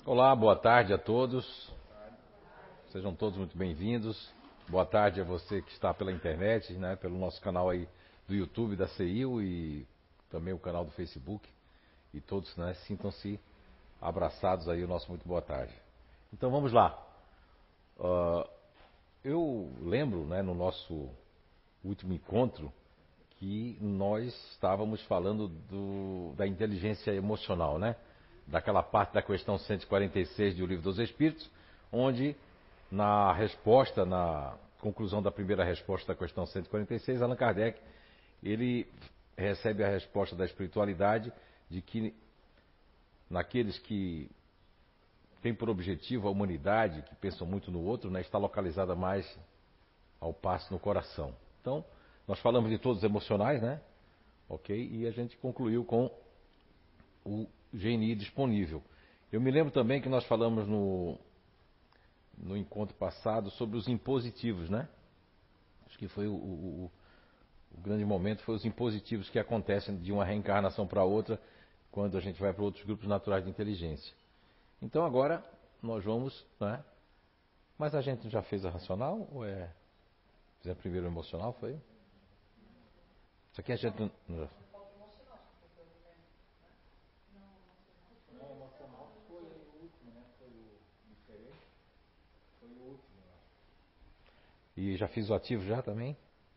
Olá, boa tarde a todos. Sejam todos muito bem-vindos. Boa tarde a você que está pela internet, né, pelo nosso canal aí do YouTube da CEIU e também o canal do Facebook. E todos, né, sintam-se abraçados aí, o nosso muito boa tarde. Então vamos lá. Eu lembro, né, no nosso último encontro que nós estávamos falando da inteligência emocional, né? Daquela parte da questão 146 do Livro dos Espíritos, onde na resposta, na conclusão da primeira resposta da questão 146, Allan Kardec, ele recebe a resposta da espiritualidade de que naqueles que têm por objetivo a humanidade, que pensam muito no outro, né, está localizada mais ao passo no coração. Então, nós falamos de todos os emocionais, né? Ok? E a gente concluiu com o GNI disponível. Eu me lembro também que nós falamos no encontro passado sobre os impositivos, né? Acho que foi o grande momento, foi os impositivos que acontecem de uma reencarnação para outra, quando a gente vai para outros grupos naturais de inteligência. Então agora nós vamos, né? Mas a gente já fez a racional ou é... Fizemos primeiro o emocional, foi? Isso aqui a gente não... O emocional foi o último, né? Foi o diferente. Foi o último, eu acho. E já fiz o ativo já também?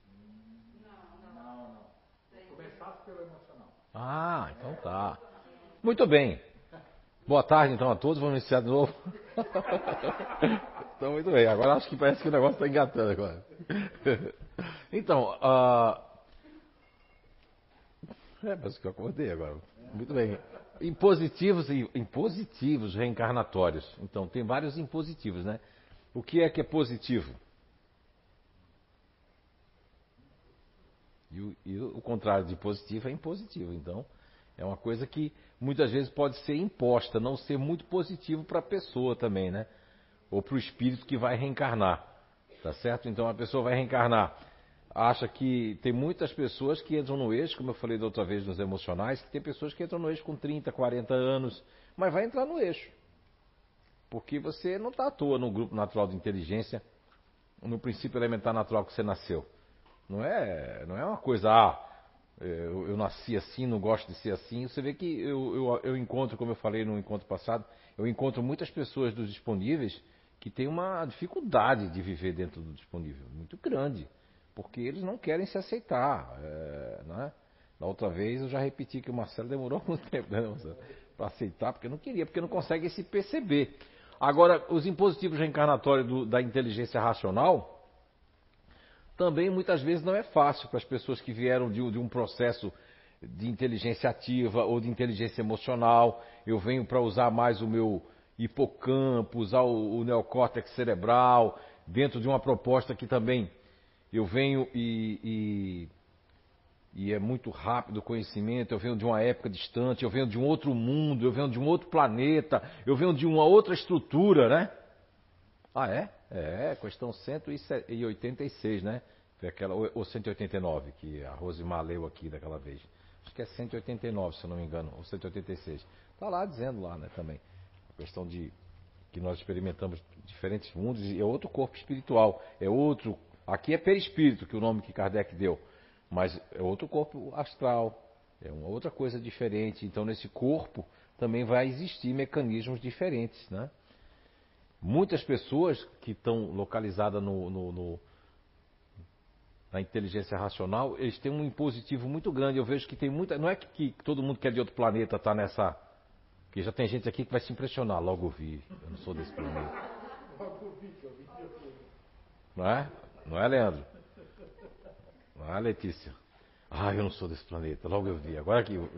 Não. Começasse pelo emocional. Ah, então tá. Muito bem. Boa tarde então a todos, vamos iniciar de novo. Então, muito bem. Agora acho que parece que o negócio está engatando agora. Então, parece que eu acordei agora. Muito bem. Impositivos e impositivos reencarnatórios. Então, tem vários impositivos, né? O que é positivo? E o contrário de positivo é impositivo. Então, é uma coisa que muitas vezes pode ser imposta, não ser muito positivo para a pessoa também, né? Ou para o espírito que vai reencarnar. Tá certo? Então, a pessoa vai reencarnar. Acha que tem muitas pessoas que entram no eixo, como eu falei da outra vez nos emocionais, que tem pessoas que entram no eixo com 30, 40 anos, mas vai entrar no eixo. Porque você não está à toa no grupo natural de inteligência, no princípio elementar natural que você nasceu. Não é uma coisa, eu nasci assim, não gosto de ser assim. Você vê que eu encontro, como eu falei no encontro passado, eu encontro muitas pessoas dos disponíveis que têm uma dificuldade de viver dentro do disponível, muito grande. Porque eles não querem se aceitar. Né? Da outra vez eu já repeti que o Marcelo demorou muito tempo, né, para aceitar, porque não queria, porque não consegue se perceber. Agora, os impositivos reencarnatórios da inteligência racional também muitas vezes não é fácil para as pessoas que vieram de um processo de inteligência ativa ou de inteligência emocional. Eu venho para usar mais o meu hipocampo, usar o neocórtex cerebral, dentro de uma proposta que também eu venho e é muito rápido o conhecimento, eu venho de uma época distante, eu venho de um outro mundo, eu venho de um outro planeta, eu venho de uma outra estrutura, né? Ah, é? Questão 186, né? Foi aquela, ou 189, que a Rosimar leu aqui daquela vez. Acho que é 189, se eu não me engano, ou 186. Está lá dizendo lá, né, também. A questão de que nós experimentamos diferentes mundos e é outro corpo espiritual, é outro. Aqui é perispírito, que é o nome que Kardec deu, mas é outro corpo astral, é uma outra coisa diferente. Então, nesse corpo também vai existir mecanismos diferentes, né? Muitas pessoas que estão localizadas na inteligência racional, eles têm um impositivo muito grande. Eu vejo que tem muita. Não é que todo mundo que é de outro planeta está nessa. Porque já tem gente aqui que vai se impressionar. Logo vi, eu não sou desse planeta. Não é? Não é, Leandro? Não é, Letícia? Ah, eu não sou desse planeta. Logo eu vi. Agora aqui.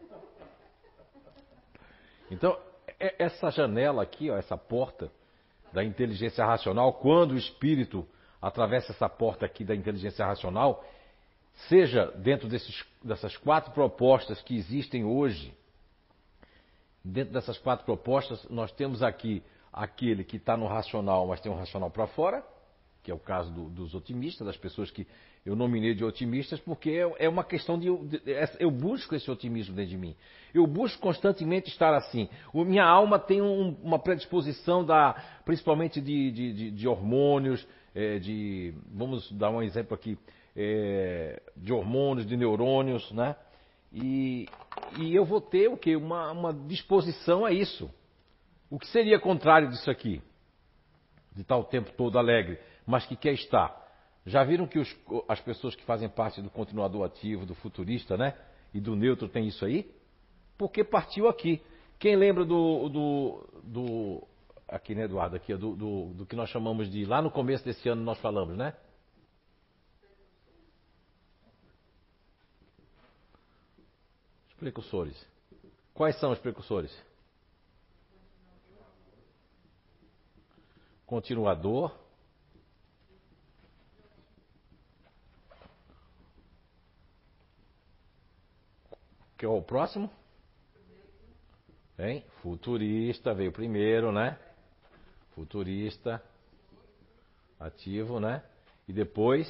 Então, essa janela aqui, ó, essa porta da inteligência racional, quando o espírito atravessa essa porta aqui da inteligência racional, seja dentro dessas 4 propostas que existem hoje, dentro dessas 4 propostas, nós temos aqui aquele que está no racional, mas tem um racional para fora, que é o caso dos otimistas, das pessoas que eu nominei de otimistas, porque é uma questão eu busco esse otimismo dentro de mim. Eu busco constantemente estar assim. Minha alma tem uma predisposição, principalmente de hormônios, vamos dar um exemplo aqui, de hormônios, de neurônios, né? E eu vou ter o quê? Uma disposição a isso. O que seria contrário disso aqui? De estar o tempo todo alegre, mas que quer estar. Já viram que as pessoas que fazem parte do continuador ativo, do futurista, né? E do neutro tem isso aí? Porque partiu aqui. Quem lembra aqui, né, Eduardo, aqui, do que nós chamamos de, lá no começo desse ano nós falamos, né? Os precursores. Quais são os precursores? Continuador. Que é o próximo? Hein? Futurista veio primeiro, né? Futurista. Ativo, né? E depois?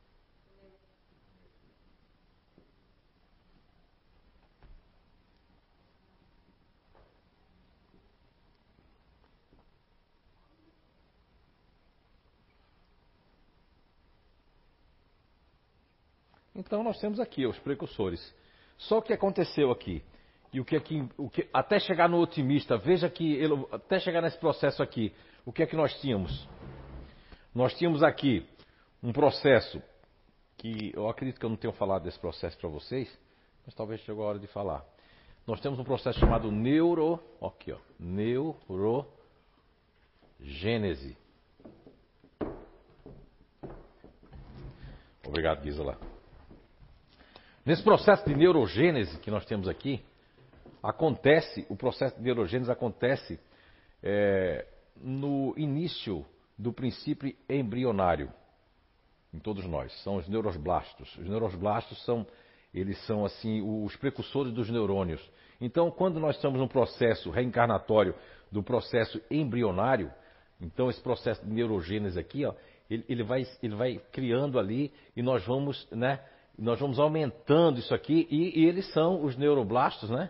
Então nós temos aqui os precursores. Só o que aconteceu aqui, e até chegar no otimista, veja que até chegar nesse processo aqui, o que é que nós tínhamos? Nós tínhamos aqui um processo que eu acredito que eu não tenho falado desse processo para vocês, mas talvez chegou a hora de falar. Nós temos um processo chamado neurogênese. Obrigado, Gisela. Nesse processo de neurogênese que nós temos aqui, o processo de neurogênese acontece no início do princípio embrionário em todos nós. São os neuroblastos. Os neuroblastos são assim os precursores dos neurônios. Então, quando nós estamos num processo reencarnatório do processo embrionário, então esse processo de neurogênese aqui, ó, ele vai criando ali e nós vamos, né? Nós vamos aumentando isso aqui e eles são os neuroblastos, né?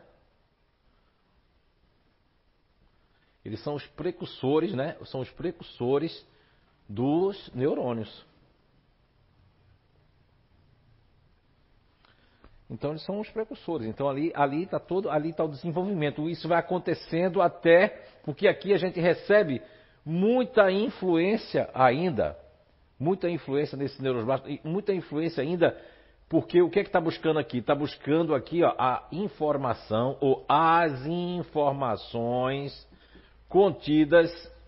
Eles são os precursores, né? São os precursores dos neurônios. Então eles são os precursores. Então ali está o desenvolvimento. Isso vai acontecendo até porque aqui a gente recebe muita influência ainda, muita influência nesses neuroblastos e muita influência ainda. Porque o que é que está buscando aqui? Está buscando aqui, ó, a informação ou as informações contidas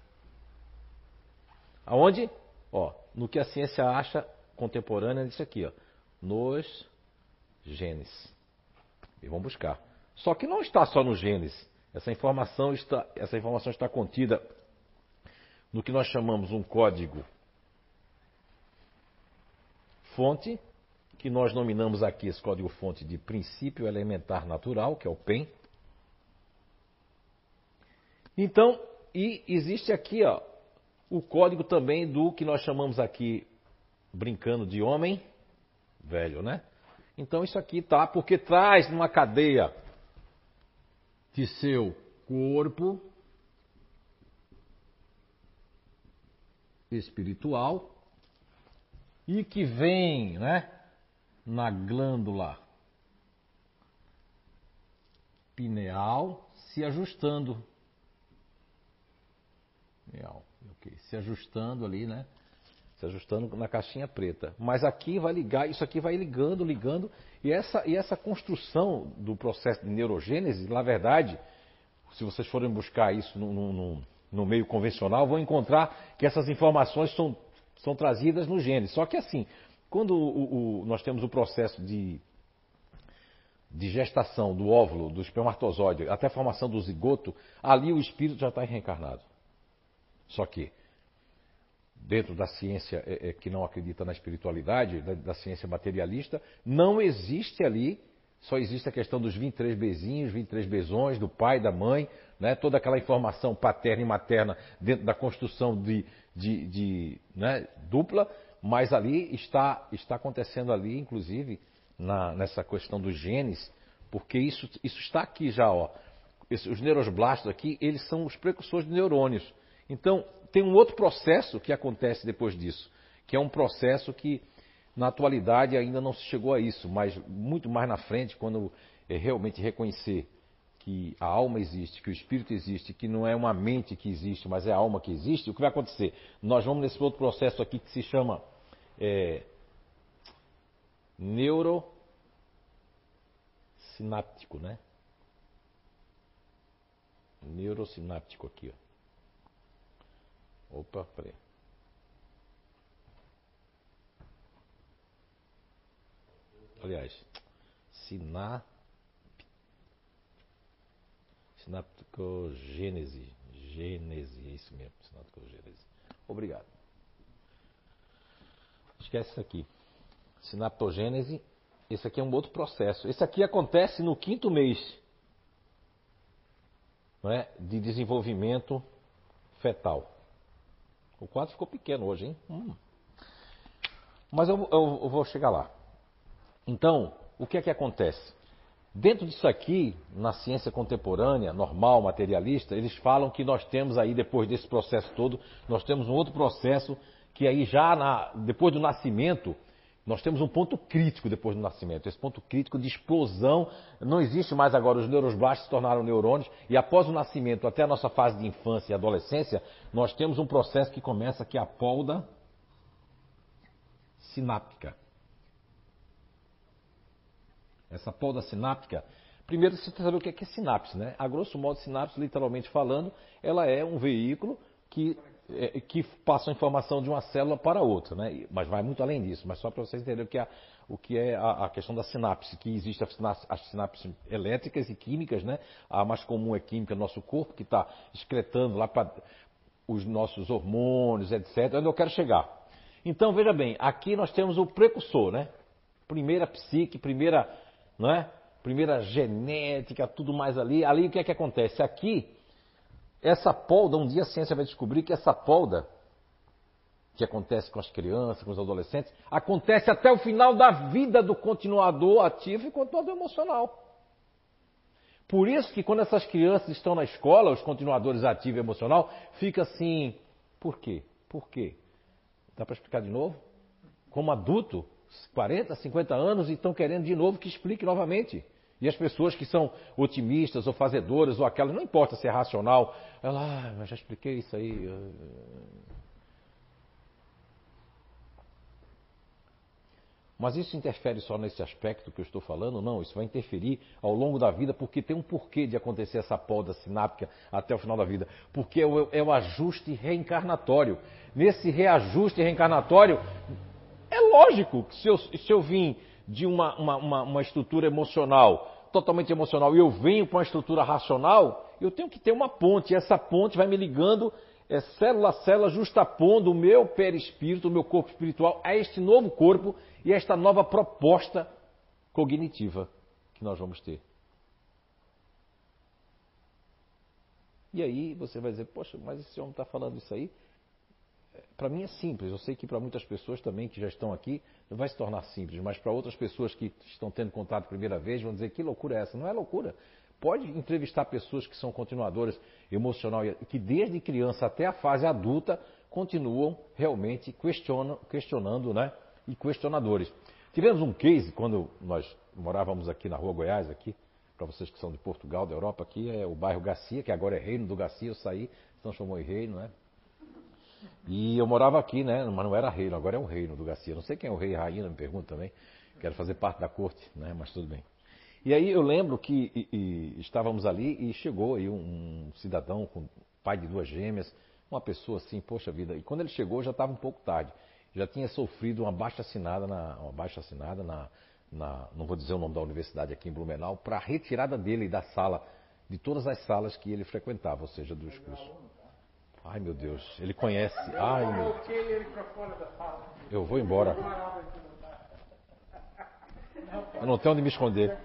aonde? Ó, no que a ciência acha contemporânea disso aqui, ó, nos genes. E vão buscar. Só que não está só nos genes. Essa informação está contida no que nós chamamos um código fonte, que nós nominamos aqui esse código-fonte de princípio elementar natural, que é o PEN. Então, e existe aqui, ó, o código também do que nós chamamos aqui, brincando de homem velho, né? Então isso aqui tá, porque traz numa cadeia de seu corpo espiritual e que vem, né? Na glândula pineal se ajustando. Se ajustando ali, né? Se ajustando na caixinha preta. Mas aqui vai ligar, isso aqui vai ligando. E essa construção do processo de neurogênese, na verdade, se vocês forem buscar isso no meio convencional, vão encontrar que essas informações são trazidas no gene. Só que assim, quando nós temos o processo de gestação do óvulo, do espermatozoide, até a formação do zigoto, ali o espírito já está reencarnado. Só que, dentro da ciência que não acredita na espiritualidade, da ciência materialista, não existe ali, só existe a questão dos 23 bezinhos, 23 bezões, do pai, da mãe, né? Toda aquela informação paterna e materna dentro da construção né, dupla, mas ali está acontecendo ali, inclusive, nessa questão dos genes, porque isso está aqui já, ó. Os neuroblastos aqui, eles são os precursores de neurônios. Então, tem um outro processo que acontece depois disso, que é um processo que, na atualidade, ainda não se chegou a isso, mas muito mais na frente, quando realmente reconhecer que a alma existe, que o espírito existe, que não é uma mente que existe, mas é a alma que existe, o que vai acontecer? Nós vamos nesse outro processo aqui que se chama neurosináptico, né? Neurosináptico aqui, ó. Opa, peraí. Aliás, sinaptogênese. Gênese, é isso mesmo, sinaptogênese. Obrigado. Esquece isso aqui. Sinaptogênese, esse aqui é um outro processo. Esse aqui acontece no 5º mês, não é? De desenvolvimento fetal. O quadro ficou pequeno hoje, hein? Mas eu vou chegar lá. Então, o que é que acontece? Dentro disso aqui, na ciência contemporânea, normal, materialista, eles falam que nós temos aí, depois desse processo todo, nós temos um outro processo que aí já, depois do nascimento, nós temos um ponto crítico depois do nascimento. Esse ponto crítico de explosão, não existe mais agora, os neuroblastos se tornaram neurônios, e após o nascimento, até a nossa fase de infância e adolescência, nós temos um processo que começa, que é a polda sináptica. Essa polda sináptica, primeiro você tem que saber o que é sinapse, né? A grosso modo, sinapse, literalmente falando, ela é um veículo que passa a informação de uma célula para outra, né? Mas vai muito além disso, mas só para vocês entenderem o que é a questão da sinapse, que existe as sinapses elétricas e químicas, né? A mais comum é química no nosso corpo, que está excretando lá para os nossos hormônios, etc. Onde eu quero chegar. Então, veja bem, aqui nós temos o precursor, né? Primeira psique, não é? Primeira genética, tudo mais ali. Ali o que é que acontece? Aqui, essa polda, um dia a ciência vai descobrir que essa polda, que acontece com as crianças, com os adolescentes, acontece até o final da vida do continuador ativo e continuador emocional. Por isso que quando essas crianças estão na escola, os continuadores ativo e emocional, fica assim, por quê? Por quê? Dá para explicar de novo? Como adulto, 40, 50 anos e estão querendo de novo que explique novamente. E as pessoas que são otimistas ou fazedoras ou aquelas, não importa se é racional, ela, mas já expliquei isso aí. Mas isso interfere só nesse aspecto que eu estou falando? Não, isso vai interferir ao longo da vida, porque tem um porquê de acontecer essa polda sináptica até o final da vida. Porque é o ajuste reencarnatório. Nesse reajuste reencarnatório, é lógico que se eu vim de uma estrutura emocional, totalmente emocional, e eu venho para uma estrutura racional, eu tenho que ter uma ponte. E essa ponte vai me ligando, célula a célula, justapondo o meu perispírito, o meu corpo espiritual, a este novo corpo e a esta nova proposta cognitiva que nós vamos ter. E aí você vai dizer, poxa, mas esse homem está falando isso aí? Para mim é simples, eu sei que para muitas pessoas também que já estão aqui não vai se tornar simples, mas para outras pessoas que estão tendo contato a primeira vez vão dizer, que loucura é essa? Não é loucura. Pode entrevistar pessoas que são continuadoras emocional, que desde criança até a fase adulta continuam realmente questionando, né? E questionadores. Tivemos um case quando nós morávamos aqui na Rua Goiás, aqui, para vocês que são de Portugal, da Europa, aqui é o bairro Garcia, que agora é Reino do Garcia, eu saí, se transformou em Reino, né? E eu morava aqui, né? Mas não era reino, agora é um reino do Garcia. Não sei quem é o rei e a rainha, me pergunto também. Quero fazer parte da corte, né? Mas tudo bem. E aí eu lembro que estávamos ali e chegou aí um cidadão com pai de 2 gêmeas, uma pessoa assim, poxa vida. E quando ele chegou já estava um pouco tarde. Já tinha sofrido uma baixa assinada não vou dizer o nome da universidade aqui em Blumenau, para a retirada dele da sala, de todas as salas que ele frequentava, ou seja, dos cursos. Ai, meu Deus, ele conhece. Ai, meu... Eu vou embora. Eu não tenho onde me esconder.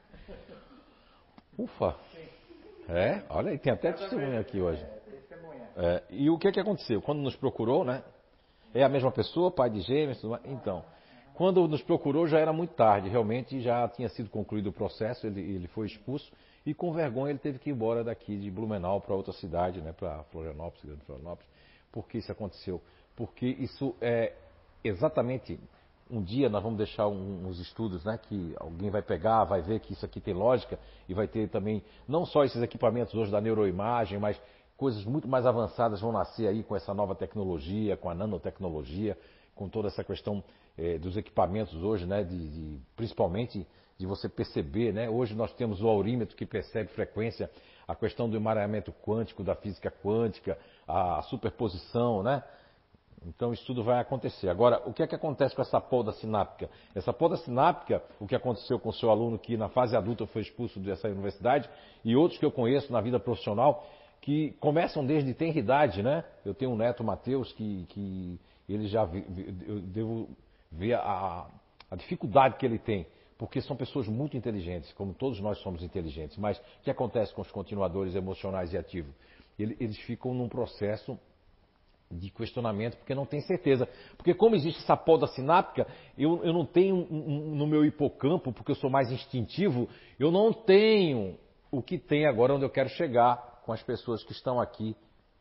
Ufa. É? Olha aí, tem até testemunha aqui hoje. E o que aconteceu? Quando nos procurou, né? É a mesma pessoa, pai de gêmeos, tudo mais. Então, quando nos procurou já era muito tarde, realmente já tinha sido concluído o processo, ele foi expulso e com vergonha ele teve que ir embora daqui de Blumenau para outra cidade, né? Para Florianópolis, Grande Florianópolis. Por que isso aconteceu? Porque isso é exatamente... Um dia nós vamos deixar uns estudos, né, que alguém vai pegar, vai ver que isso aqui tem lógica e vai ter também, não só esses equipamentos hoje da neuroimagem, mas coisas muito mais avançadas vão nascer aí com essa nova tecnologia, com a nanotecnologia, com toda essa questão dos equipamentos hoje, né, principalmente de você perceber, né, hoje nós temos o aurímetro que percebe frequência, a questão do emaranhamento quântico, da física quântica, a superposição, né? Então isso tudo vai acontecer. Agora, o que é que acontece com essa poda sináptica? Essa poda sináptica, o que aconteceu com o seu aluno que na fase adulta foi expulso dessa universidade e outros que eu conheço na vida profissional que começam desde tenra idade, né? Eu tenho um neto, Matheus, que ele já eu devo ver a dificuldade que ele tem, porque são pessoas muito inteligentes, como todos nós somos inteligentes, mas o que acontece com os continuadores emocionais e ativos? Eles ficam num processo de questionamento, porque não tem certeza. Porque como existe essa poda sináptica, eu não tenho no meu hipocampo, porque eu sou mais instintivo, eu não tenho o que tem agora onde eu quero chegar com as pessoas que estão aqui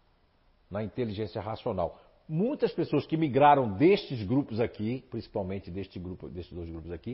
na inteligência racional. Muitas pessoas que migraram destes grupos aqui, principalmente destes dois grupos aqui,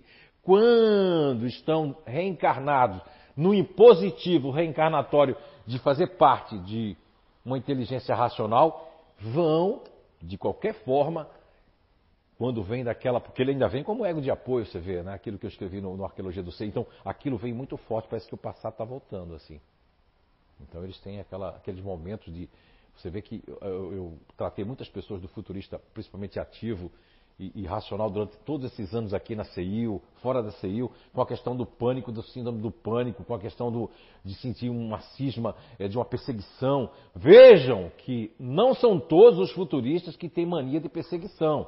quando estão reencarnados no impositivo reencarnatório de fazer parte de uma inteligência racional, vão, de qualquer forma, quando vem daquela... Porque ele ainda vem como ego de apoio, você vê, né? Aquilo que eu escrevi no Arqueologia do Ser. Então, aquilo vem muito forte, parece que o passado está voltando, assim. Então, eles têm aqueles momentos de... Você vê que eu tratei muitas pessoas do futurista, principalmente ativo e racional, durante todos esses anos aqui na CEIU, fora da CEIU, com a questão do pânico, do síndrome do pânico, com a questão de sentir uma cisma, de uma perseguição. Vejam que não são todos os futuristas que têm mania de perseguição.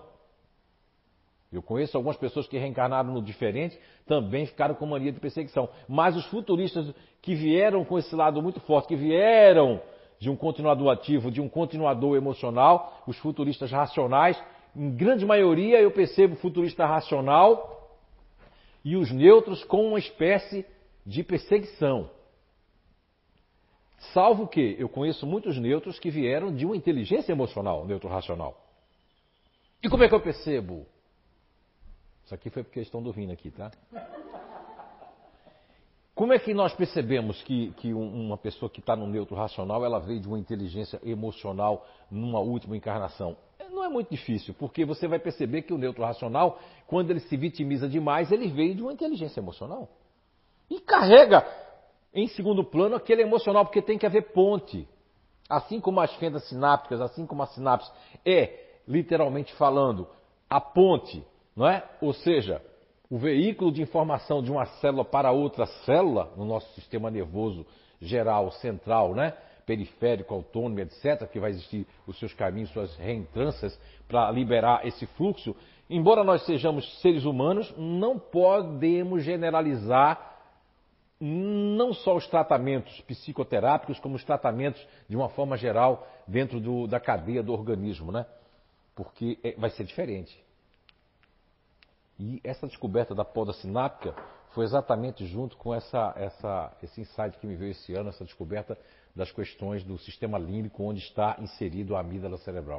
Eu conheço algumas pessoas que reencarnaram no diferente, também ficaram com mania de perseguição. Mas os futuristas que vieram com esse lado muito forte, que vieram de um continuador ativo, de um continuador emocional, os futuristas racionais, em grande maioria eu percebo futurista racional e os neutros com uma espécie de perseguição. Salvo que eu conheço muitos neutros que vieram de uma inteligência emocional, neutro-racional. E como é que eu percebo? Isso aqui foi porque estão dormindo aqui, tá? Como é que nós percebemos que uma pessoa que está no neutro-racional, ela veio de uma inteligência emocional numa última encarnação? Não é muito difícil, porque você vai perceber que o neutro-racional, quando ele se vitimiza demais, ele veio de uma inteligência emocional. E carrega em segundo plano aquele emocional, porque tem que haver ponte. Assim como as fendas sinápticas, assim como a sinapse é, literalmente falando, a ponte, não é? Ou seja, o veículo de informação de uma célula para outra célula, no nosso sistema nervoso geral, central, né? Periférico, autônomo, etc., que vai existir os seus caminhos, suas reentrâncias para liberar esse fluxo. Embora nós sejamos seres humanos, não podemos generalizar não só os tratamentos psicoterápicos, como os tratamentos de uma forma geral dentro da cadeia do organismo, né? Porque vai ser diferente. E essa descoberta da poda sináptica foi exatamente junto com esse insight que me veio esse ano, essa descoberta das questões do sistema límbico, onde está inserido a amígdala cerebral.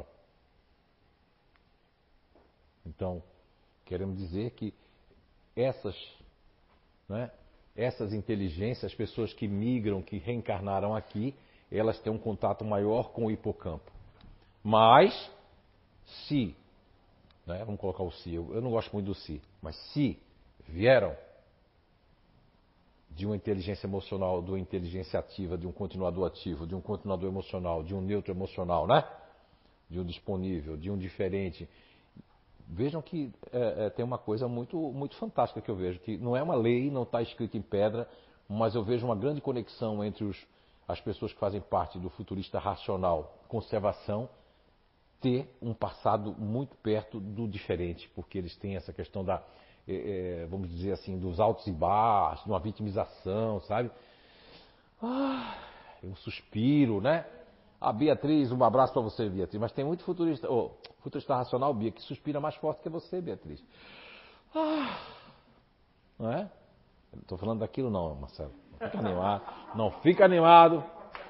Então, queremos dizer que essas inteligências, as pessoas que migram, que reencarnaram aqui, elas têm um contato maior com o hipocampo. Mas, se, né, vamos colocar o se, eu não gosto muito do se, mas se vieram de uma inteligência emocional, de uma inteligência ativa, de um continuador ativo, de um continuador emocional, de um neutro emocional, né? De um disponível, de um diferente. Vejam que tem uma coisa muito, muito fantástica que eu vejo, que não é uma lei, não está escrito em pedra, mas eu vejo uma grande conexão entre as pessoas que fazem parte do futurista racional, conservação, ter um passado muito perto do diferente, porque eles têm essa questão vamos dizer assim, dos altos e baixos, de uma vitimização, sabe? Um suspiro, né? A Beatriz, um abraço para você, Beatriz. Mas tem muito futurista racional, Bia, que suspira mais forte que você, Beatriz. Não é? Não estou falando daquilo não, Marcelo. Não fica animado. Não fica animado.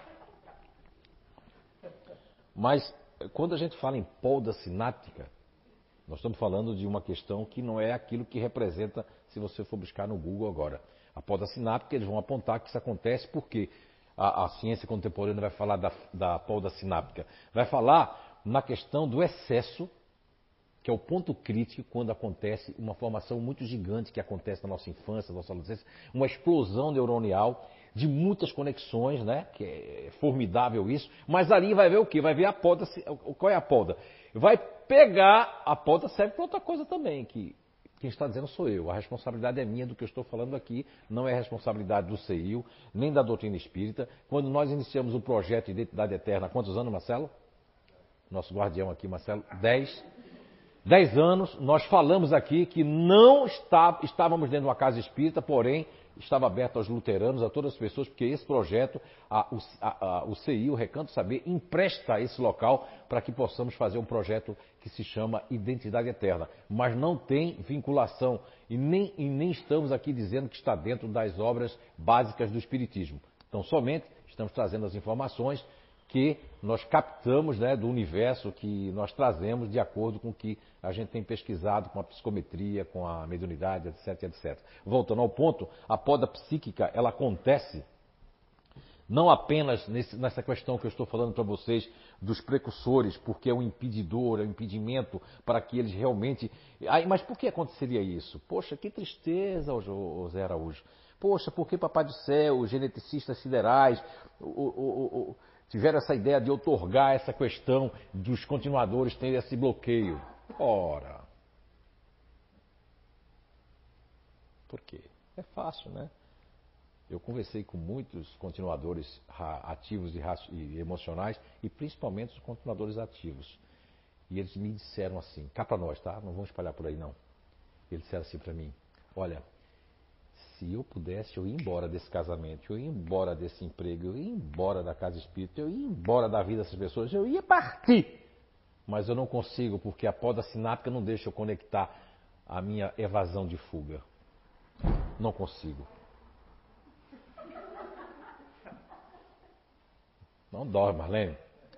Mas quando a gente fala em polda sináptica, nós estamos falando de uma questão que não é aquilo que representa se você for buscar no Google agora. A polda sináptica, eles vão apontar que isso acontece porque a ciência contemporânea vai falar da polda sináptica. Vai falar na questão do excesso, que é o ponto crítico quando acontece uma formação muito gigante que acontece na nossa infância, na nossa adolescência, uma explosão neuronial de muitas conexões, né? Que é formidável isso, mas ali vai ver o quê? Vai ver a poda. Qual é a poda? Vai pegar, a poda serve para outra coisa também, que quem está dizendo sou eu. A responsabilidade é minha do que eu estou falando aqui, não é responsabilidade do CEIU, nem da doutrina espírita. Quando nós iniciamos o projeto Identidade Eterna, há quantos anos, Marcelo? Nosso guardião aqui, Marcelo, 10 anos, nós falamos aqui que não estávamos dentro de uma casa espírita, porém estava aberto aos luteranos, a todas as pessoas, porque esse projeto, o CI, o Recanto Saber, empresta esse local para que possamos fazer um projeto que se chama Identidade Eterna. Mas não tem vinculação e nem estamos aqui dizendo que está dentro das obras básicas do Espiritismo. Então, somente estamos trazendo as informações que nós captamos, né, do universo, que nós trazemos de acordo com o que a gente tem pesquisado com a psicometria, com a mediunidade, etc, etc. Voltando ao ponto, a poda psíquica, ela acontece não apenas nessa questão que eu estou falando para vocês dos precursores, porque é um impedidor, é um impedimento para que eles realmente... Mas por que aconteceria isso? Poxa, que tristeza, Zé Araújo. Poxa, por que Papai do Céu, os geneticistas siderais... tiveram essa ideia de outorgar essa questão dos continuadores terem esse bloqueio. Ora. Por quê? É fácil, né? Eu conversei com muitos continuadores ativos e emocionais, e principalmente os continuadores ativos. E eles me disseram assim, cá para nós, tá? Não vamos espalhar por aí não. Eles disseram assim para mim, olha... Se eu pudesse, eu ia embora desse casamento, eu ia embora desse emprego, eu ia embora da casa espírita, eu ia embora da vida dessas pessoas, eu ia partir. Mas eu não consigo, porque a poda sináptica não deixa eu conectar a minha evasão de fuga. Não consigo. Não dorme, Marlene.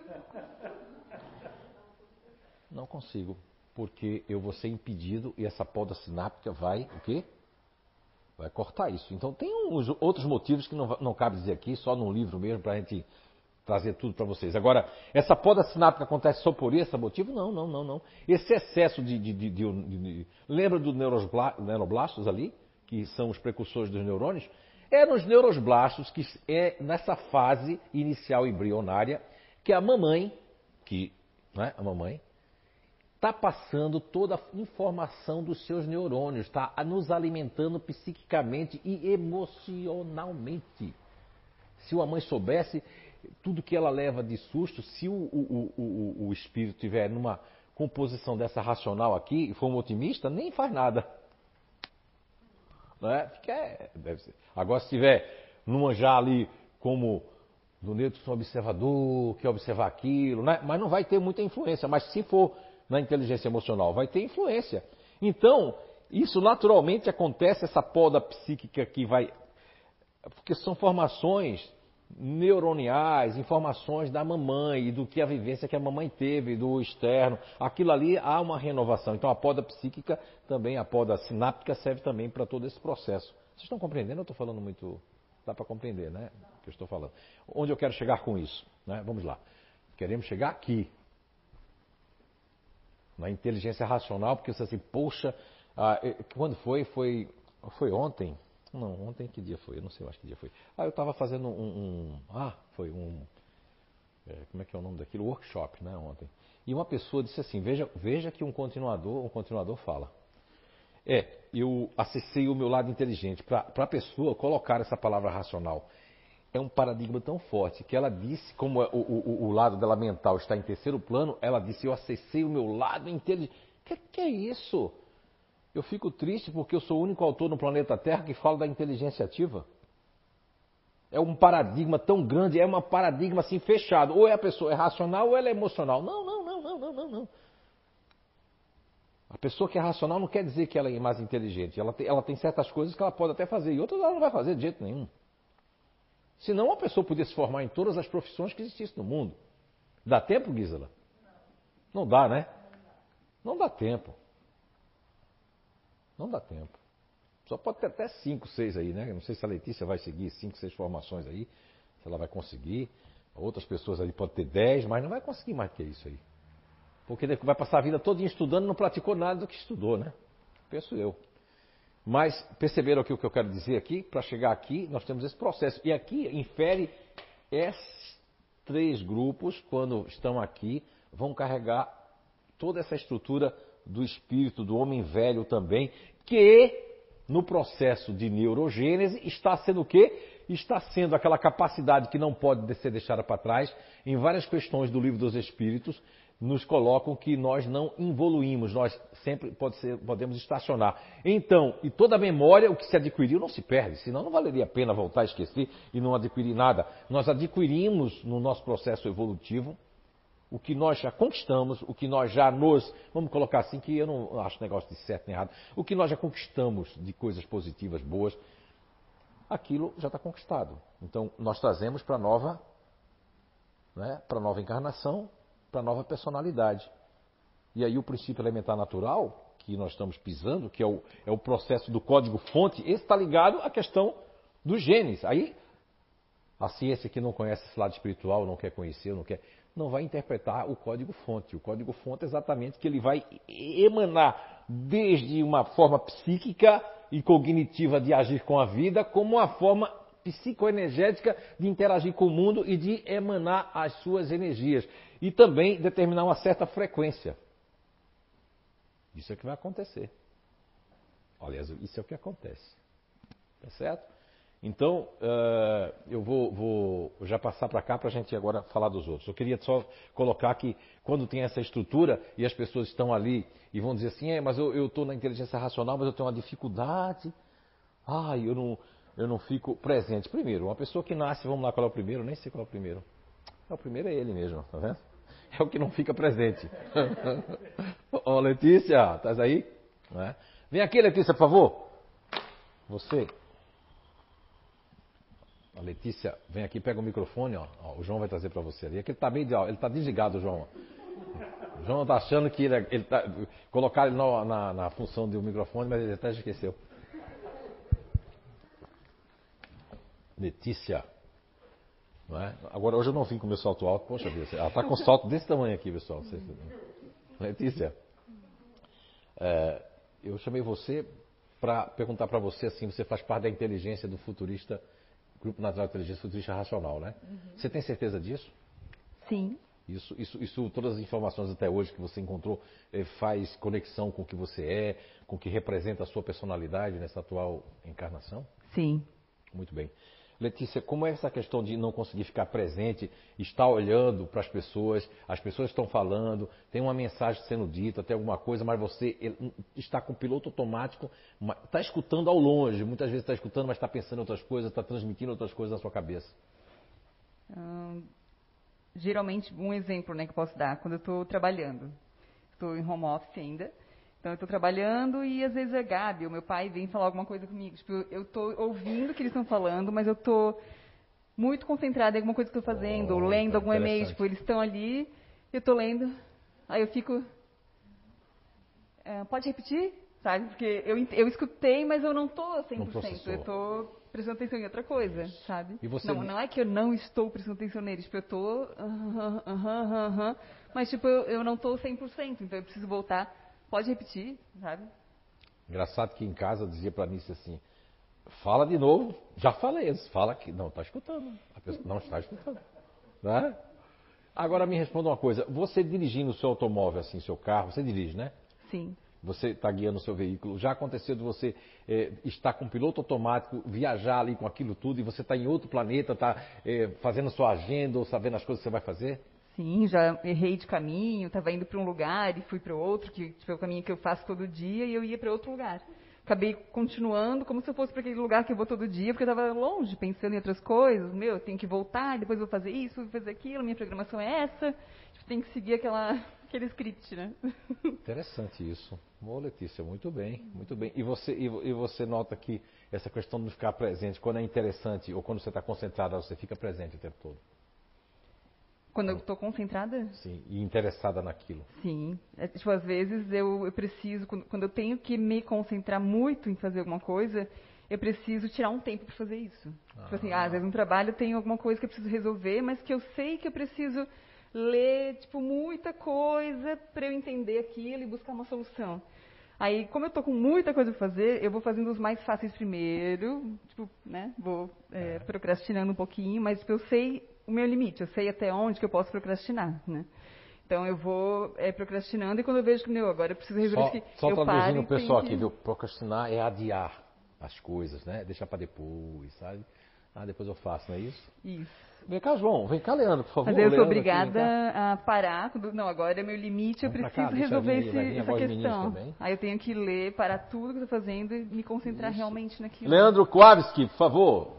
Não consigo, porque eu vou ser impedido e essa poda sináptica vai, o quê? Vai cortar isso. Então tem outros motivos que não cabe dizer aqui, só num livro mesmo, para a gente trazer tudo para vocês. Agora, essa poda sináptica acontece só por esse motivo? Não. Esse excesso lembra dos neuroblastos ali, que são os precursores dos neurônios? É nos neuroblastos, que é nessa fase inicial embrionária, que a mamãe, a mamãe, está passando toda a informação dos seus neurônios, está nos alimentando psiquicamente e emocionalmente. Se a mãe soubesse tudo que ela leva de susto, se o espírito estiver numa composição dessa racional aqui e for um otimista, nem faz nada. Não é? Deve ser. Agora, se estiver numa já ali como do neutro observador, que observar aquilo, né? Mas não vai ter muita influência. Mas se for na inteligência emocional, vai ter influência. Então, isso naturalmente acontece, essa poda psíquica que vai... Porque são formações neuroniais, informações da mamãe e do que a vivência que a mamãe teve, do externo. Aquilo ali há uma renovação. Então, a poda psíquica, também a poda sináptica, serve também para todo esse processo. Vocês estão compreendendo? Eu estou falando muito... Dá para compreender, né? O que eu estou falando. Onde eu quero chegar com isso? Né? Vamos lá. Queremos chegar aqui. Na inteligência racional, porque você assim, poxa, quando foi ontem? Não, ontem que dia foi? Eu não sei mais que dia foi. Eu estava fazendo como é que é o nome daquilo? Workshop, né, ontem. E uma pessoa disse assim, veja que um continuador fala. Eu acessei o meu lado inteligente. Para a pessoa colocar essa palavra racional, é um paradigma tão forte que ela disse, como o lado dela mental está em terceiro plano, ela disse, eu acessei o meu lado inteligente. Que é isso? Eu fico triste porque eu sou o único autor no planeta Terra que fala da inteligência ativa. É um paradigma tão grande, é um paradigma assim fechado. Ou é a pessoa é racional ou ela é emocional. Não, não, não, não, não, não, não. A pessoa que é racional não quer dizer que ela é mais inteligente. Ela tem certas coisas que ela pode até fazer e outras ela não vai fazer de jeito nenhum. Senão a pessoa podia se formar em todas as profissões que existissem no mundo. Dá tempo, Gisela? Não dá, né? Não dá tempo. Não dá tempo. Só pode ter até 5, 6 aí, né? Não sei se a Letícia vai seguir 5, 6 formações aí, se ela vai conseguir. Outras pessoas ali podem ter 10, mas não vai conseguir mais do que isso aí. Porque vai passar a vida toda estudando e não praticou nada do que estudou, né? Penso eu. Mas perceberam aqui o que eu quero dizer aqui? Para chegar aqui, nós temos esse processo. E aqui infere esses 3 grupos, quando estão aqui, vão carregar toda essa estrutura do espírito, do homem velho também, que no processo de neurogênese está sendo o quê? Está sendo aquela capacidade que não pode ser deixada para trás. Em várias questões do Livro dos Espíritos, nos colocam que nós não evoluímos, nós sempre podemos estacionar. Então, e toda a memória, o que se adquiriu não se perde, senão não valeria a pena voltar a esquecer e não adquirir nada. Nós adquirimos no nosso processo evolutivo o que nós já conquistamos, o que nós já vamos colocar assim, que eu não acho negócio de certo nem errado, o que nós já conquistamos de coisas positivas, boas, aquilo já está conquistado. Então, nós trazemos para a nova, né, para a nova encarnação, para a nova personalidade. E aí o princípio elementar natural, que nós estamos pisando, que é o processo do código-fonte, esse está ligado à questão dos genes. Aí, a ciência que não conhece esse lado espiritual, não quer conhecer, não vai interpretar o código-fonte. O código-fonte é exatamente que ele vai emanar desde uma forma psíquica e cognitiva de agir com a vida, como uma forma psicoenergética de interagir com o mundo e de emanar as suas energias. E também determinar uma certa frequência. Isso é o que vai acontecer. Aliás, isso é o que acontece. Tá certo? Então, eu vou já passar para cá para a gente agora falar dos outros. Eu queria só colocar que quando tem essa estrutura e as pessoas estão ali e vão dizer assim, mas eu estou na inteligência racional, mas eu tenho uma dificuldade. Eu não fico presente. Primeiro, uma pessoa que nasce, vamos lá, qual é o primeiro? Eu nem sei qual é o primeiro. O primeiro é ele mesmo, tá vendo? É o que não fica presente. Ô, Letícia, estás aí? Né? Vem aqui, Letícia, por favor. Você. A Letícia, vem aqui, pega o microfone, ó. O João vai trazer para você ali. Aqui ele está bem, ele está desligado, João. O João está achando que ele tá, colocar ele na função do microfone, mas ele até esqueceu. Letícia. Não é? Agora, hoje eu não vim com o meu salto alto. Poxa vida, ela está com salto desse tamanho aqui, pessoal. Letícia, eu chamei você para perguntar para você assim, você faz parte da inteligência do futurista, Grupo Nacional de Inteligência Futurista Racional, né? Uhum. Você tem certeza disso? Sim. Isso, todas as informações até hoje que você encontrou, faz conexão com o que você é, com o que representa a sua personalidade nessa atual encarnação? Sim. Muito bem. Letícia, como é essa questão de não conseguir ficar presente, estar olhando para as pessoas estão falando, tem uma mensagem sendo dita, tem alguma coisa, mas você está com o piloto automático, está escutando ao longe, muitas vezes está escutando, mas está pensando em outras coisas, está transmitindo outras coisas na sua cabeça? Geralmente, um exemplo, né, que eu posso dar, quando eu estou trabalhando, estou em home office ainda, então eu estou trabalhando e às vezes a Gabi ou meu pai vem falar alguma coisa comigo. Tipo, eu estou ouvindo o que eles estão falando, mas eu estou muito concentrada em alguma coisa que eu estou fazendo, ou lendo algum e-mail. Tipo, eles estão ali, eu estou lendo, aí eu fico... pode repetir? Sabe? Porque eu escutei, mas eu não estou 100%. Eu estou prestando atenção em outra coisa, sabe? E você... Não é que eu não estou prestando atenção neles. Tipo, eu estou... mas tipo, eu não estou 100%, então eu preciso voltar... Pode repetir, sabe? Engraçado que em casa eu dizia para mim assim, fala de novo, já falei, fala que não está escutando, a pessoa não está escutando, né? Agora me responda uma coisa, você dirigindo o seu automóvel assim, seu carro, você dirige, né? Sim. Você está guiando o seu veículo, já aconteceu de você estar com piloto automático, viajar ali com aquilo tudo e você está em outro planeta, está fazendo sua agenda ou sabendo as coisas que você vai fazer? Sim, já errei de caminho, estava indo para um lugar e fui para outro, que tipo, é o caminho que eu faço todo dia e eu ia para outro lugar. acabei continuando como se eu fosse para aquele lugar que eu vou todo dia, porque eu estava longe, pensando em outras coisas. Meu, eu tenho que voltar, depois vou fazer isso, vou fazer aquilo, minha programação é essa. Tem que seguir aquele script, né? Interessante isso. Ô, Letícia, muito bem, muito bem. E você nota que essa questão de ficar presente, quando é interessante ou quando você está concentrada, você fica presente o tempo todo? Quando eu estou concentrada? Sim, e interessada naquilo. Sim. Tipo, às vezes eu preciso, quando eu tenho que me concentrar muito em fazer alguma coisa, eu preciso tirar um tempo para fazer isso. Tipo assim, às vezes no trabalho tem alguma coisa que eu preciso resolver, mas que eu sei que eu preciso ler, tipo, muita coisa para eu entender aquilo e buscar uma solução. Aí, como eu estou com muita coisa para fazer, eu vou fazendo os mais fáceis primeiro, tipo, né, vou procrastinando um pouquinho, mas tipo, eu sei o meu limite, eu sei até onde que eu posso procrastinar, né? Então eu vou procrastinando e quando eu vejo que, agora eu preciso resolver isso. Só traduzindo o pessoal aqui, viu? Procrastinar é adiar as coisas, né? Deixar para depois, sabe? Depois eu faço, não é isso? Isso. Vem cá, João. Vem cá, Leandro, por favor. Mas eu sou Leandro, obrigada aqui, a parar. Não, agora é meu limite, eu preciso resolver essa questão. Aí eu tenho que ler, parar tudo que eu estou fazendo e me concentrar realmente naquilo. Leandro Kowalski, por favor.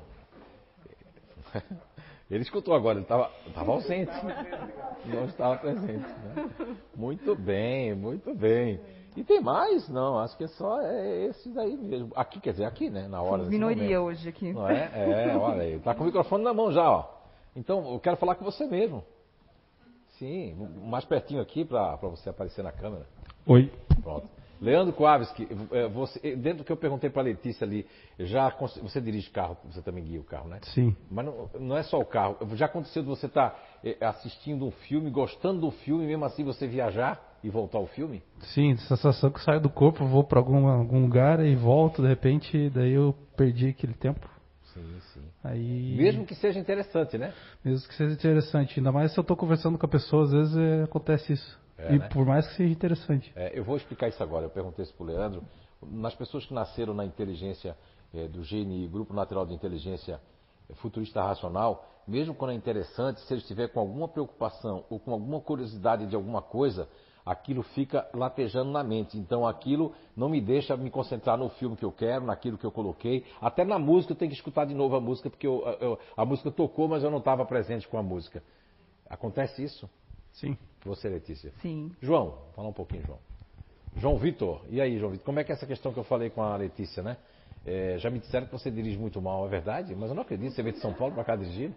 Ele escutou agora, ele estava ausente. Não estava presente. Né? Muito bem, muito bem. E tem mais? Não, acho que é só esses aí mesmo. Aqui, quer dizer, aqui, né? Na hora. Minoria hoje aqui. Não é? Olha aí. Tá com o microfone na mão já, ó. Então, eu quero falar com você mesmo. Sim, mais pertinho aqui para você aparecer na câmera. Oi. Pronto. Leandro Kowalski, você, dentro do que eu perguntei para a Letícia ali, você dirige carro, você também guia o carro, né? Sim. Mas não é só o carro. Já aconteceu de você estar assistindo um filme, gostando do filme, e mesmo assim você viajar e voltar ao filme? Sim, sensação que saio do corpo, vou para algum lugar e volto, de repente, daí eu perdi aquele tempo. Sim, sim. Aí... Mesmo que seja interessante, né? Mesmo que seja interessante. Ainda mais se eu estou conversando com a pessoa, às vezes acontece isso. Né? Por mais que seja interessante. Eu vou explicar isso agora. Eu perguntei isso para o Leandro. Nas pessoas que nasceram na inteligência do GNI, Grupo Natural de Inteligência Futurista Racional, mesmo quando é interessante, se ele estiver com alguma preocupação ou com alguma curiosidade de alguma coisa, aquilo fica latejando na mente. Então aquilo não me deixa me concentrar no filme que eu quero, naquilo que eu coloquei. Até na música eu tenho que escutar de novo a música, porque a música tocou, mas eu não estava presente com a música. Acontece isso? Sim. Você, Letícia? Sim. João, fala um pouquinho, João. João Vitor, e aí, João Vitor, como é que é essa questão que eu falei com a Letícia, né? Já me disseram que você dirige muito mal, é verdade? Mas eu não acredito, você veio de São Paulo para cá dirigir?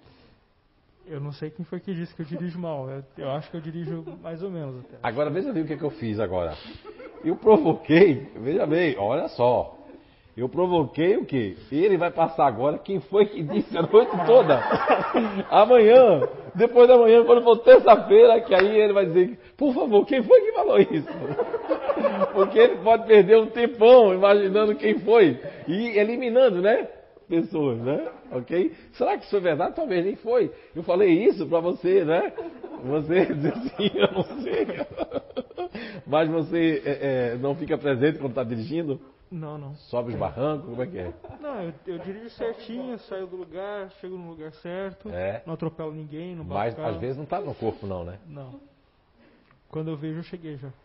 Eu não sei quem foi que disse que eu dirijo mal. Eu acho que eu dirijo mais ou menos até. Agora, veja bem o que eu fiz agora. Eu provoquei, veja bem, olha só. Eu provoquei o quê? Ele vai passar agora quem foi que disse a noite toda. Amanhã, depois da manhã, quando for terça-feira, que aí ele vai dizer, por favor, quem foi que falou isso? Porque ele pode perder um tempão imaginando quem foi e eliminando, né? Pessoas, né? Ok? Será que isso é verdade? Talvez nem foi. Eu falei isso pra você, né? Você diz assim, eu não sei. Mas você não fica presente quando está dirigindo? Não. Sobe os barrancos? Como é que é? Não, eu dirijo certinho, saio do lugar, chego no lugar certo, não atropelo ninguém, não bato Mas carro. às vezes não está no corpo não, né? Não. Quando eu vejo, eu cheguei já.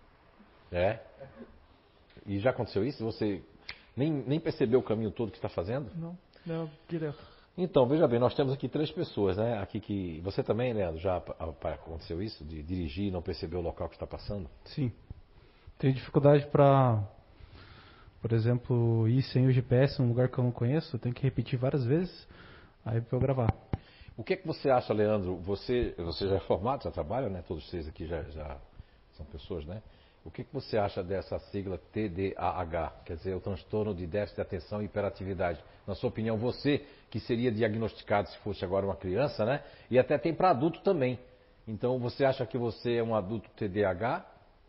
E já aconteceu isso? Você nem percebeu o caminho todo que está fazendo? Não, direto. Então, veja bem, nós temos aqui 3 pessoas, né? Aqui que... Você também, Leandro, já aconteceu isso? De dirigir e não perceber o local que está passando? Sim. Tenho dificuldade para, por exemplo, ir sem o GPS num lugar que eu não conheço. Eu tenho que repetir várias vezes, aí para eu gravar. O que é que você acha, Leandro? Você já é formado, já trabalha, né? Todos vocês aqui já são pessoas, né? O que você acha dessa sigla TDAH? Quer dizer, o transtorno de déficit de atenção e hiperatividade. Na sua opinião, você que seria diagnosticado se fosse agora uma criança, né? E até tem para adulto também. Então, você acha que você é um adulto TDAH?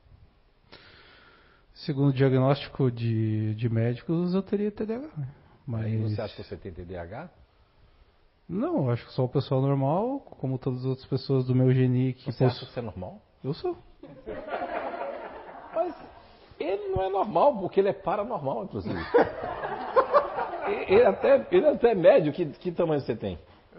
Segundo o diagnóstico de médicos, eu teria TDAH. Mas... Aí você acha que você tem TDAH? Não, eu acho que sou uma pessoa normal, como todas as outras pessoas do meu GNI que Você acha que você é normal? Eu sou. Mas ele não é normal, porque ele é paranormal, inclusive. ele até é médio. Que tamanho você tem?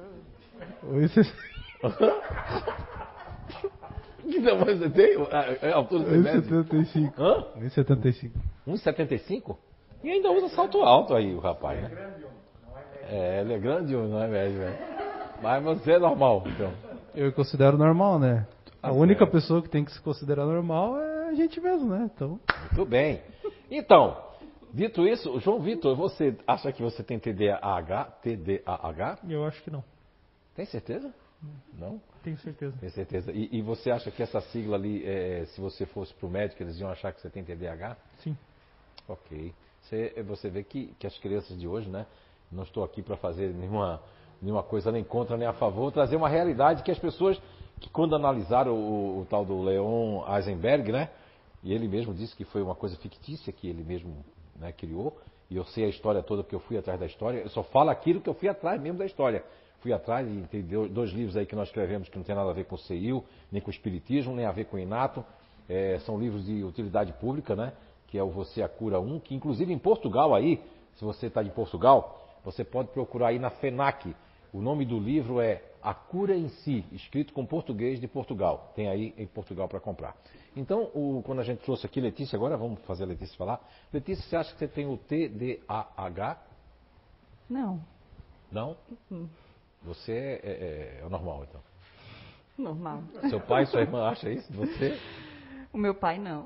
Que tamanho você tem? A altura você mede? 1,75. Hã? 1,75. 1,75? E ainda usa salto alto aí, o rapaz, né? Ele é grande, não é médio, velho. Mas você é normal, então. Eu me considero normal, né? A Tá única certo. pessoa que tem que se considerar normal é a gente mesmo, né? Então, Muito bem. Então, dito isso, João Vitor, você acha que você tem TDAH? TDAH? eu acho que não. Tem certeza? Não? Tenho certeza. Tem certeza. E você acha que essa sigla ali, se você fosse para o médico, eles iam achar que você tem TDAH? Sim. Ok. Você vê que as crianças de hoje, né? Não estou aqui para fazer nenhuma coisa nem contra nem a favor, trazer uma realidade que as pessoas, que quando analisaram o tal do Leon Eisenberg, né? E ele mesmo disse que foi uma coisa fictícia que ele mesmo, né, criou. E eu sei a história toda porque eu fui atrás da história. Eu só falo aquilo que eu fui atrás mesmo da história. Fui atrás e tem 2 livros aí que nós escrevemos que não tem nada a ver com o CEIU, nem com o Espiritismo, nem a ver com o Inato. São livros de utilidade pública, né? Que é o Você a Cura 1, que inclusive em Portugal aí, se você está de Portugal, você pode procurar aí na FENAC. O nome do livro é A Cura em Si, escrito com português de Portugal. Tem aí em Portugal para comprar. Então, quando a gente trouxe aqui, Letícia, agora vamos fazer a Letícia falar. Letícia, você acha que você tem o TDAH? Não. Não? Você é o normal, então. Normal. Seu pai e sua irmã acham isso de você? O meu pai não.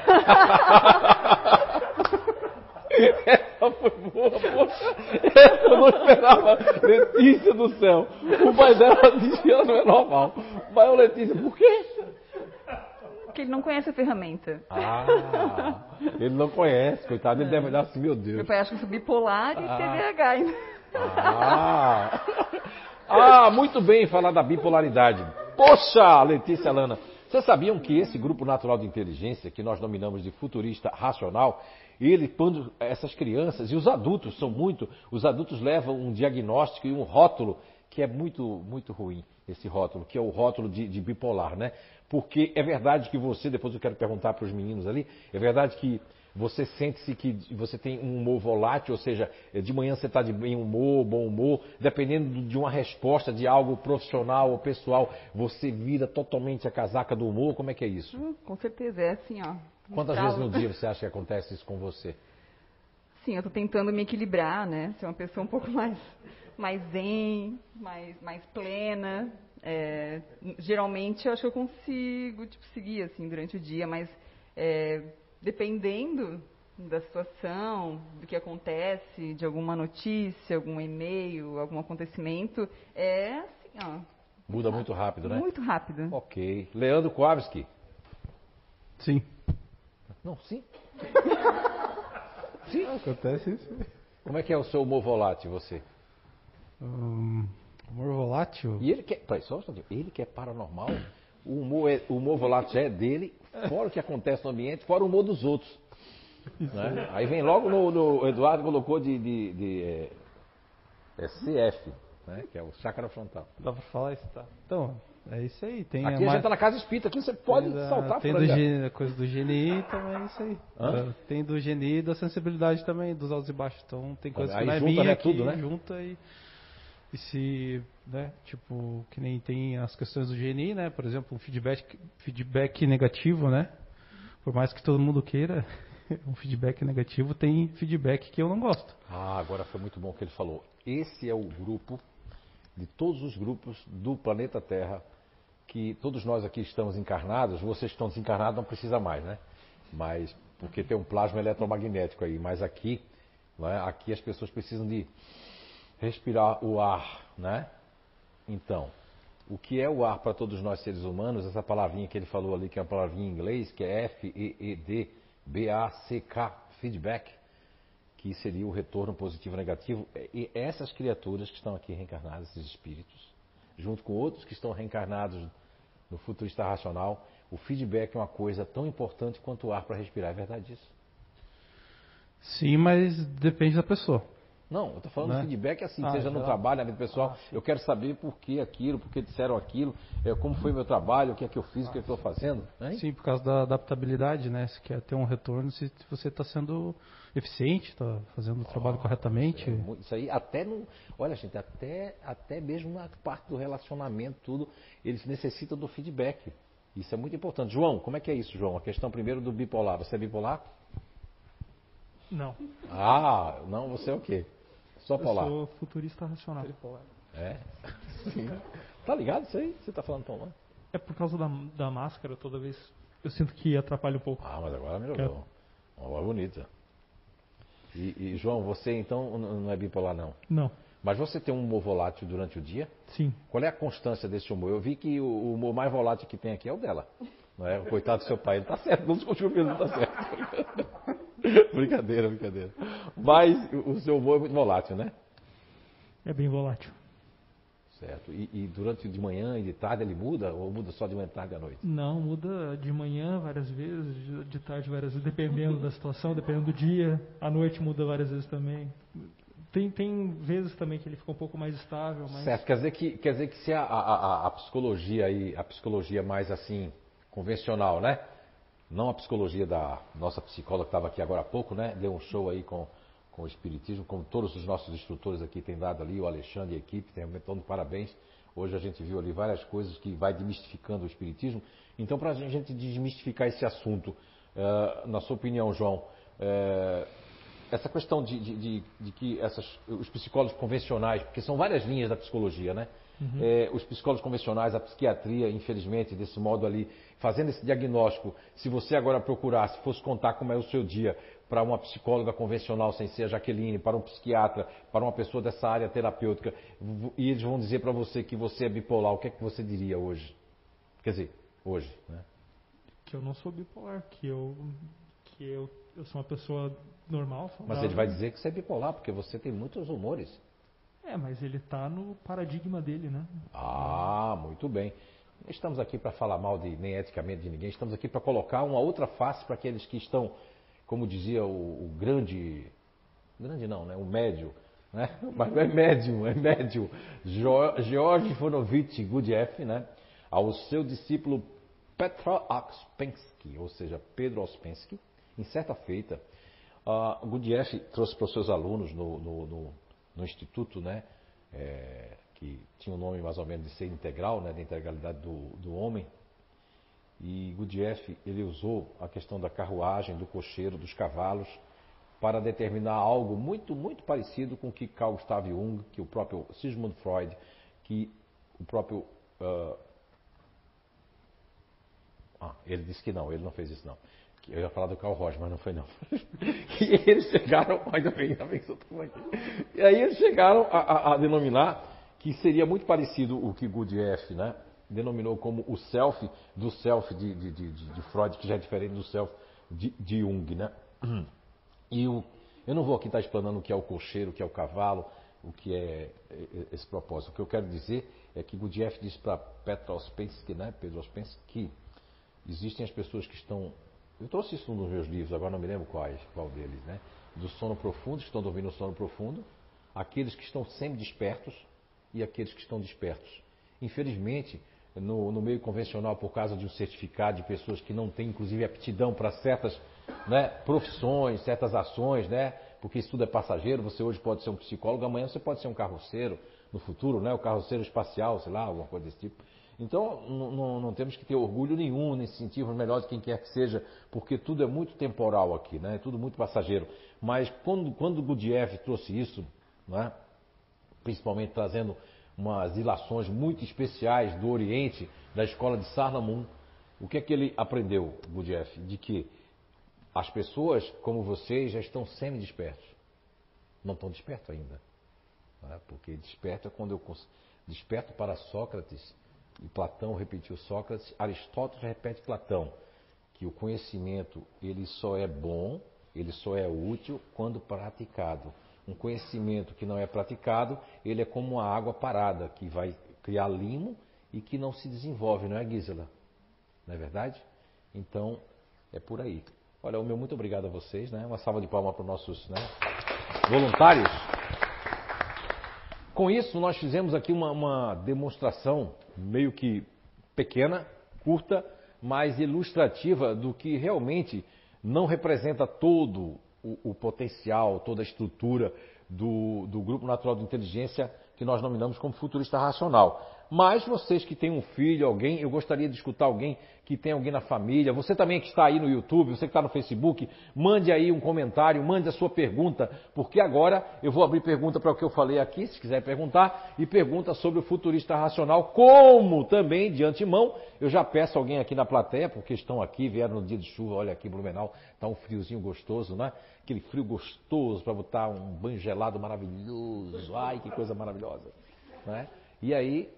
Essa foi boa, poxa. Essa eu não esperava. Letícia do céu. O pai dela disse que ela não é normal. Mas, ô Letícia, por quê? Porque ele não conhece a ferramenta. Ah, ele não conhece, coitado. Ele deve olhar assim, meu Deus. Meu pai acha que eu sou bipolar e TDAH ainda. Muito bem falar da bipolaridade. Poxa, Letícia Lana. Vocês sabiam que esse grupo natural de inteligência, que nós nominamos de futurista racional, ele, quando essas crianças, e os adultos os adultos levam um diagnóstico e um rótulo que é muito, muito ruim, esse rótulo, que é o rótulo de bipolar, né? Porque é verdade que você, depois eu quero perguntar para os meninos ali, é verdade que você sente-se que você tem um humor volátil, ou seja, de manhã você está de bom humor, dependendo de uma resposta de algo profissional ou pessoal, você vira totalmente a casaca do humor, como é que é isso? Com certeza, é assim, ó. Quantas vezes no dia você acha que acontece isso com você? Sim, eu tô tentando me equilibrar, né? Ser uma pessoa um pouco mais zen, mais plena. Geralmente eu acho que eu consigo seguir assim durante o dia, mas dependendo da situação, do que acontece, de alguma notícia, algum e-mail, algum acontecimento, assim, ó. Muda muito rápido, né? Muito rápido. Ok. Leandro Kowalski. Sim. Não, sim. Sim. Acontece isso. Como é que é o seu humor volátil, você? Humor volátil? E ele quer. Peraí, só um instantinho. Ele que é paranormal. O humor volátil é dele, fora o que acontece no ambiente, fora o humor dos outros. Né? Aí vem logo no Eduardo colocou de CF, né? Que é o chácara frontal. Dá pra falar isso, tá? Então, é isso aí. Tem Aqui a gente tá na casa espírita, aqui você pode saltar tem por aí. a coisa do GNI também, é isso aí. Tem do GNI e da sensibilidade também, dos altos e baixos. Então tem coisas Aí que não é junta, minha, né, que tudo, né? junta e se, né, tipo, que nem tem as questões do GNI, né? Por exemplo, um feedback negativo, né? Por mais que todo mundo queira, um feedback negativo tem feedback que eu não gosto. Agora foi muito bom o que ele falou. Esse é o grupo, de todos os grupos do planeta Terra, que todos nós aqui estamos encarnados, vocês que estão desencarnados não precisa mais, né? Mas, porque tem um plasma eletromagnético aí, mas aqui, né, aqui as pessoas precisam de respirar o ar, né? Então, o que é o ar para todos nós seres humanos? Essa palavrinha que ele falou ali, que é uma palavrinha em inglês, que é FEEDBACK, feedback, que seria o retorno positivo ou negativo. E essas criaturas que estão aqui reencarnadas, esses espíritos, junto com outros que estão reencarnados no futurista racional, o feedback é uma coisa tão importante quanto o ar para respirar. É verdade isso? Sim, mas depende da pessoa. Não, eu estou falando Né? de feedback assim, seja no trabalho, na vida pessoal. Eu quero saber por que aquilo, por que disseram aquilo, como foi meu trabalho, o que é que eu fiz, o que é que eu estou fazendo. Hein? Sim, por causa da adaptabilidade, né? Se quer ter um retorno, se você está sendo eficiente, está fazendo o trabalho corretamente. Isso aí até no. Olha, gente, até mesmo na parte do relacionamento, tudo, eles necessitam do feedback. Isso é muito importante. João, como é que é isso, João? A questão primeiro do bipolar. Você é bipolar? Não. Ah, não, você é o quê? Só polar. Eu sou futurista racional. É? Sim. Tá ligado isso aí? Você tá falando tão lá? É por causa da máscara, toda vez eu sinto que atrapalha um pouco. Ah, mas agora melhorou. Uma voz bonita. E, João, você então não é bipolar não? Não. Mas você tem um humor volátil durante o dia? Sim. Qual é a constância desse humor? Eu vi que o humor mais volátil que tem aqui é o dela. Não é? O coitado do seu pai, ele tá certo, não discutiu ele não tá certo. Brincadeira. Mas o seu humor é muito volátil, né? É bem volátil. Certo. E durante de manhã e de tarde ele muda? Ou muda só de manhã, tarde e à noite? Não, muda de manhã várias vezes, de tarde várias vezes, dependendo da situação, dependendo do dia. À noite muda várias vezes também. Tem vezes também que ele fica um pouco mais estável. Mas... Certo. Quer dizer que se a psicologia aí, a psicologia mais assim, convencional, né? Não a psicologia da nossa psicóloga que estava aqui agora há pouco, né? Deu um show aí com o Espiritismo, como todos os nossos instrutores aqui têm dado ali, o Alexandre e a equipe, tem aumentando parabéns. Hoje a gente viu ali várias coisas que vai desmistificando o Espiritismo. Então, para a gente desmistificar esse assunto, na sua opinião, João, essa questão de que os psicólogos convencionais, porque são várias linhas da psicologia, né? Uhum. Os psicólogos convencionais, a psiquiatria, infelizmente, desse modo ali, fazendo esse diagnóstico, se você agora procurasse, fosse contar como é o seu dia para uma psicóloga convencional, sem ser a Jaqueline, para um psiquiatra, para uma pessoa dessa área terapêutica, e eles vão dizer para você que você é bipolar, o que é que você diria hoje? Quer dizer, hoje, né? Que eu não sou bipolar, que eu sou uma pessoa normal, saudável. Mas ele vai dizer que você é bipolar, porque você tem muitos humores. Mas ele está no paradigma dele, né? Ah, muito bem. Não estamos aqui para falar mal nem eticamente de ninguém, estamos aqui para colocar uma outra face para aqueles que estão, como dizia o grande não, né? O médio, né? Mas não é médium, George Ivanovich Gurdjieff, né? Ao seu discípulo Petro Ouspensky, ou seja, Pedro Ouspensky, em certa feita, Gurdjieff trouxe para os seus alunos no instituto, né? Que tinha o nome mais ou menos de ser integral, né? Da integralidade do homem. E Gurdjieff, ele usou a questão da carruagem, do cocheiro, dos cavalos, para determinar algo muito, muito parecido com o que Carl Gustav Jung, que o próprio Sigmund Freud, que o próprio... ele disse que não, ele não fez isso não. Eu ia falar do Carl Roger, mas não foi não. E eles chegaram, ainda bem que eu estou aqui. E aí eles chegaram a denominar que seria muito parecido o que Gurdjieff, né, denominou como o self do self de Freud, que já é diferente do self de Jung, né? E eu não vou aqui estar explanando o que é o cocheiro, o que é o cavalo, o que é esse propósito. O que eu quero dizer é que Gurdjieff disse para Pedro Ouspensky, né, que existem as pessoas que estão... Eu trouxe isso num dos meus livros, agora não me lembro qual deles, né? Do sono profundo, que estão dormindo no sono profundo, aqueles que estão sempre despertos e aqueles que estão despertos. Infelizmente, no meio convencional, por causa de um certificado de pessoas que não têm, inclusive, aptidão para certas, né, profissões, certas ações, né? Porque isso tudo é passageiro, você hoje pode ser um psicólogo, amanhã você pode ser um carroceiro, no futuro, né? O carroceiro espacial, sei lá, alguma coisa desse tipo. Então, não temos que ter orgulho nenhum nesse sentido, melhor de quem quer que seja, porque tudo é muito temporal aqui, né? É tudo muito passageiro. Mas quando Gurdjieff trouxe isso, né? Principalmente trazendo umas ilações muito especiais do Oriente, da escola de Saarlamund, o que é que ele aprendeu, Gurdjieff? De que as pessoas, como vocês, já estão semi-despertos. Não estão despertos ainda. Né? Porque desperto é quando eu desperto para Sócrates. E Platão repetiu Sócrates, Aristóteles repete Platão, que o conhecimento ele só é bom, ele só é útil quando praticado. Um conhecimento que não é praticado, ele é como uma água parada, que vai criar limo e que não se desenvolve, não é, Gisela? Não é verdade? Então, é por aí. Olha, o meu muito obrigado a vocês, né? Uma salva de palmas para os nossos, né, voluntários. Com isso, nós fizemos aqui uma demonstração meio que pequena, curta, mas ilustrativa do que realmente não representa todo o potencial, toda a estrutura do Grupo Natural de Inteligência que nós nominamos como futurista racional. Mas vocês que têm um filho, alguém, eu gostaria de escutar alguém que tem alguém na família. Você também que está aí no YouTube, você que está no Facebook, mande aí um comentário, mande a sua pergunta, porque agora eu vou abrir pergunta para o que eu falei aqui, se quiser perguntar, e pergunta sobre o futurista racional, como também, de antemão, eu já peço alguém aqui na plateia, porque estão aqui, vieram no dia de chuva, olha aqui, Blumenau, está um friozinho gostoso, né? Aquele frio gostoso para botar um banho gelado maravilhoso, ai que coisa maravilhosa, né? E aí,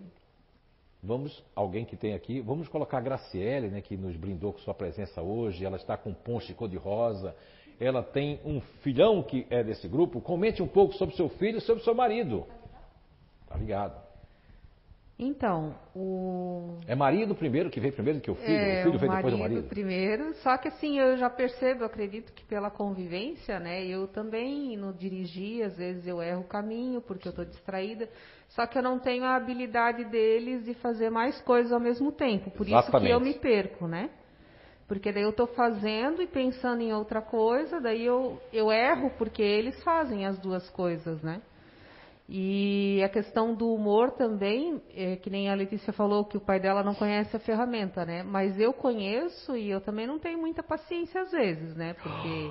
alguém que tem aqui, vamos colocar a Graciele, né, que nos brindou com sua presença hoje, ela está com ponche cor-de-rosa, ela tem um filhão que é desse grupo, comente um pouco sobre seu filho e sobre seu marido. Tá ligado? Então, É marido primeiro, que veio primeiro que o filho veio depois do marido? Primeiro, só que assim, eu já percebo, eu acredito que pela convivência, né, eu também no dirigir, às vezes eu erro o caminho, porque eu estou distraída, só que eu não tenho a habilidade deles de fazer mais coisas ao mesmo tempo, por isso que eu me perco, né? Porque daí eu estou fazendo e pensando em outra coisa, daí eu erro porque eles fazem as duas coisas, né? E a questão do humor também, que nem a Letícia falou que o pai dela não conhece a ferramenta, né? Mas eu conheço e eu também não tenho muita paciência às vezes, né? Porque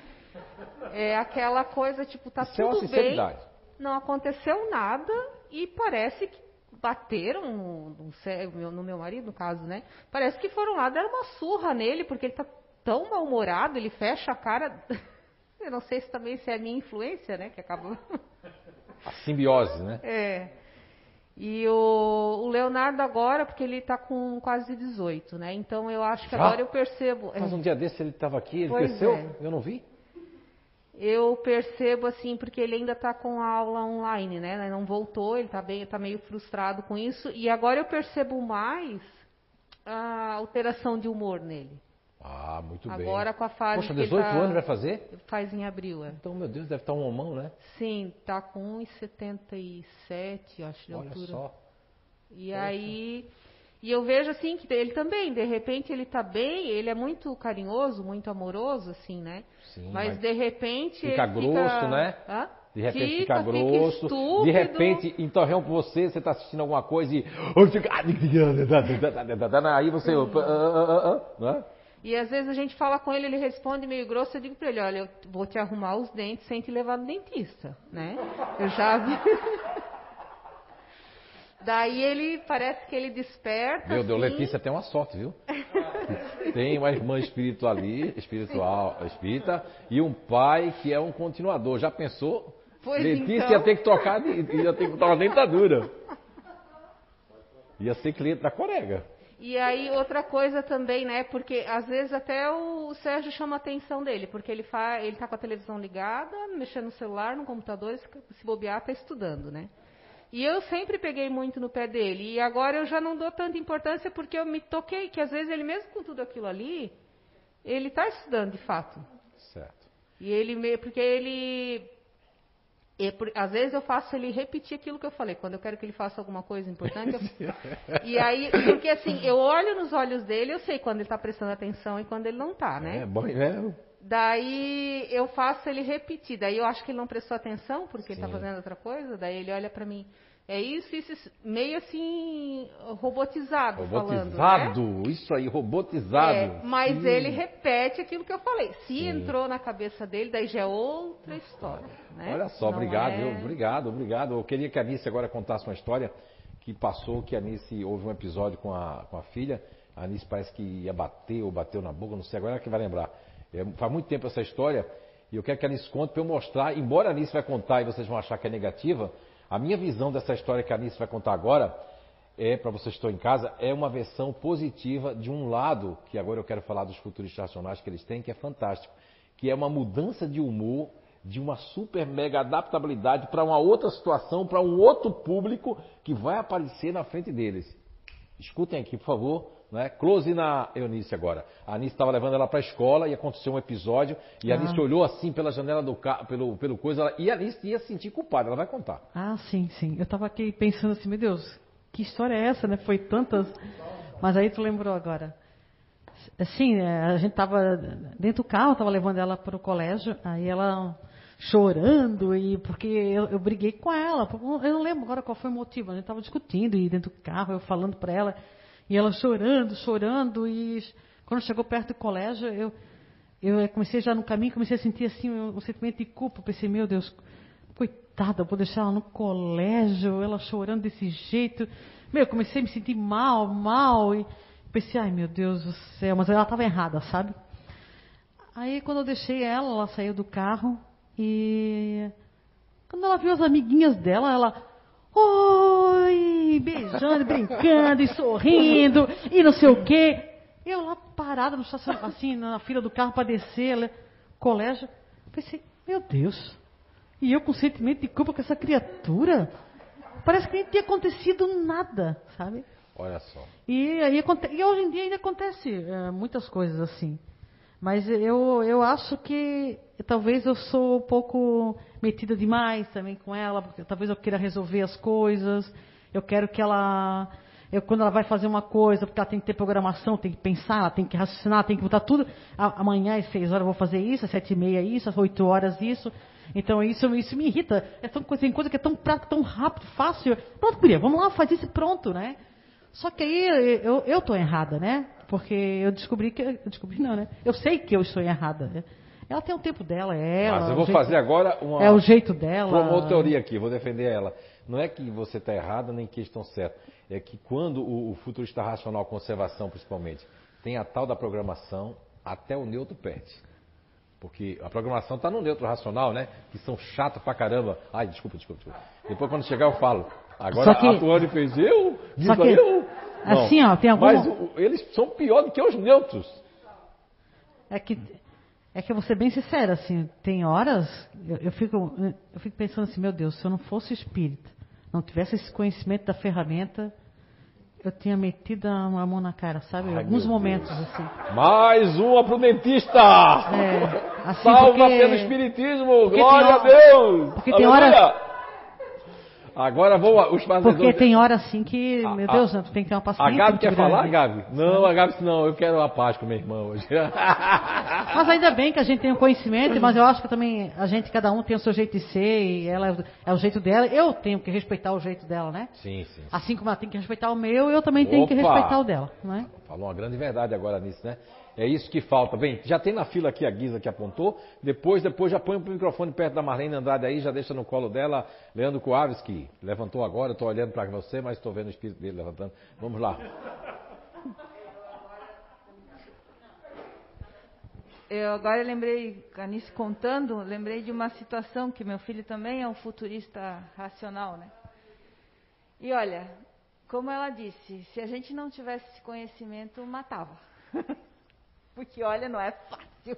é aquela coisa, tipo, tá Isso tudo é bem, uma não aconteceu nada e parece que bateram no meu marido, no caso, né? Parece que foram lá, deram uma surra nele, porque ele tá tão mal-humorado, ele fecha a cara. Eu não sei se também se é a minha influência, né? Que acabou... A simbiose, né? É. E o Leonardo agora, porque ele está com quase 18, né? Então eu acho que agora eu percebo... Mas um dia desse ele estava aqui, ele Pois cresceu, é. eu não vi. Eu percebo assim, porque ele ainda está com a aula online, né? Ele não voltou, ele está meio frustrado com isso. E agora eu percebo mais a alteração de humor nele. Ah, muito bem. Agora com a fase Poxa, que ele 18 anos vai fazer? faz em abril, é. Então, meu Deus, deve estar um homão, né? Sim, tá com 1,77, acho, de Olha altura. só. E aí, e eu vejo assim que ele também, de repente ele tá bem, ele é muito carinhoso, muito amoroso, assim, né? Sim, mas de repente fica ele grosso, né? Hã? De repente fica grosso. estúpido. De repente interrompe você está assistindo alguma coisa e... Aí você... Né? E às vezes a gente fala com ele, ele responde meio grosso, eu digo para ele, olha, eu vou te arrumar os dentes sem te levar no dentista, né? Eu já vi... Daí ele, parece que ele desperta. Meu Deus, assim... Letícia tem uma sorte, viu? Tem uma irmã espiritual, espírita, e um pai que é um continuador. Já pensou? Pois Letícia então... ia ter que trocar, ia ter que botar uma dentadura. Ia ser cliente da Corega. E aí outra coisa também, né? Porque às vezes até o Sérgio chama a atenção dele, porque ele tá com a televisão ligada, mexendo no celular, no computador, se bobear, tá estudando, né? E eu sempre peguei muito no pé dele. E agora eu já não dou tanta importância porque eu me toquei que às vezes ele mesmo com tudo aquilo ali, ele está estudando de fato. Certo. E ele porque ele às vezes eu faço ele repetir aquilo que eu falei. Quando eu quero que ele faça alguma coisa importante, e aí, porque assim, eu olho nos olhos dele, eu sei quando ele está prestando atenção e quando ele não está, né? É bom, né? Daí eu faço ele repetir. Daí eu acho que ele não prestou atenção porque ele está Sim. fazendo outra coisa. Daí ele olha para mim. É isso, meio assim, robotizado. Robotizado, falando, né? Isso aí, robotizado. Mas Sim. ele repete aquilo que eu falei. Se Sim. entrou na cabeça dele, daí já é outra história. Né? Olha só, Não obrigado, é... viu? Obrigado. Eu queria que a Anice agora contasse uma história que passou, que a Anice houve um episódio com a filha. A Anice parece que ia bater ou bateu na boca, não sei, agora é que vai lembrar. Faz muito tempo essa história e eu quero que a Anice conte para eu mostrar, embora a Anice vai contar e vocês vão achar que é negativa, a minha visão dessa história que a Anice vai contar agora, para vocês que estão em casa, é uma versão positiva de um lado, que agora eu quero falar dos futuristas racionais que eles têm, que é fantástico, que é uma mudança de humor, de uma super mega adaptabilidade para uma outra situação, para um outro público que vai aparecer na frente deles. Escutem aqui, por favor. Né? Close na Eunice agora. A Anice estava levando ela para a escola e aconteceu um episódio e a Anice olhou assim pela janela do carro, pelo coisa, e a Anice ia se sentir culpada, ela vai contar. Ah, sim. Eu estava aqui pensando assim, meu Deus, que história é essa, né? Foi tantas... Mas aí tu lembrou agora. Assim, a gente estava dentro do carro, estava levando ela para o colégio, aí ela chorando, e porque eu briguei com ela. Eu não lembro agora qual foi o motivo. A gente estava discutindo e dentro do carro, eu falando para ela, e ela chorando, e quando chegou perto do colégio, eu comecei já no caminho, comecei a sentir assim um sentimento de culpa. Pensei, meu Deus, coitada, eu vou deixar ela no colégio, ela chorando desse jeito. Eu comecei a me sentir mal, e pensei, ai meu Deus do céu, mas ela estava errada, sabe? Aí quando eu deixei ela saiu do carro, e quando ela viu as amiguinhas dela, ela, oi, beijando, brincando e sorrindo, e não sei o quê. Eu lá parada, assim, na fila do carro para descer, colégio, pensei, meu Deus, e eu com sentimento de culpa com essa criatura, parece que nem tinha acontecido nada, sabe? Olha só. E hoje em dia ainda acontece muitas coisas assim. Mas eu acho que talvez eu sou um pouco metida demais também com ela, porque talvez eu queira resolver as coisas, eu quero que ela... quando ela vai fazer uma coisa, porque ela tem que ter programação, tem que pensar, ela tem que raciocinar, tem que botar tudo. Amanhã às 6 horas eu vou fazer isso, às 7h30 isso, às 8 horas isso. Então isso me irrita. Tem coisa que é tão prática, tão rápido, fácil. Pronto, guria, vamos lá, faz isso e pronto, né? Só que aí eu estou errada, né? Porque eu descobri não, né? Eu sei que eu estou errada, né? Ela tem o tempo dela, Mas eu vou fazer agora uma... É o jeito dela. Uma teoria aqui, vou defender ela. Não é que você está errada, nem que estão certos. É que quando o futurista racional, conservação principalmente, tem a tal da programação, até o neutro perde. Porque a programação está no neutro racional, né? Que são chatos pra caramba. Ai, desculpa. Depois quando chegar eu falo. Agora a Tuane fez eu, diz eu. Não. Assim, ó, tem alguma... Mas eles são piores do que os neutros. É que eu vou ser bem sincera, assim, tem horas, eu fico pensando assim, meu Deus, se eu não fosse espírita, não tivesse esse conhecimento da ferramenta, eu tinha metido a mão na cara, sabe? Em alguns momentos, assim. Mais uma pro dentista! Assim, salva pelo espiritismo! Glória a Deus! Porque tem hora... Agora vou os fazedores... Porque tem hora assim que, meu Deus, tu tem que ter uma paciência. A Gabi quer falar, Gabi? Não, a Gabi não, eu quero a paz com minha irmã hoje. Mas ainda bem que a gente tem o conhecimento, mas eu acho que também cada um tem o seu jeito de ser, e ela é o jeito dela. Eu tenho que respeitar o jeito dela, né? Sim. Assim como ela tem que respeitar o meu, eu também tenho que respeitar o dela, não é? Falou uma grande verdade agora nisso, né? É isso que falta. Bem, já tem na fila aqui a Guisa que apontou. Depois já põe o microfone perto da Marlene Andrade aí, já deixa no colo dela. Leandro Coaves, que levantou agora. Estou olhando para você, mas estou vendo o espírito dele levantando. Vamos lá. Agora eu lembrei, Canice contando, lembrei de uma situação que meu filho também é um futurista racional, né? E olha, como ela disse, se a gente não tivesse esse conhecimento, matava. Porque, olha, não é fácil.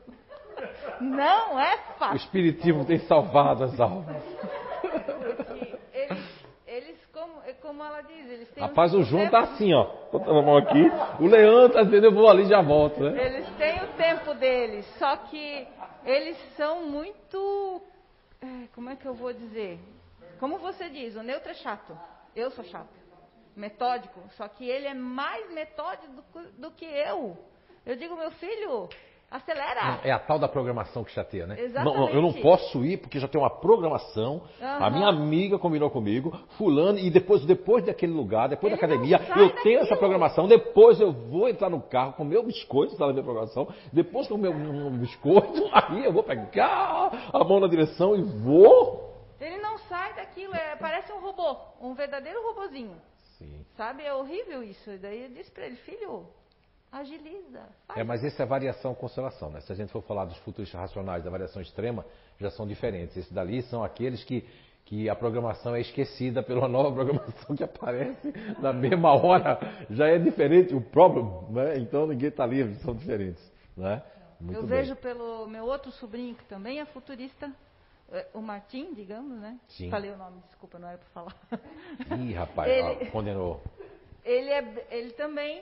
Não é fácil. O espiritismo tem salvado as almas. Porque eles como ela diz, eles têm... Rapaz, o João tá assim, ó. Botando a mão aqui. O Leandro tá dizendo, eu vou ali e já volto, né? Eles têm o tempo deles, só que eles são muito... Como é que eu vou dizer? Como você diz, o neutro é chato. Eu sou chato. Metódico. Só que ele é mais metódico do que eu. Eu digo, meu filho, acelera. É a tal da programação que chateia, né? Exatamente. Não, eu não posso ir porque já tem uma programação. A minha amiga combinou comigo, fulano, e depois daquele lugar, depois da academia, eu tenho essa programação. Depois eu vou entrar no carro com o meu biscoito, está na minha programação. Depois com o meu biscoito, aí eu vou pegar a mão na direção e vou. Ele não sai daquilo, parece um robô, um verdadeiro robozinho. Sim. Sabe, é horrível isso. E daí eu disse para ele, filho, agiliza. Faz. Mas essa é a variação constelação, né? Se a gente for falar dos futuristas racionais da variação extrema, já são diferentes. Esses dali são aqueles que a programação é esquecida pela nova programação que aparece na mesma hora. Já é diferente o problema, né? Então ninguém está livre, são diferentes, né? Muito eu bem. vejo pelo meu outro sobrinho, que também é futurista, o Martim, digamos, né? Sim. Falei o nome, desculpa, não era para falar. Ih, rapaz, condenou. Ele também,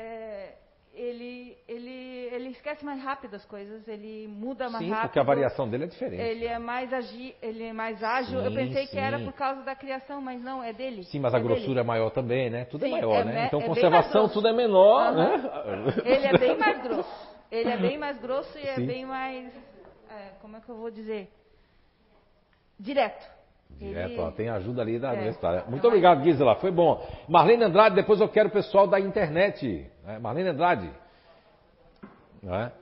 ele esquece mais rápido as coisas, ele muda mais rápido. Sim, porque a variação dele é diferente. Ele é mais ágil. Sim, eu pensei sim. que era por causa da criação, mas não, é dele. Sim, mas a grossura é maior também, né? Tudo Sim, é maior, né? Então é conservação tudo é menor, né? Ele é bem mais grosso. Ele é bem mais grosso e é Sim. bem mais... como é que eu vou dizer? Direto. Direto, Ele- ó, tem ajuda ali da É. universitária. Muito obrigado, Gisela, foi bom. Marlene Andrade, depois eu quero o pessoal da internet. Né? Marlene Andrade. Não é?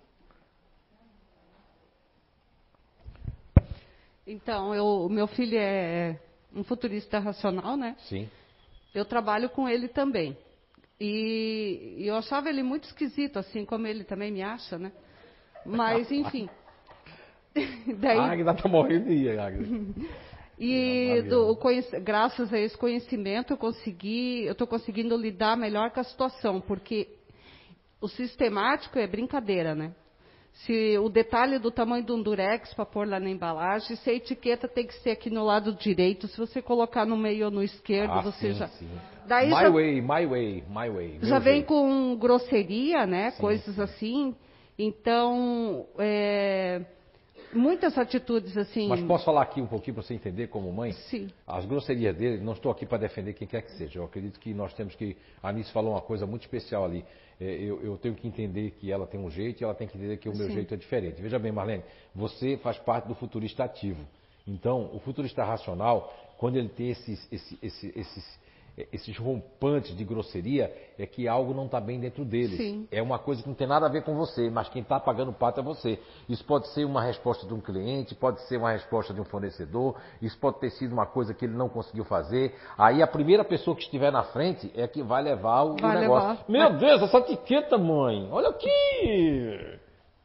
Então, o meu filho é um futurista racional, né? Sim. Eu trabalho com ele também. E eu achava ele muito esquisito, assim como ele também me acha, né? Mas, enfim. Daí, A Águida tá morrendo de rir, Águida. e graças a esse conhecimento eu estou conseguindo lidar melhor com a situação, porque o sistemático é brincadeira, né? Se o detalhe do tamanho do durex para pôr lá na embalagem, se a etiqueta tem que ser aqui no lado direito, se você colocar no meio ou no esquerdo, você sim, já... sim. Daí My já, way, my way, my way. já meu vem jeito. com grosseria, né? Sim, Coisas sim. assim. Então, muitas atitudes assim... Mas posso falar aqui um pouquinho para você entender como mãe? Sim. As grosserias dele, não estou aqui para defender quem quer que seja. Eu acredito que nós temos que... A Anice falou uma coisa muito especial ali. Eu tenho que entender que ela tem um jeito e ela tem que entender que o meu Sim. jeito é diferente. Veja bem, Marlene, você faz parte do futurista ativo. Então, o futurista racional, quando ele tem esses rompantes de grosseria, é que algo não está bem dentro dele. Sim. É uma coisa que não tem nada a ver com você, mas quem está pagando o pato é você. Isso pode ser uma resposta de um cliente, pode ser uma resposta de um fornecedor, isso pode ter sido uma coisa que ele não conseguiu fazer. Aí a primeira pessoa que estiver na frente é que vai levar o Vai negócio. levar. Meu Deus, essa etiqueta, mãe! Olha aqui!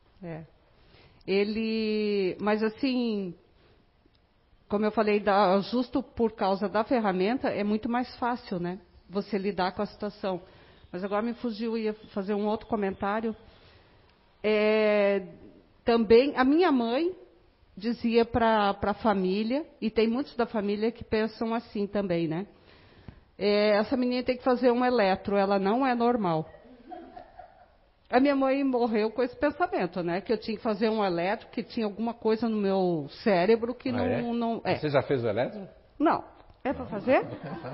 Mas assim, como eu falei, justo por causa da ferramenta, é muito mais fácil, né? Você lidar com a situação. Mas agora me fugiu, ia fazer um outro comentário. Também, a minha mãe dizia para a família, e tem muitos da família que pensam assim também, né? Essa menina tem que fazer um eletro, ela não é normal. A minha mãe morreu com esse pensamento, né? Que eu tinha que fazer um eletro, que tinha alguma coisa no meu cérebro que não... Você já fez o elétrico? Não. É para fazer?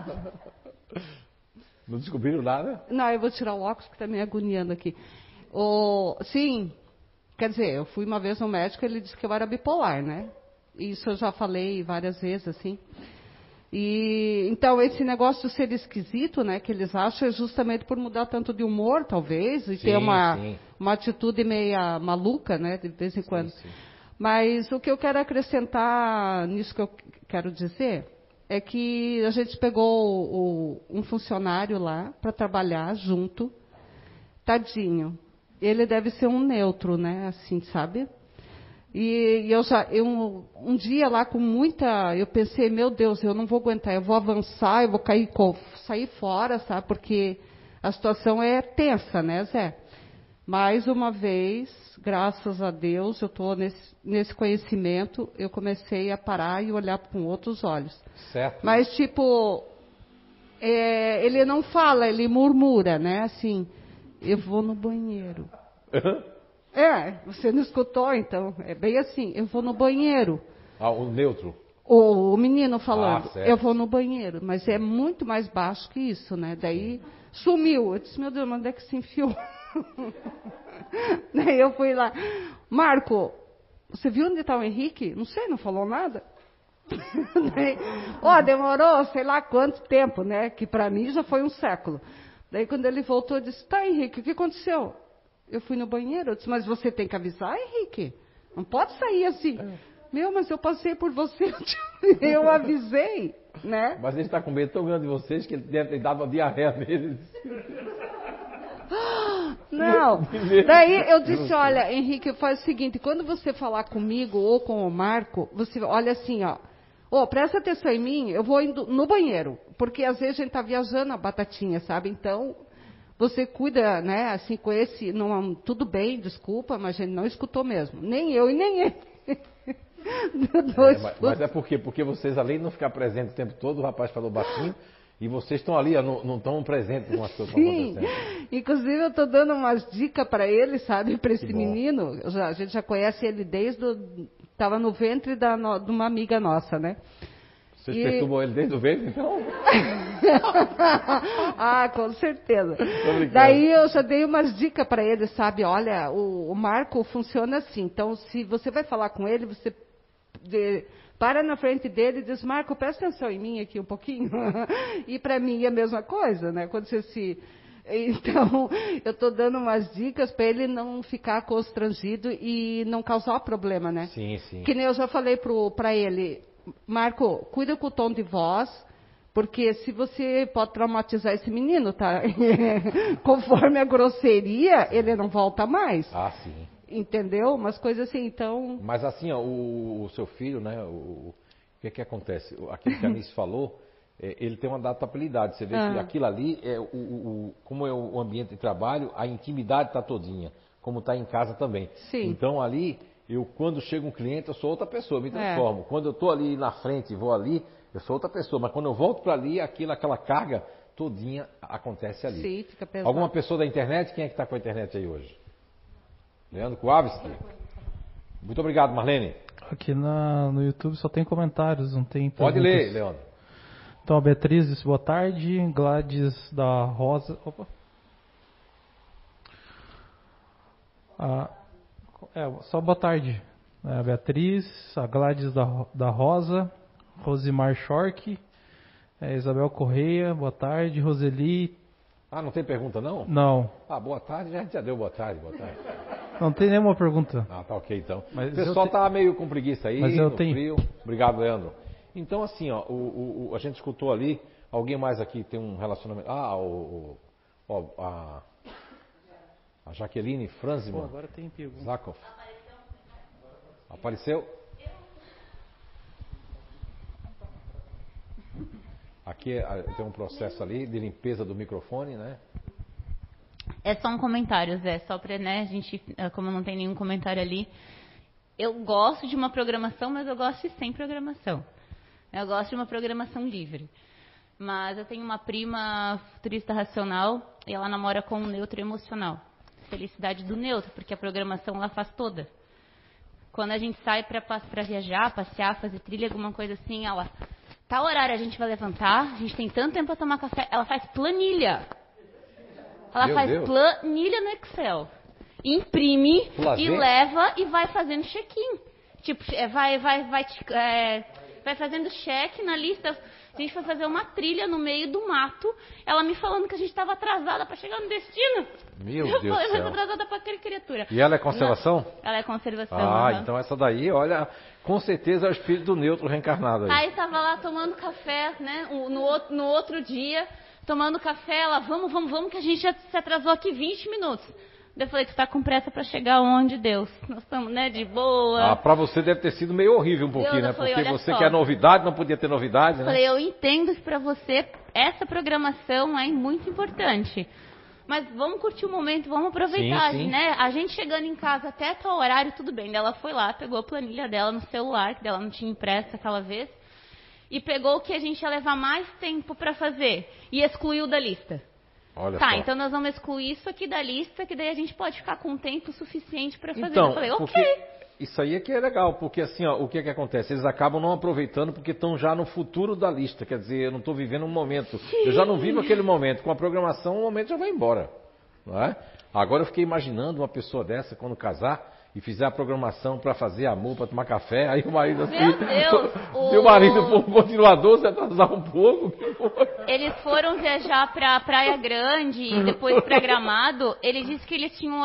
Não descobriram nada? Não, eu vou tirar o óculos que está me agoniando aqui. Sim, quer dizer, eu fui uma vez no médico, ele disse que eu era bipolar, né? Isso eu já falei várias vezes, assim. Então, esse negócio de ser esquisito, né, que eles acham é justamente por mudar tanto de humor, talvez, e ter uma atitude meia maluca, né, de vez em quando. Sim. Mas o que eu quero acrescentar nisso que eu quero dizer é que a gente pegou um funcionário lá para trabalhar junto, tadinho. Ele deve ser um neutro, né, assim, sabe? E um dia lá com eu pensei, meu Deus, eu não vou aguentar, eu vou avançar, eu vou sair fora, sabe? Porque a situação é tensa, né, Zé? Mais uma vez, graças a Deus, eu estou nesse conhecimento, eu comecei a parar e olhar com outros olhos. Certo. Mas, tipo, ele não fala, ele murmura, né? Assim, eu vou no banheiro. Você não escutou, então. É bem assim, eu vou no banheiro. O neutro. O menino falando, certo. eu vou no banheiro. Mas é muito mais baixo que isso, né? Daí sumiu. Eu disse, meu Deus, mas onde é que se enfiou? Daí eu fui lá. Marco, você viu onde está o Henrique? Não sei, não falou nada. Daí, demorou sei lá quanto tempo, né? Que para mim já foi um século. Daí quando ele voltou, eu disse, tá, Henrique, o que aconteceu? Eu fui no banheiro, eu disse, mas você tem que avisar, Henrique? Não pode sair assim. Meu, mas eu passei por você, eu avisei, né? Mas ele está com medo tão grande de vocês que ele deve ter dado uma diarreia neles. Não. Daí eu disse, olha, Henrique, faz o seguinte, quando você falar comigo ou com o Marco, você olha assim, presta atenção em mim, eu vou indo no banheiro, porque às vezes a gente está viajando a batatinha, sabe? Então, você cuida, né, assim, com esse, não, tudo bem, desculpa, mas a gente não escutou mesmo, nem eu e nem ele. Mas é porque vocês, além de não ficar presentes o tempo todo, o rapaz falou baixinho, e vocês estão ali, não estão presentes com as coisas que estão acontecendo. Inclusive eu estou dando umas dicas para ele, sabe, para esse Que menino. A gente já conhece ele estava no ventre de uma amiga nossa, né? Vocês perturbam ele desde o ventre, então? Com certeza. Daí eu já dei umas dicas para ele, sabe? Olha, o Marco funciona assim. Então, se você vai falar com ele, você para na frente dele e diz, Marco, presta atenção em mim aqui um pouquinho. E para mim é a mesma coisa, né? Quando você se... Então, eu estou dando umas dicas para ele não ficar constrangido e não causar problema, né? Sim, sim. Que nem eu já falei para ele, Marco, cuida com o tom de voz, porque se você pode traumatizar esse menino, tá? Conforme a grosseria, ele não volta mais. Ah, sim. Entendeu? Umas coisas assim, então... Mas assim, ó, o seu filho, né? O que acontece? Aquilo que a Anice falou, ele tem uma adaptabilidade. Você vê que aquilo ali, como é o ambiente de trabalho, a intimidade está todinha, como está em casa também. Sim. Então ali, quando chega um cliente, eu sou outra pessoa, me transformo. Quando eu estou ali na frente e vou ali, eu sou outra pessoa. Mas quando eu volto para ali, aquela carga todinha acontece ali. Sim, fica pesado. Alguma pessoa da internet? Quem é que está com a internet aí hoje? Leandro Kowalski? Muito obrigado, Marlene. Aqui no YouTube só tem comentários, não tem Pode perguntas. ler, Leandro. Então, a Beatriz disse boa tarde. Gladys da Rosa... Opa. Só boa tarde. A Beatriz, a Gladys da Rosa, Rosimar Schork, Isabel Correia, boa tarde. Roseli... Ah, não tem pergunta não? Não. Ah, boa tarde, já deu boa tarde. Não tem nenhuma pergunta. Ah, tá ok então. Mas o pessoal tá meio com preguiça aí, Mas eu no tenho. frio. Obrigado, Leandro. Então assim, ó, a gente escutou ali, alguém mais aqui tem um relacionamento... Ah, a Jaqueline Franzman. Agora tem pergunta. Zakov. Apareceu? Aqui tem um processo ali de limpeza do microfone, né? É só um comentário, Zé, só para, né, a gente, como não tem nenhum comentário ali, eu gosto de uma programação, mas eu gosto de sem programação. Eu gosto de uma programação livre. Mas eu tenho uma prima futurista racional e ela namora com um neutro emocional. Felicidade do neutro, porque a programação ela faz toda. Quando a gente sai para viajar, passear, fazer trilha, alguma coisa assim, ela... Tá horário, a gente vai levantar, a gente tem tanto tempo para tomar café. Ela faz planilha. Ela faz planilha no Excel. Imprime e leva e vai fazendo check-in. Tipo, vai fazendo check na lista. A gente foi fazer uma trilha no meio do mato. Ela me falando que a gente estava atrasada para chegar no destino. Meu eu Deus falei, do céu. mas atrasada para aquela criatura. E ela é conservação? Ela é conservação. Ah, então essa daí, olha, com certeza é o espírito do neutro reencarnado aí. Aí tava lá tomando café, né? No outro dia, tomando café, ela, vamos, que a gente já se atrasou aqui 20 minutos. Daí eu falei, tu tá com pressa pra chegar onde, Deus? Nós estamos, né, de boa. Ah, pra você deve ter sido meio horrível um pouquinho, né? Falei, porque você só. quer novidade, não podia ter novidade, né? Falei, eu entendo que pra você essa programação é muito importante. Mas vamos curtir o momento, vamos aproveitar, sim. né? A gente chegando em casa até tal horário, tudo bem. Daí ela foi lá, pegou a planilha dela no celular, que dela não tinha impressa aquela vez, e pegou o que a gente ia levar mais tempo pra fazer e excluiu da lista. Olha tá, só. então nós vamos excluir isso aqui da lista, que daí a gente pode ficar com tempo suficiente para fazer. Então, eu falei, ok. porque isso aí é que é legal, porque assim, ó, o que é que acontece? Eles acabam não aproveitando porque estão já no futuro da lista, quer dizer, eu não estou vivendo um momento, eu já não vivo aquele momento, com a programação o momento já vai embora, não é? Agora eu fiquei imaginando uma pessoa dessa quando casar e fizer a programação para fazer amor, para tomar café, aí o marido assim, Meu Deus, se o marido for um continuador, se atrasar um pouco, eles foram viajar pra Praia Grande e depois pra Gramado. Ele disse que eles tinham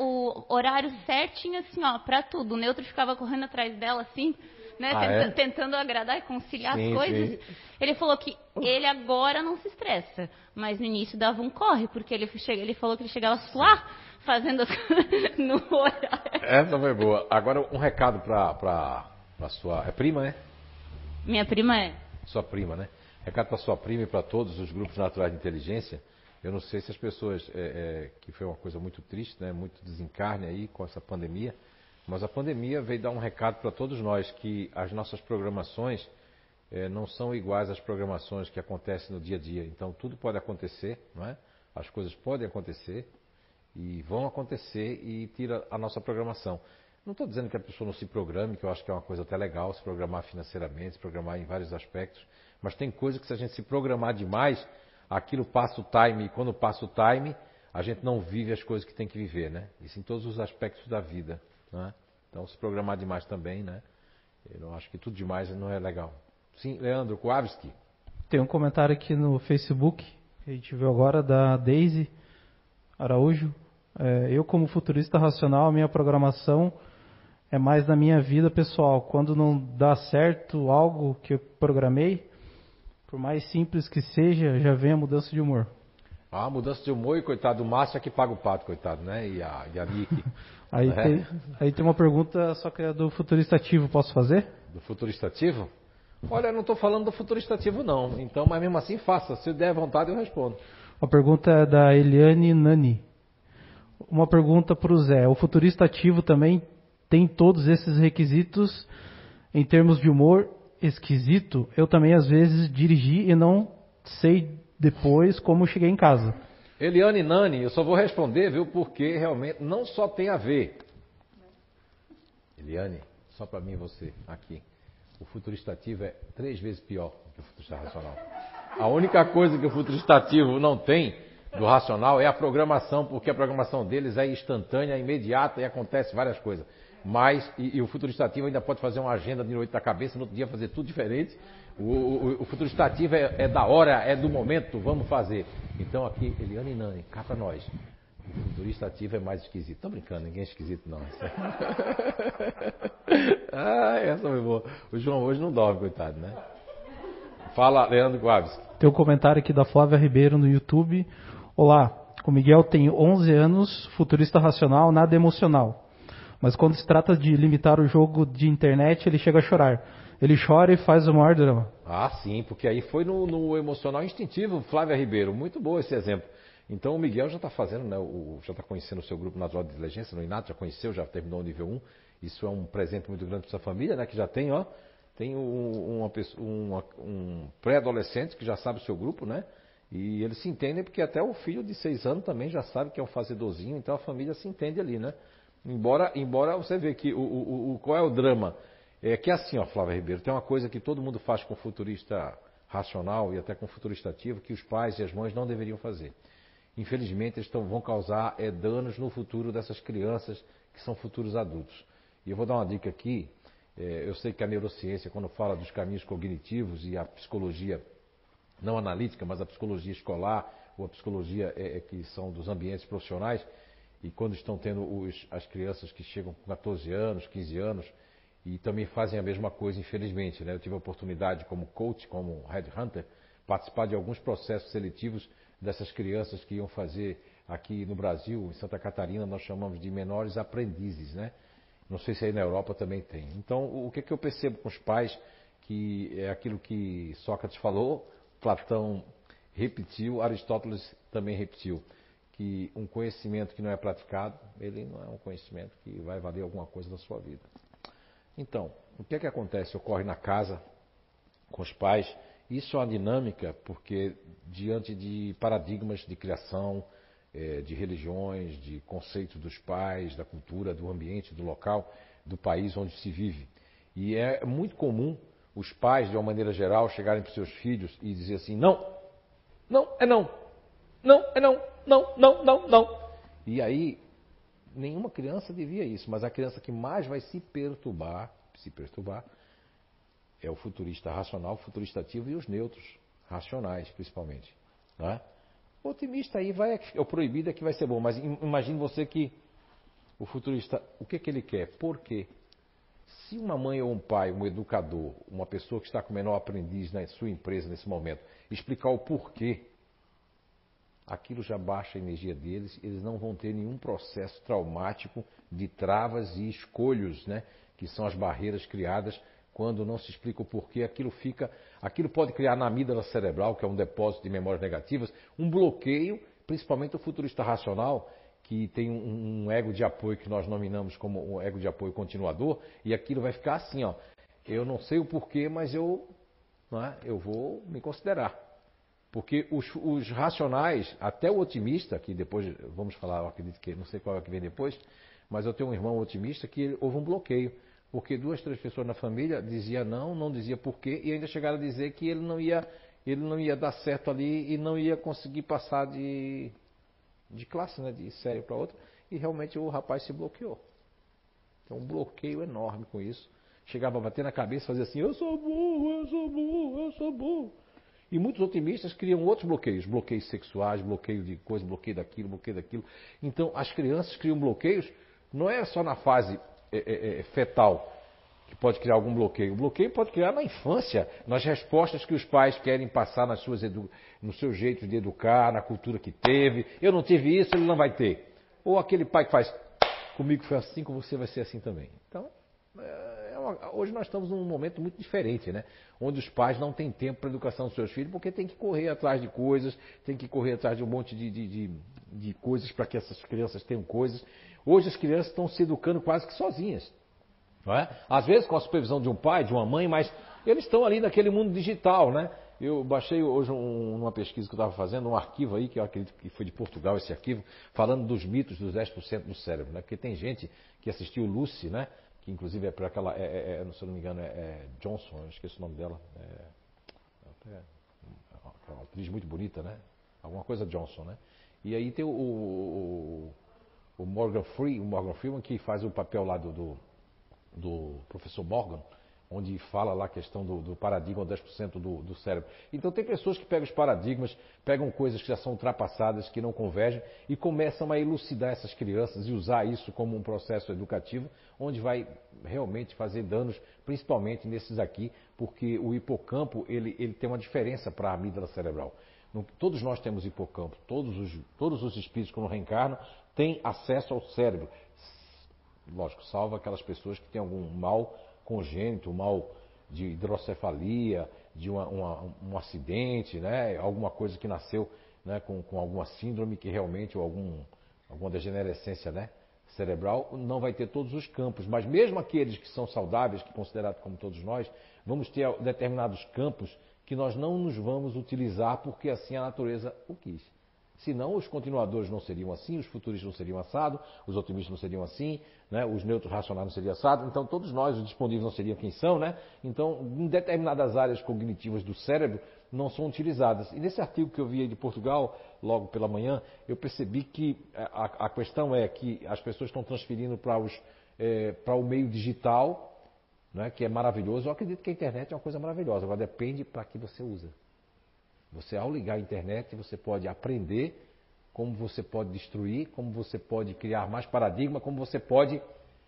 o horário certinho, assim, ó, pra tudo. O neutro ficava correndo atrás dela, assim, né, tentando agradar e conciliar as coisas. Sim. Ele falou que ele agora não se estressa, mas no início dava um corre, porque ele falou que ele chegava a suar fazendo as coisas no horário. Essa foi boa. Agora um recado pra sua... É prima, né? Minha prima é. Sua prima, né? Recado para sua prima e para todos os grupos naturais de inteligência. Eu não sei se as pessoas... que foi uma coisa muito triste, né? Muito desencarne aí com essa pandemia. Mas a pandemia veio dar um recado para todos nós, que as nossas programações não são iguais às programações que acontecem no dia a dia. Então tudo pode acontecer, não é? As coisas podem acontecer e vão acontecer e tira a nossa programação. Não estou dizendo que a pessoa não se programe, que eu acho que é uma coisa até legal, se programar financeiramente, se programar em vários aspectos, mas tem coisa que se a gente se programar demais, aquilo passa o time, e quando passa o time, a gente não vive as coisas que tem que viver, né? Isso em todos os aspectos da vida, né? Então se programar demais também, né? Eu acho que tudo demais não é legal. Sim, Leandro Kowalski. Tem um comentário aqui no Facebook, que a gente viu agora, da Daisy Araújo. Eu, como futurista racional, a minha programação é mais da minha vida pessoal. Quando não dá certo algo que eu programei, por mais simples que seja, já vem a mudança de humor. Ah, mudança de humor e coitado do Márcio é que paga o pato, coitado, né? E a Nick. Aí tem uma pergunta, só que é do futurista ativo, posso fazer? Do futurista ativo? Olha, eu não estou falando do futurista ativo não, então, mas mesmo assim faça, se der vontade eu respondo. A pergunta é da Eliane Nani. Uma pergunta para o Zé, o futurista ativo também tem todos esses requisitos em termos de humor esquisito? Eu também às vezes dirigi e não sei depois como cheguei em casa. Eliane Nani, eu só vou responder, viu, porque realmente não só tem a ver. Eliane, só para mim e você, aqui. O futurista ativo é 3 vezes pior que o futurista racional. A única coisa que o futurista ativo não tem do racional é a programação, porque a programação deles é instantânea, é imediata e acontece várias coisas. Mas, e o futurista ativo ainda pode fazer uma agenda de noite da cabeça, no outro dia fazer tudo diferente. O futurista ativo é da hora, é do momento, vamos fazer. Então aqui, Eliane e Nani, cá pra nós. O futurista ativo é mais esquisito. Tô brincando, ninguém é esquisito não. Essa foi boa. O João hoje não dorme, coitado, né? Fala, Leandro Guaves. Tem um comentário aqui da Flávia Ribeiro no YouTube. Olá, o Miguel tem 11 anos, futurista racional, nada emocional. Mas quando se trata de limitar o jogo de internet, ele chega a chorar. Ele chora e faz o maior drama. Ah, sim, porque aí foi no emocional instintivo, Flávia Ribeiro. Muito bom esse exemplo. Então o Miguel já está fazendo, né, já está conhecendo o seu grupo natural de inteligência, no Inato, já conheceu, já terminou o nível 1. Isso é um presente muito grande para sua família, né, que já tem, ó. Tem um pré-adolescente que já sabe o seu grupo, né? E eles se entendem porque até o filho de 6 anos também já sabe que é um fazedorzinho, então a família se entende ali, né? Embora você vê que qual é o drama? É que assim, ó, Flávia Ribeiro, tem uma coisa que todo mundo faz com o futurista racional e até com o futurista ativo que os pais e as mães não deveriam fazer. Infelizmente, eles vão causar danos no futuro dessas crianças que são futuros adultos. E eu vou dar uma dica aqui. Eu sei que a neurociência, quando fala dos caminhos cognitivos e a psicologia, não analítica, mas a psicologia escolar ou a psicologia que são dos ambientes profissionais, e quando estão tendo as crianças que chegam com 14 anos, 15 anos, e também fazem a mesma coisa, infelizmente, né? Eu tive a oportunidade, como coach, como headhunter, participar de alguns processos seletivos dessas crianças que iam fazer aqui no Brasil, em Santa Catarina, nós chamamos de menores aprendizes, né? Não sei se aí na Europa também tem. Então, o que eu percebo com os pais, que é aquilo que Sócrates falou, Platão repetiu, Aristóteles também repetiu, que um conhecimento que não é praticado, ele não é um conhecimento que vai valer alguma coisa na sua vida. Então, o que acontece? Ocorre na casa, com os pais. Isso é uma dinâmica, porque diante de paradigmas de criação, de religiões, de conceitos dos pais, da cultura, do ambiente, do local, do país onde se vive. E é muito comum os pais, de uma maneira geral, chegarem para os seus filhos e dizer assim, não, não, é não, não, é não, não, não, não, não. E aí, nenhuma criança devia isso, mas a criança que mais vai se perturbar é o futurista racional, o futurista ativo e os neutros racionais, principalmente. Não é? O otimista aí o proibido é que vai ser bom, mas imagine você que o futurista, o que ele quer? Por quê? Se uma mãe ou um pai, um educador, uma pessoa que está com o menor aprendiz na sua empresa nesse momento, explicar o porquê, aquilo já baixa a energia deles, eles não vão ter nenhum processo traumático de travas e escolhos, né, que são as barreiras criadas quando não se explica o porquê, aquilo pode criar na amígdala cerebral, que é um depósito de memórias negativas, um bloqueio, principalmente o futurista racional, que tem um ego de apoio que nós nominamos como um ego de apoio continuador, e aquilo vai ficar assim, ó, eu não sei o porquê, mas eu vou me considerar. Porque os racionais, até o otimista, que depois vamos falar, eu acredito que não sei qual é que vem depois, mas eu tenho um irmão otimista que houve um bloqueio. Porque 2, 3 pessoas na família diziam não dizia porquê, e ainda chegaram a dizer que ele não ia dar certo ali e não ia conseguir passar de classe, né, de série para outra, e realmente o rapaz se bloqueou. Então um bloqueio enorme com isso. chegava a bater na cabeça e fazia assim, eu sou burro, eu sou burro, eu sou burro. E muitos otimistas criam outros bloqueios sexuais, bloqueio de coisa, bloqueio daquilo. Então, as crianças criam bloqueios, não é só na fase fetal que pode criar algum bloqueio. O bloqueio pode criar na infância, nas respostas que os pais querem passar no seu jeito de educar, na cultura que teve. Eu não tive isso, ele não vai ter. Ou aquele pai que faz, comigo foi assim, com você vai ser assim também. Então, hoje nós estamos num momento muito diferente, né? Onde os pais não têm tempo para a educação dos seus filhos, porque tem que correr atrás de coisas, tem que correr atrás de um monte de coisas para que essas crianças tenham coisas. Hoje as crianças estão se educando quase que sozinhas. Não é? Às vezes com a supervisão de um pai, de uma mãe, mas eles estão ali naquele mundo digital, né? Eu baixei hoje numa pesquisa que eu estava fazendo, um arquivo aí, que eu acredito que foi de Portugal esse arquivo, falando dos mitos dos 10% do cérebro, né? Porque tem gente que assistiu Lucy, né? Que inclusive é por aquela, se eu não me engano, Johnson, eu esqueci o nome dela. Uma atriz muito bonita, né? Alguma coisa Johnson, né? E aí tem o Morgan Freeman, que faz o papel lá do professor Morgan, onde fala lá a questão do paradigma 10% do cérebro. Então tem pessoas que pegam os paradigmas, pegam coisas que já são ultrapassadas, que não convergem, e começam a elucidar essas crianças e usar isso como um processo educativo, onde vai realmente fazer danos, principalmente nesses aqui, porque o hipocampo ele tem uma diferença para a amígdala cerebral. Todos nós temos hipocampo, todos os espíritos quando reencarnam têm acesso ao cérebro. Lógico, salvo aquelas pessoas que têm algum mal congênito, mal de hidrocefalia, de um acidente, né? Alguma coisa que nasceu, né? com alguma síndrome que realmente, ou alguma degenerescência, né? cerebral, não vai ter todos os campos. Mas mesmo aqueles que são saudáveis, que considerados como todos nós, vamos ter determinados campos que nós não nos vamos utilizar porque assim a natureza o quis. Senão os continuadores não seriam assim, os futuristas não seriam assado, os otimistas não seriam assim, né? Os neutros racionais não seriam assado, então todos nós, os disponíveis, não seriam quem são, né? Então, em determinadas áreas cognitivas do cérebro não são utilizadas. E nesse artigo que eu vi aí de Portugal, logo pela manhã, eu percebi que a questão é que as pessoas estão transferindo para o meio digital, né? Que é maravilhoso. Eu acredito que a internet é uma coisa maravilhosa, agora depende para que você usa. Você, ao ligar a internet, você pode aprender como você pode destruir, como você pode criar mais paradigma, como você pode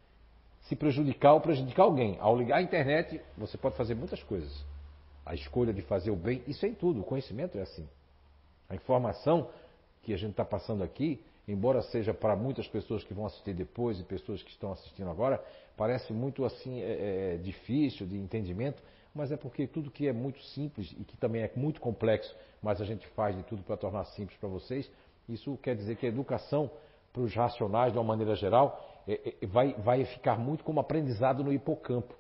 se prejudicar ou prejudicar alguém. Ao ligar a internet, você pode fazer muitas coisas. A escolha de fazer o bem, isso é em tudo, o conhecimento é assim. A informação que a gente está passando aqui, embora seja para muitas pessoas que vão assistir depois e pessoas que estão assistindo agora, parece muito assim difícil de entendimento, mas é porque tudo que é muito simples e que também é muito complexo, mas a gente faz de tudo para tornar simples para vocês, isso quer dizer que a educação para os racionais, de uma maneira geral, vai ficar muito como aprendizado no hipocampo.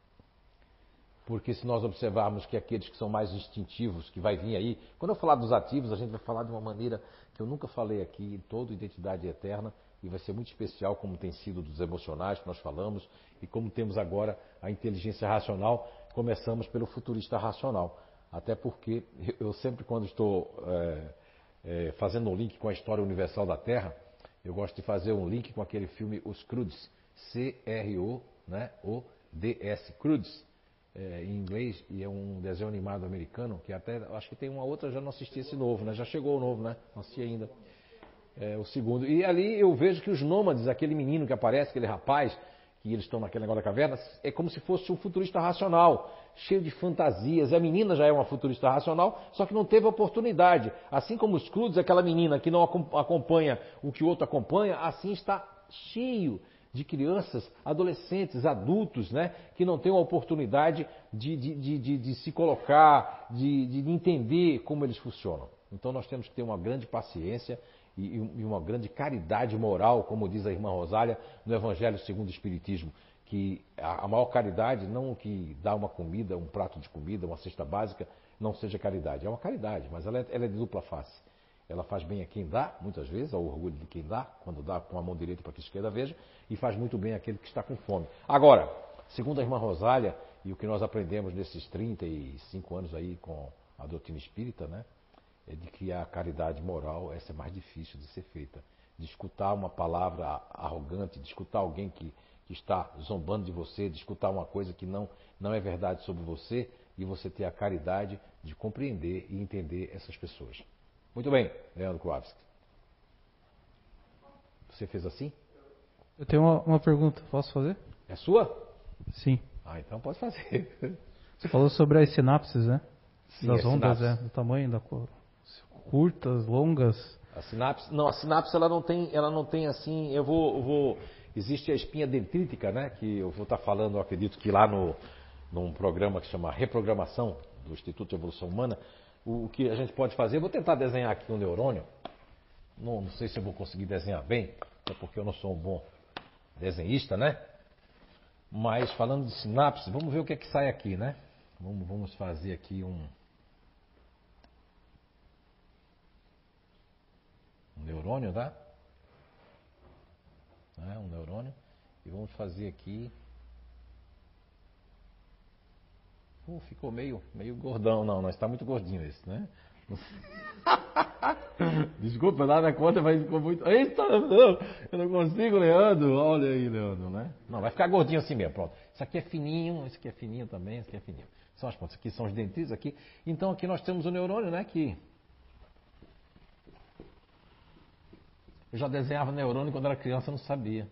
Porque se nós observarmos que aqueles que são mais instintivos, que vai vir aí, quando eu falar dos ativos, a gente vai falar de uma maneira que eu nunca falei aqui, em toda Identidade Eterna, e vai ser muito especial como tem sido dos emocionais que nós falamos, e como temos agora a inteligência racional, começamos pelo futurista racional. Até porque eu sempre, quando estou fazendo um link com a história universal da Terra, eu gosto de fazer um link com aquele filme Os Croods, C-R-O, né, O-D-S, Croods, em inglês, e é um desenho animado americano, que até, acho que tem uma outra, já não assisti esse novo, né, já chegou o novo, né, não assisti ainda, o segundo. E ali eu vejo que os nômades, aquele menino que aparece, aquele rapaz, que eles estão naquele negócio da caverna, é como se fosse um futurista racional, cheio de fantasias. A menina já é uma futurista racional, só que não teve oportunidade. Assim como os Croods, aquela menina que não acompanha o que o outro acompanha, assim está cheio de crianças, adolescentes, adultos, né, que não têm a oportunidade de se colocar, de entender como eles funcionam. Então nós temos que ter uma grande paciência e uma grande caridade moral, como diz a irmã Rosália, no Evangelho segundo o Espiritismo, que a maior caridade, não que dá uma comida, um prato de comida, uma cesta básica, não seja caridade. É uma caridade, mas ela é de dupla face. Ela faz bem a quem dá, muitas vezes, ao orgulho de quem dá, quando dá com a mão direita para que a esquerda veja, e faz muito bem àquele que está com fome. Agora, segundo a irmã Rosália, e o que nós aprendemos nesses 35 anos aí com a doutrina espírita, né? é de criar a caridade moral. Essa é mais difícil de ser feita. De escutar uma palavra arrogante, de escutar alguém que está zombando de você, de escutar uma coisa que não é verdade sobre você, e você ter a caridade de compreender e entender essas pessoas. Muito bem, Leandro Kowalski. Você fez assim? Eu tenho uma pergunta, posso fazer? É sua? Sim. Ah, então pode fazer. Você falou sobre as sinapses, né? Sim, Das as ondas, sinapses. do tamanho, curtas, longas. A sinapse ela não tem assim, existe a espinha dendrítica, né, que eu vou estar falando, eu acredito que lá num programa que chama Reprogramação do Instituto de Evolução Humana, o que a gente pode fazer, eu vou tentar desenhar aqui um neurônio, não sei se eu vou conseguir desenhar bem, até porque eu não sou um bom desenhista, né, mas falando de sinapse, vamos ver o que é que sai aqui, né, vamos fazer aqui um neurônio, tá? Um neurônio. E vamos fazer aqui. Ficou meio gordão. Não está muito gordinho esse, né? Desculpa, lá na conta, mas ficou muito. Eita, não, eu não consigo, Leandro. Olha aí, Leandro, né? Não, vai ficar gordinho assim mesmo, pronto. Isso aqui é fininho, esse aqui é fininho também, esse aqui é fininho. São as pontas. Aqui são os dendritos aqui. Então aqui nós temos o neurônio, né? Que eu já desenhava neurônio quando era criança, eu não sabia.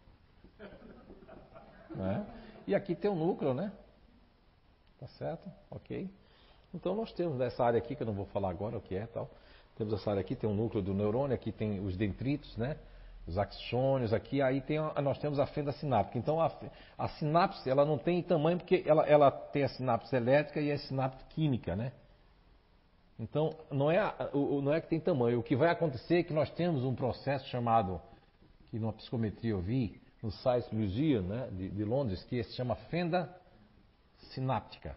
Né? E aqui tem o núcleo, né? Tá certo? Ok. Então nós temos essa área aqui, que eu não vou falar agora o que é tal. Temos essa área aqui, tem o núcleo do neurônio, aqui tem os dendritos, né? Os axônios aqui, aí nós temos a fenda sináptica. Então a sinapse, ela não tem tamanho, porque ela tem a sinapse elétrica e a sinapse química, né? Então, não é que tem tamanho. O que vai acontecer é que nós temos um processo chamado, que numa psicometria eu vi, no Science Museum, né, de Londres, que se chama fenda sináptica.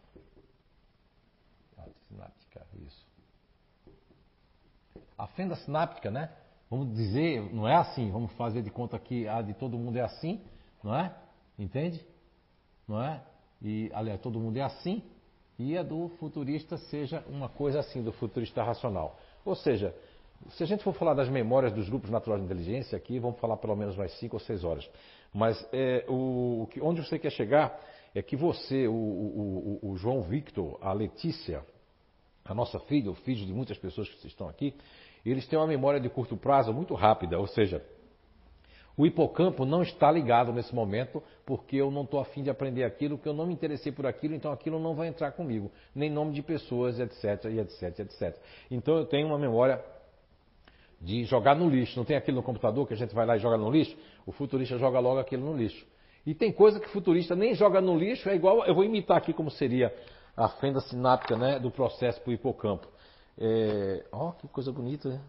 Sináptica, isso. A fenda sináptica, né? Vamos dizer, não é assim, vamos fazer de conta que a de todo mundo é assim, não é? Entende? Não é? E, aliás, todo mundo é assim. E a do futurista seja uma coisa assim, do futurista racional. Ou seja, se a gente for falar das memórias dos grupos naturais de inteligência aqui, vamos falar pelo menos mais 5 ou 6 horas. Mas onde você quer chegar é que você, o João Victor, a Letícia, a nossa filha, o filho de muitas pessoas que estão aqui, eles têm uma memória de curto prazo muito rápida, ou seja, o hipocampo não está ligado nesse momento porque eu não estou afim de aprender aquilo, porque eu não me interessei por aquilo, então aquilo não vai entrar comigo, nem nome de pessoas, etc, e etc, etc. Então eu tenho uma memória de jogar no lixo. Não tem aquilo no computador que a gente vai lá e joga no lixo? O futurista joga logo aquilo no lixo. E tem coisa que o futurista nem joga no lixo, é igual, eu vou imitar aqui como seria a fenda sináptica, né, do processo para o hipocampo. Que coisa bonita, né?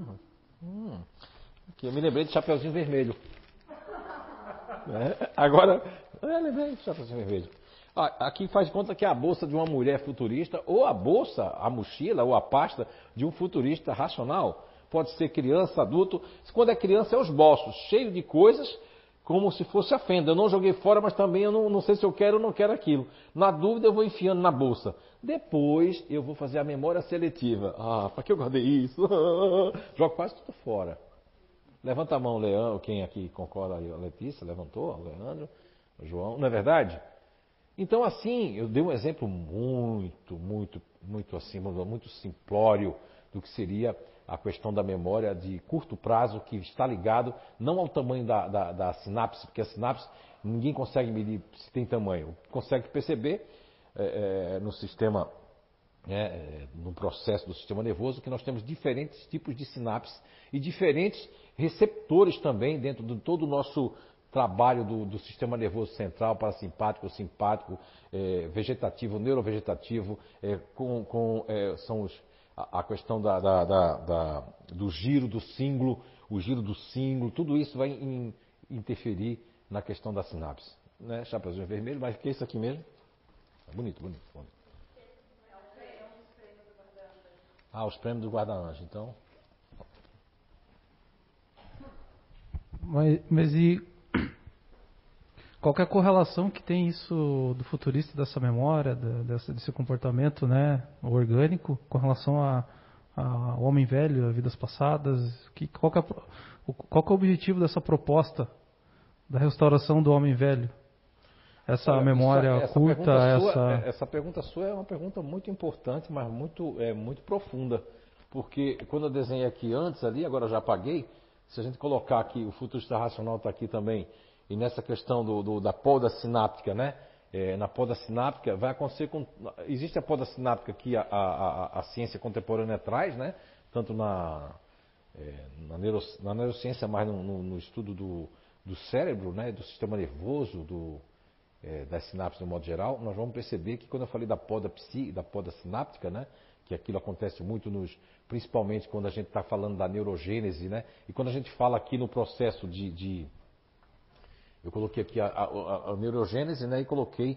Aqui, eu me lembrei de Chapeuzinho Vermelho. Agora, lembrei de Chapeuzinho Vermelho. Aqui faz conta que é a bolsa de uma mulher futurista, ou a bolsa, a mochila, ou a pasta de um futurista racional. Pode ser criança, adulto. Quando é criança, é os bolsos, cheios de coisas, como se fosse a fenda. Eu não joguei fora, mas também eu não sei se eu quero ou não quero aquilo. Na dúvida, eu vou enfiando na bolsa. Depois, eu vou fazer a memória seletiva. Para que eu guardei isso? Jogo quase tudo fora. Levanta a mão, Leandro, quem aqui concorda aí? A Letícia levantou, o Leandro, o João, não é verdade? Então, assim, eu dei um exemplo muito simplório do que seria a questão da memória de curto prazo, que está ligado não ao tamanho da sinapse, porque a sinapse ninguém consegue medir se tem tamanho. Consegue perceber no sistema, no processo do sistema nervoso, que nós temos diferentes tipos de sinapses e diferentes receptores também dentro de todo o nosso trabalho do sistema nervoso central, parasimpático, simpático, vegetativo, neurovegetativo, são a questão do giro do símbolo, o giro do símbolo, tudo isso vai interferir na questão da sinapse. Né? Chapeuzinho vermelho, mas o que é isso aqui mesmo? Bonito. Os prêmios do guarda-anjo, então. Mas e qual que é a correlação que tem isso do futurista, dessa memória, desse comportamento, né, orgânico, com relação a o homem velho, a vidas passadas? Qual que é o objetivo dessa proposta da restauração do homem velho? Essa memória oculta, essa pergunta sua é uma pergunta muito importante, mas muito profunda. Porque quando eu desenhei aqui antes ali, agora já apaguei, se a gente colocar aqui, o futurista racional está aqui também, e nessa questão da poda sináptica, né? Na poda sináptica vai acontecer existe a poda sináptica que a ciência contemporânea traz, né? Tanto na neurociência, mas no estudo do cérebro, né? Do sistema nervoso, das sinapses no modo geral, nós vamos perceber que quando eu falei da poda sináptica, né? Que aquilo acontece muito principalmente quando a gente está falando da neurogênese, né? E quando a gente fala aqui no processo eu coloquei aqui a neurogênese, né? E coloquei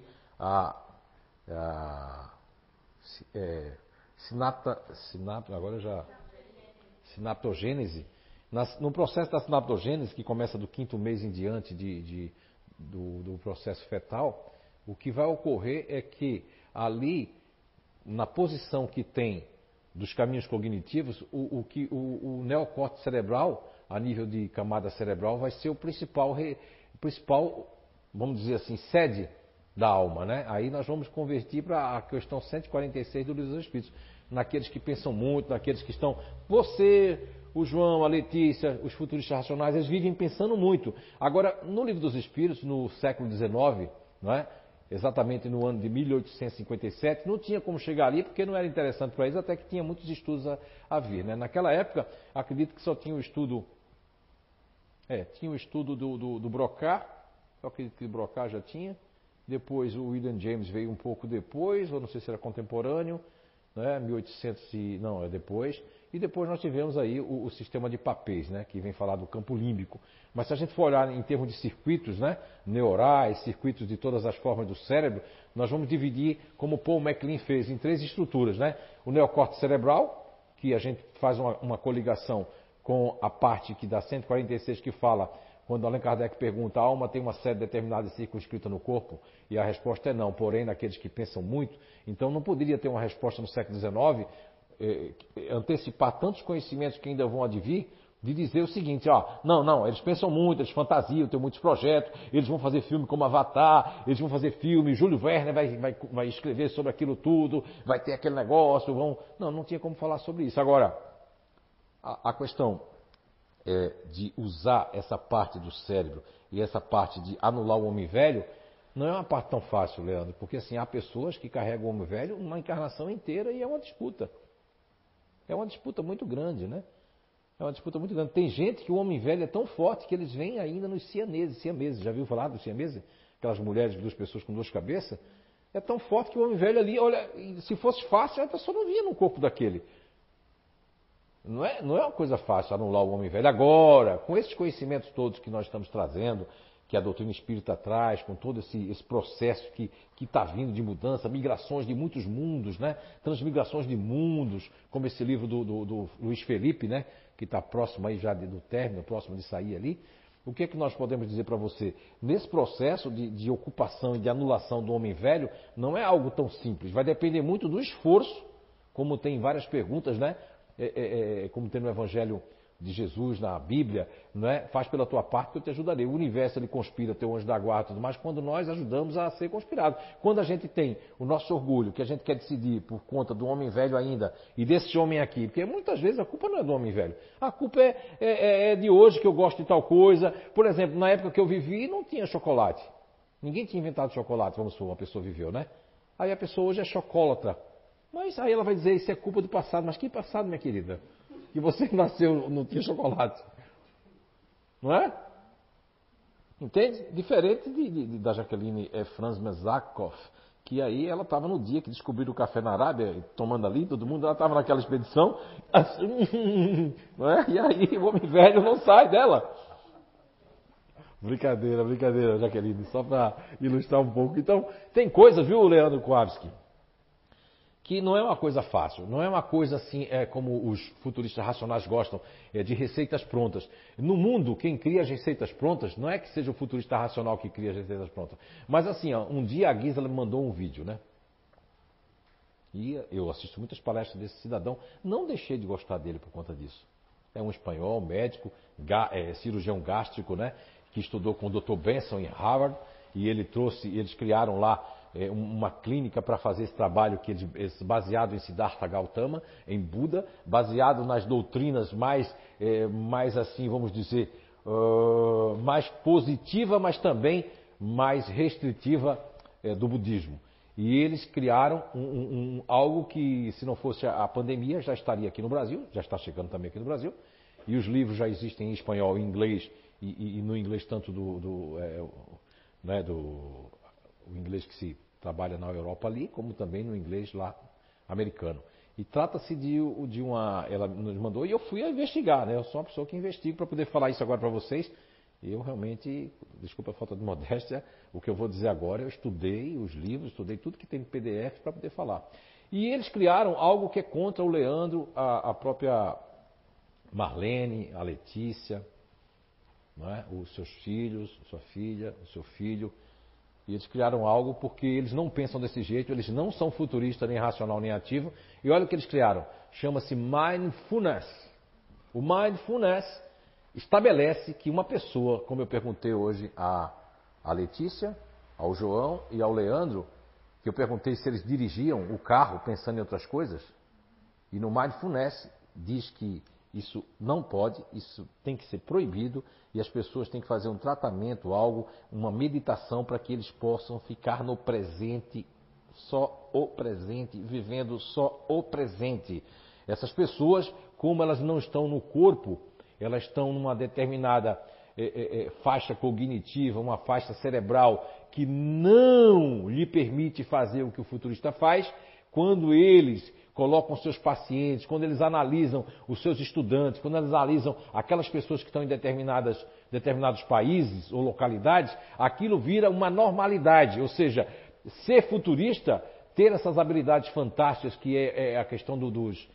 sinaptogênese. No processo da sinaptogênese, que começa do 5º mês em diante do processo fetal, o que vai ocorrer é que ali, na posição que tem dos caminhos cognitivos, o neocórtex cerebral, a nível de camada cerebral, vai ser o principal, vamos dizer assim, sede da alma, né? Aí nós vamos convertir para a questão 146 do Livro dos Espíritos, naqueles que pensam muito, naqueles que estão... Você, o João, a Letícia, os futuristas racionais, eles vivem pensando muito. Agora, no Livro dos Espíritos, no século XIX, não é? Exatamente no ano de 1857, não tinha como chegar ali, porque não era interessante para eles, até que tinha muitos estudos a vir, né? Naquela época, acredito que só tinha o estudo... tinha o estudo do Broca, eu acredito que o Broca já tinha. Depois o William James veio um pouco depois, ou não sei se era contemporâneo, né? 1800 não, é depois. E depois nós tivemos aí o sistema de papéis, né? Que vem falar do campo límbico. Mas se a gente for olhar em termos de circuitos, né? Neurais, circuitos de todas as formas do cérebro, nós vamos dividir, como Paul MacLean fez, em 3 estruturas, né? O neocórtex cerebral, que a gente faz uma coligação com a parte que dá 146, que fala, quando Allan Kardec pergunta, a alma tem uma sede determinada e circunscrita no corpo? E a resposta é não, porém, naqueles que pensam muito. Então não poderia ter uma resposta no século XIX, antecipar tantos conhecimentos que ainda vão advir, de dizer o seguinte, não, eles pensam muito, eles fantasiam, têm muitos projetos, eles vão fazer filme como Avatar, eles vão fazer filme, Júlio Verne vai escrever sobre aquilo tudo, vai ter aquele negócio, não tinha como falar sobre isso. Agora, a questão de usar essa parte do cérebro e essa parte de anular o homem velho, não é uma parte tão fácil, Leandro, porque assim, há pessoas que carregam o homem velho uma encarnação inteira e é uma disputa. É uma disputa muito grande, né? É uma disputa muito grande. Tem gente que o homem velho é tão forte que eles vêm ainda nos siameses. Já viu falar dos siameses? Aquelas mulheres, 2 pessoas com 2 cabeças. É tão forte que o homem velho ali, olha, se fosse fácil, a pessoa não vinha no corpo daquele. Não é uma coisa fácil anular o homem velho. Agora, com esses conhecimentos todos que nós estamos trazendo, que a doutrina espírita traz, com todo esse processo que está vindo de mudança, migrações de muitos mundos, né? Transmigrações de mundos, como esse livro do Luiz Felipe, né? Que está próximo aí já do término, próximo de sair ali. O que é que nós podemos dizer para você? Nesse processo de ocupação e de anulação do homem velho, não é algo tão simples. Vai depender muito do esforço, como tem várias perguntas, né? Como tem no Evangelho de Jesus, na Bíblia, não é? Faz pela tua parte que eu te ajudarei. O universo ele conspira, teu anjo da guarda e tudo mais, quando nós ajudamos a ser conspirado. Quando a gente tem o nosso orgulho, que a gente quer decidir por conta do homem velho ainda, e desse homem aqui, porque muitas vezes a culpa não é do homem velho, a culpa é de hoje que eu gosto de tal coisa. Por exemplo, na época que eu vivi não tinha chocolate. Ninguém tinha inventado chocolate, vamos supor, uma pessoa viveu, né? Aí a pessoa hoje é chocólatra. Mas aí ela vai dizer, isso é culpa do passado. Mas que passado, minha querida? Que você nasceu, não tinha chocolate. Não é? Entende? Diferente da Jacqueline Franz Mezakov, que aí ela estava no dia que descobriram o café na Arábia, tomando ali, todo mundo, ela estava naquela expedição, assim, não é? E aí o homem velho não sai dela. Brincadeira, Jaqueline, só para ilustrar um pouco. Então, tem coisas, viu, Leandro Kowalski, que não é uma coisa fácil, não é uma coisa assim, como os futuristas racionais gostam, de receitas prontas. No mundo, quem cria as receitas prontas, não é que seja o futurista racional que cria as receitas prontas. Mas assim, um dia a Gisela me mandou um vídeo, né? E eu assisto muitas palestras desse cidadão, não deixei de gostar dele por conta disso. É um espanhol, médico, cirurgião gástrico, né? Que estudou com o Dr. Benson em Harvard, e eles criaram lá uma clínica para fazer esse trabalho baseado em Siddhartha Gautama, em Buda, baseado nas doutrinas mais assim, vamos dizer, mais positiva, mas também mais restritiva do budismo. E eles criaram algo que, se não fosse a pandemia, já estaria aqui no Brasil, já está chegando também aqui no Brasil, e os livros já existem em espanhol, em inglês, e no inglês tanto do inglês que se trabalha na Europa ali, como também no inglês lá americano. E trata-se de uma... Ela nos mandou e eu fui a investigar, né? Eu sou uma pessoa que investiga para poder falar isso agora para vocês. Eu realmente, desculpa a falta de modéstia, o que eu vou dizer agora, eu estudei os livros, estudei tudo que tem em PDF para poder falar. E eles criaram algo que é contra o Leandro, a própria Marlene, a Letícia, não é? Os seus filhos, sua filha, o seu filho. E eles criaram algo porque eles não pensam desse jeito, eles não são futuristas, nem racional, nem ativo. E olha o que eles criaram, chama-se Mindfulness. O Mindfulness estabelece que uma pessoa, como eu perguntei hoje a Letícia, ao João e ao Leandro, que eu perguntei se eles dirigiam o carro pensando em outras coisas, e no Mindfulness diz que isso não pode, isso tem que ser proibido, e as pessoas têm que fazer um tratamento, algo, uma meditação para que eles possam ficar no presente, só o presente, vivendo só o presente. Essas pessoas, como elas não estão no corpo, elas estão numa determinada faixa cognitiva, uma faixa cerebral que não lhe permite fazer o que o futurista faz. Quando eles colocam seus pacientes, quando eles analisam os seus estudantes, quando eles analisam aquelas pessoas que estão em determinados países ou localidades, aquilo vira uma normalidade. Ou seja, ser futurista, ter essas habilidades fantásticas que é a questão dos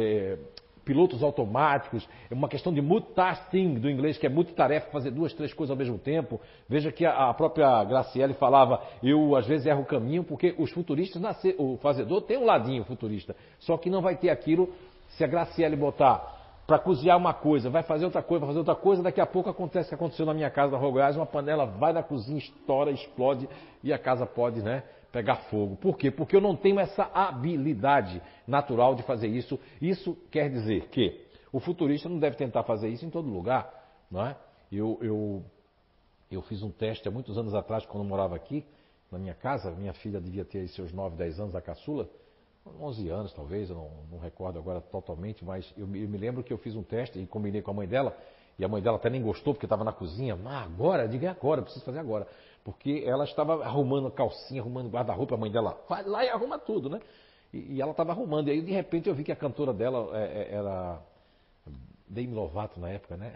pilotos automáticos, é uma questão de multitasking do inglês, que é multitarefa, fazer 2, 3 coisas ao mesmo tempo. Veja que a própria Graciele falava, eu às vezes erro o caminho, porque os futuristas, o fazedor tem um ladinho futurista, só que não vai ter aquilo se a Graciele botar para cozinhar uma coisa, vai fazer outra coisa, daqui a pouco acontece o que aconteceu na minha casa na Rua Goiás, uma panela vai na cozinha, estoura, explode e a casa pode, né, pegar fogo. Por quê? Porque eu não tenho essa habilidade natural de fazer isso. Isso quer dizer que o futurista não deve tentar fazer isso em todo lugar, não é? Eu fiz um teste há muitos anos atrás, quando eu morava aqui, na minha casa. Minha filha devia ter seus 9, 10 anos, a caçula, 11 anos talvez, eu não recordo agora totalmente, mas eu me lembro que eu fiz um teste e combinei com a mãe dela, e a mãe dela até nem gostou, porque estava na cozinha. Agora? Eu digo, é agora, eu preciso fazer agora. Porque ela estava arrumando calcinha, arrumando guarda-roupa, a mãe dela vai lá e arruma tudo, né? E ela estava arrumando. E aí, de repente, eu vi que a cantora dela era Demi Lovato na época, né?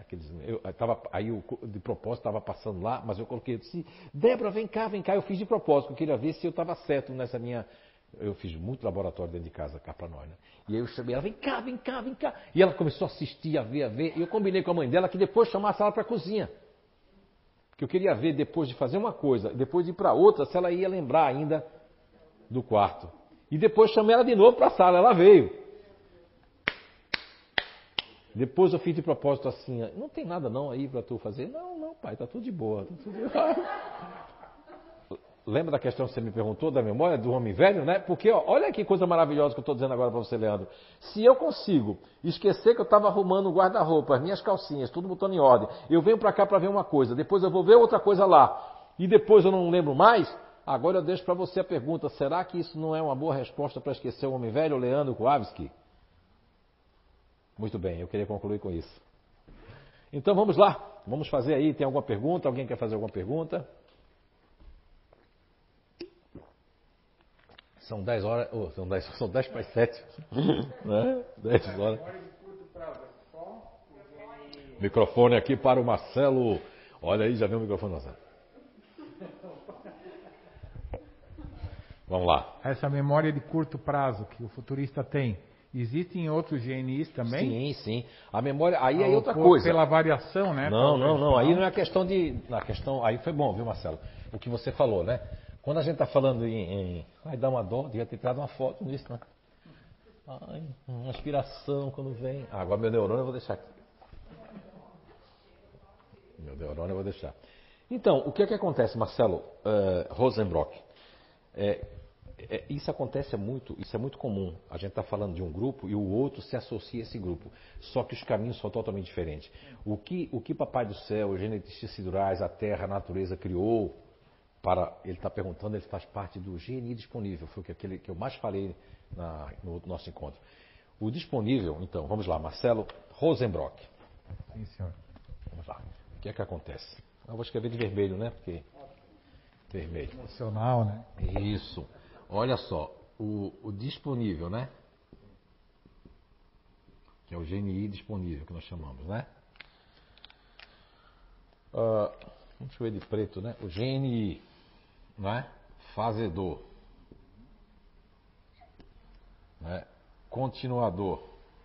De propósito, estava passando lá, mas eu coloquei, eu disse, Débora, vem cá. Eu fiz de propósito, eu queria ver se eu estava certo nessa minha... Eu fiz muito laboratório dentro de casa, cá para nós, né? E aí eu chamei ela, vem cá. E ela começou a assistir, a ver. E eu combinei com a mãe dela que depois chamasse ela para a cozinha. Que eu queria ver, depois de fazer uma coisa, depois de ir para outra, se ela ia lembrar ainda do quarto. E depois chamei ela de novo para a sala, ela veio. Depois eu fiz de propósito assim, não tem nada não aí para tu fazer? Não, pai, tá tudo de boa. Lembra da questão que você me perguntou, da memória do homem velho, né? Porque, olha que coisa maravilhosa que eu estou dizendo agora para você, Leandro. Se eu consigo esquecer que eu estava arrumando o guarda-roupa, as minhas calcinhas, tudo botando em ordem, eu venho para cá para ver uma coisa, depois eu vou ver outra coisa lá, e depois eu não lembro mais, agora eu deixo para você a pergunta, será que isso não é uma boa resposta para esquecer o homem velho, Leandro Kowalski? Muito bem, eu queria concluir com isso. Então vamos lá, vamos fazer aí, tem alguma pergunta? Alguém quer fazer alguma pergunta? São 10 horas, são 10 para as 7, né? 10 horas. Microfone aqui para o Marcelo. Olha aí, já viu o microfone, Marcelo? Vamos lá. Essa memória de curto prazo que o futurista tem, existe em outros GNIs também? Sim. A memória, aí é outra coisa. Pela variação, né? Não. Aí não é a questão de... A questão, aí foi bom, viu, Marcelo? O que você falou, né? Quando a gente está falando vai dar uma dó, devia ter tirado uma foto nisso, né? Ai, uma aspiração quando vem. Ah, agora meu neurônio eu vou deixar aqui. Meu neurônio eu vou deixar. Então, o que é que acontece, Marcelo Rosenbrock? Isso acontece muito, isso é muito comum. A gente está falando de um grupo e o outro se associa a esse grupo. Só que os caminhos são totalmente diferentes. O que Papai do Céu, os geneticistas siderais, a Terra, a natureza criou para... Ele está perguntando, ele faz parte do GNI disponível. Foi aquele que eu mais falei no nosso encontro. O disponível, então, vamos lá, Marcelo Rosenbrock. Sim, senhor. Vamos lá. O que é que acontece? Eu vou escrever de vermelho, né? Porque... Vermelho. Emocional, né? Isso. Olha só, o disponível, né? Que é o GNI disponível que nós chamamos, né? Vamos ver de preto, né? O GNI, né? Fazedor, né? Continuador,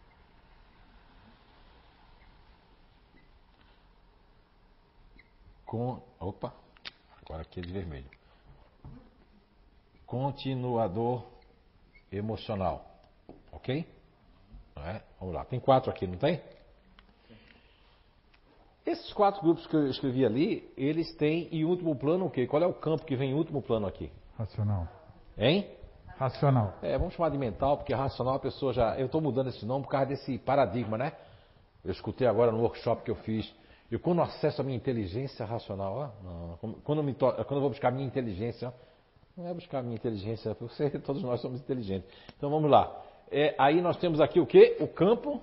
opa, agora aqui é de vermelho. Continuador emocional. Ok? Vamos lá. Tem 4 aqui, não tem? Esses 4 grupos que eu escrevi ali, eles têm em último plano o quê? Qual é o campo que vem em último plano aqui? Racional. Hein? Racional. Vamos chamar de mental, porque racional a pessoa já... Eu estou mudando esse nome por causa desse paradigma, né? Eu escutei agora no workshop que eu fiz. Eu quando acesso a minha inteligência racional, quando eu vou buscar a minha inteligência... Não é buscar a minha inteligência, porque todos nós somos inteligentes. Então vamos lá. Aí nós temos aqui o quê? O campo.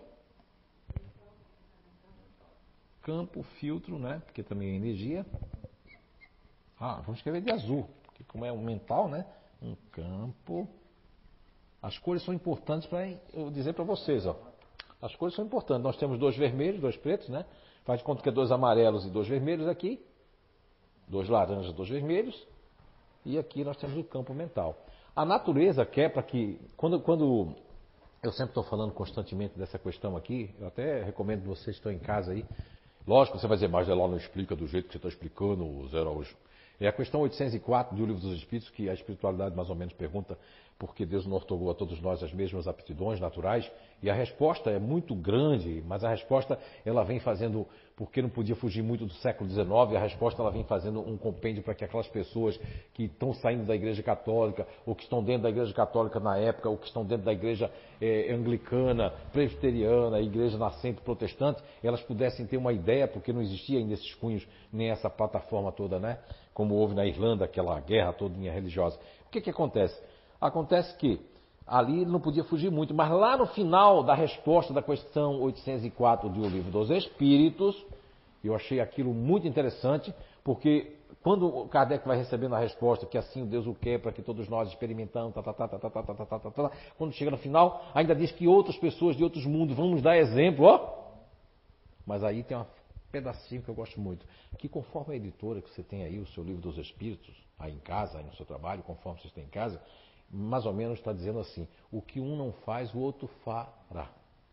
Campo, filtro, né? Porque também é energia. Vamos escrever de azul, porque como é um mental, né? Um campo. As cores são importantes para eu dizer para vocês, ó. As cores são importantes. Nós temos 2 vermelhos, 2 pretos, né? Faz de conta que é 2 amarelos e 2 vermelhos aqui. 2 laranjas, 2 vermelhos. E aqui nós temos o campo mental. A natureza quer para que... Quando eu sempre estou falando constantemente dessa questão aqui, eu até recomendo que vocês que estão em casa aí. Lógico, você vai dizer, mas lá não explica do jeito que você está explicando, o Zé Araújo. É a questão 804 do Livro dos Espíritos, que a espiritualidade mais ou menos pergunta por que Deus não otorgou a todos nós as mesmas aptidões naturais. E a resposta é muito grande, mas a resposta ela vem fazendo, porque não podia fugir muito do século XIX, a resposta ela vem fazendo um compêndio para que aquelas pessoas que estão saindo da Igreja Católica, ou que estão dentro da Igreja Católica na época, ou que estão dentro da Igreja anglicana, presbiteriana, Igreja nascente protestante, elas pudessem ter uma ideia, porque não existia ainda esses cunhos, nem essa plataforma toda, né? Como houve na Irlanda, aquela guerra todinha religiosa. O que acontece? Acontece que ali ele não podia fugir muito, mas lá no final da resposta da questão 804 do Livro dos Espíritos, eu achei aquilo muito interessante, porque quando o Kardec vai recebendo a resposta, que assim o Deus o quer, para que todos nós experimentamos, quando chega no final, ainda diz que outras pessoas de outros mundos vão nos dar exemplo, ó. Mas aí tem um pedacinho que eu gosto muito, que conforme a editora que você tem aí, o seu Livro dos Espíritos, aí em casa, aí no seu trabalho, conforme vocês têm em casa, mais ou menos está dizendo assim, o que um não faz, o outro fará.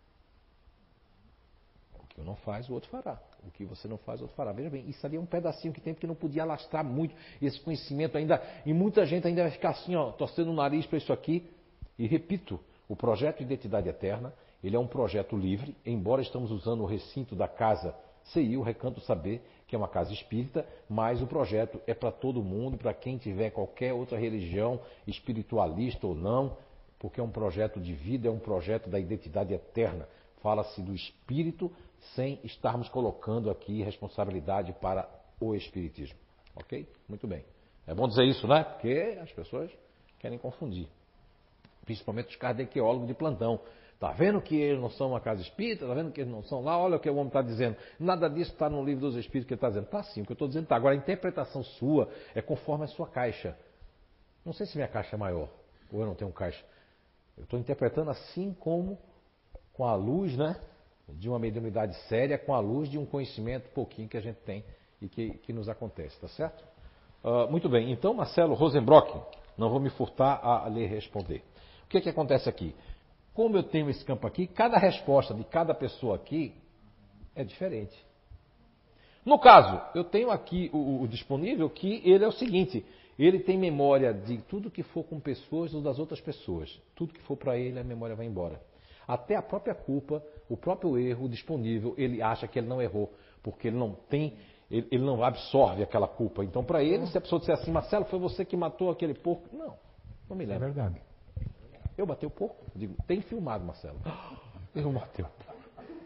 O que um não faz, o outro fará. O que você não faz, o outro fará. Veja bem, isso ali é um pedacinho que tem, porque não podia alastrar muito esse conhecimento ainda, e muita gente ainda vai ficar assim, ó, torcendo o nariz para isso aqui. E repito, o projeto Identidade Eterna, ele é um projeto livre, embora estamos usando o recinto da casa CI, o Recanto Saber, que é uma casa espírita, mas o projeto é para todo mundo, para quem tiver qualquer outra religião, espiritualista ou não, porque é um projeto de vida, é um projeto da identidade eterna. Fala-se do espírito sem estarmos colocando aqui responsabilidade para o espiritismo. Ok? Muito bem. É bom dizer isso, né? Porque as pessoas querem confundir. Principalmente os kardeciólogos de plantão. Está vendo que eles não são uma casa espírita? Está vendo que eles não são lá? Olha o que o homem está dizendo. Nada disso está no Livro dos Espíritos que ele está dizendo. Está sim, o que eu estou dizendo está. Agora, a interpretação sua é conforme a sua caixa. Não sei se minha caixa é maior, ou eu não tenho caixa. Eu estou interpretando assim como com a luz, né, de uma mediunidade séria, com a luz de um conhecimento pouquinho que a gente tem e que nos acontece, está certo? Muito bem, então, Marcelo Rosenbrock, não vou me furtar a lhe responder. O que acontece aqui? Como eu tenho esse campo aqui, cada resposta de cada pessoa aqui é diferente. No caso, eu tenho aqui o disponível que ele é o seguinte, Ele tem memória de tudo que for com pessoas ou das outras pessoas. Tudo que for para ele, a memória vai embora. Até a própria culpa, o próprio erro disponível, ele acha que ele não errou, porque ele não tem, ele não absorve aquela culpa. Então, para ele, se a pessoa disser assim, Marcelo, foi você que matou aquele porco? Não me É lembro. verdade. Eu matei o porco? Eu digo, tem filmado, Marcelo. Eu matei o porco.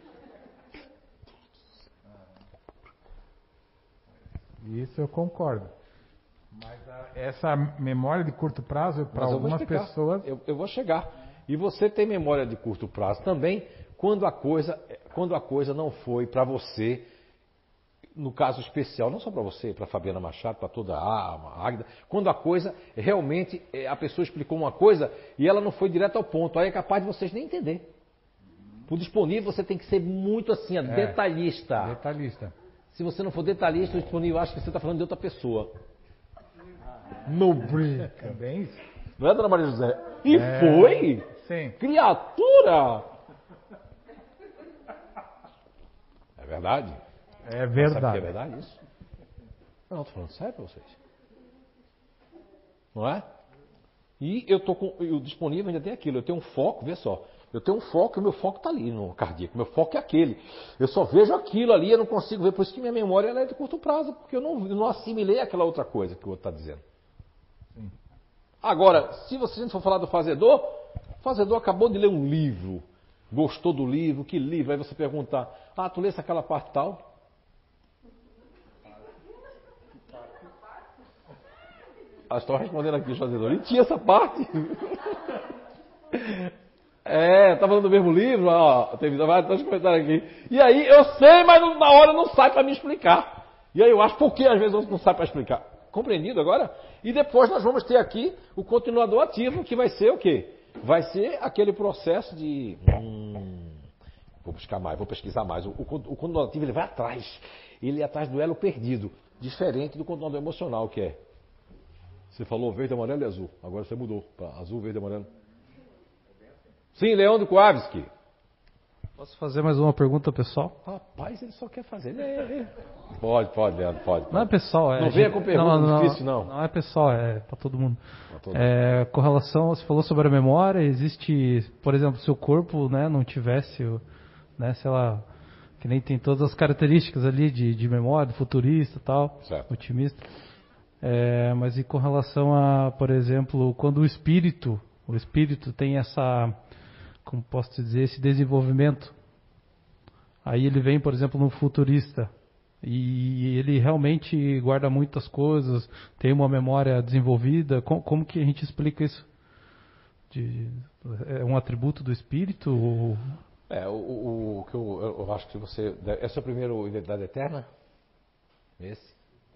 Isso eu concordo. Mas essa memória de curto prazo, para Mas eu vou algumas explicar. pessoas. Eu vou chegar. E você tem memória de curto prazo também quando a coisa não foi para você, no caso especial, não só para você, para Fabiana Machado, para toda a Águida, quando a coisa realmente, a pessoa explicou uma coisa e ela não foi direto ao ponto, aí é capaz de vocês nem entender. Por disponível você tem que ser muito assim, detalhista. Detalhista. Se você não for detalhista, o disponível acha que você está falando de outra pessoa. Não brinca. É bem isso. Não é, dona Maria José? E foi? Sim. Criatura! É verdade? É Sabe verdade. que é verdade isso? Não, estou falando sério para vocês. Não é? E eu tô com o disponível ainda tem aquilo. Eu tenho um foco, vê só. Eu tenho um foco e o meu foco está ali no cardíaco. Meu foco é aquele. Eu só vejo aquilo ali, eu não consigo ver. Por isso que minha memória ela é de curto prazo, porque eu não assimilei aquela outra coisa que o outro está dizendo. Sim. Agora, se a gente for falar do fazedor, o fazedor acabou de ler um livro. Gostou do livro? Que livro? Aí você pergunta, tu lesse aquela parte tal? Estou respondendo aqui, fazedor. E tinha essa parte. Tá falando do mesmo livro? Tem vários comentários aqui. E aí, eu sei, mas na hora não sai para me explicar. E aí eu acho, por que às vezes não sai para explicar? Compreendido agora? E depois nós vamos ter aqui o continuador ativo, que vai ser o quê? Vai ser aquele processo de... vou buscar mais, vou pesquisar mais. O continuador ativo, ele vai atrás. Ele é atrás do elo perdido. Diferente do continuador emocional, que é... Você falou verde, amarelo e azul. Agora você mudou para azul, verde e amarelo. Sim, Leão do Kowalski. Posso fazer mais uma pergunta, pessoal? Rapaz, ele só quer fazer. Pode, Leandro, pode. Não é pessoal, Não venha com pergunta difícil, não. Não é pessoal, é para todo mundo. Pra todo mundo. Com relação, você falou sobre a memória, existe, por exemplo, se o corpo, né, não tivesse, né, sei lá, que nem tem todas as características ali de memória, futurista e tal, Certo. otimista. Mas e com relação a, por exemplo, quando o espírito tem essa, como posso dizer, esse desenvolvimento, aí ele vem, por exemplo, no futurista, e ele realmente guarda muitas coisas, tem uma memória desenvolvida, como que a gente explica isso? É um atributo do espírito? Ou... O que eu acho que você... Esse é o primeiro Identidade Eterna? Esse?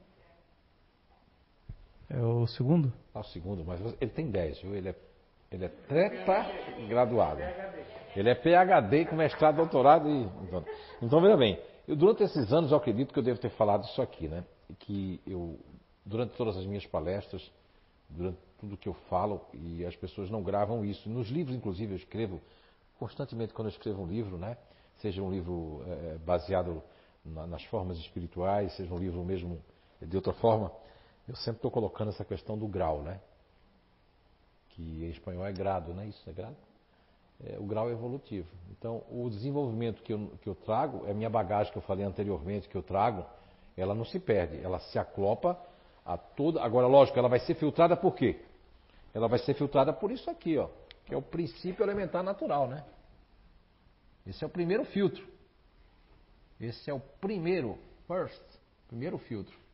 É o segundo? O segundo, mas ele tem 10, viu? Ele é tetragraduado. Ele é PhD com mestrado, doutorado e... Então, veja bem, durante esses anos eu acredito que eu devo ter falado isso aqui, né? Que eu, durante todas as minhas palestras, durante tudo que eu falo, e as pessoas não gravam isso. Nos livros, inclusive, eu escrevo constantemente quando eu escrevo um livro, né? Seja um livro baseado nas formas espirituais, seja um livro mesmo de outra forma, eu sempre estou colocando essa questão do grau, né? Que em espanhol é grado, né? Isso é grado? O grau é evolutivo. Então, o desenvolvimento que eu trago, é a minha bagagem que eu falei anteriormente, que eu trago, ela não se perde, ela se aclopa a toda... Agora, lógico, ela vai ser filtrada por quê? Ela vai ser filtrada por isso aqui, ó, que é o princípio elementar natural, né? Esse é o primeiro filtro. Esse é o primeiro filtro.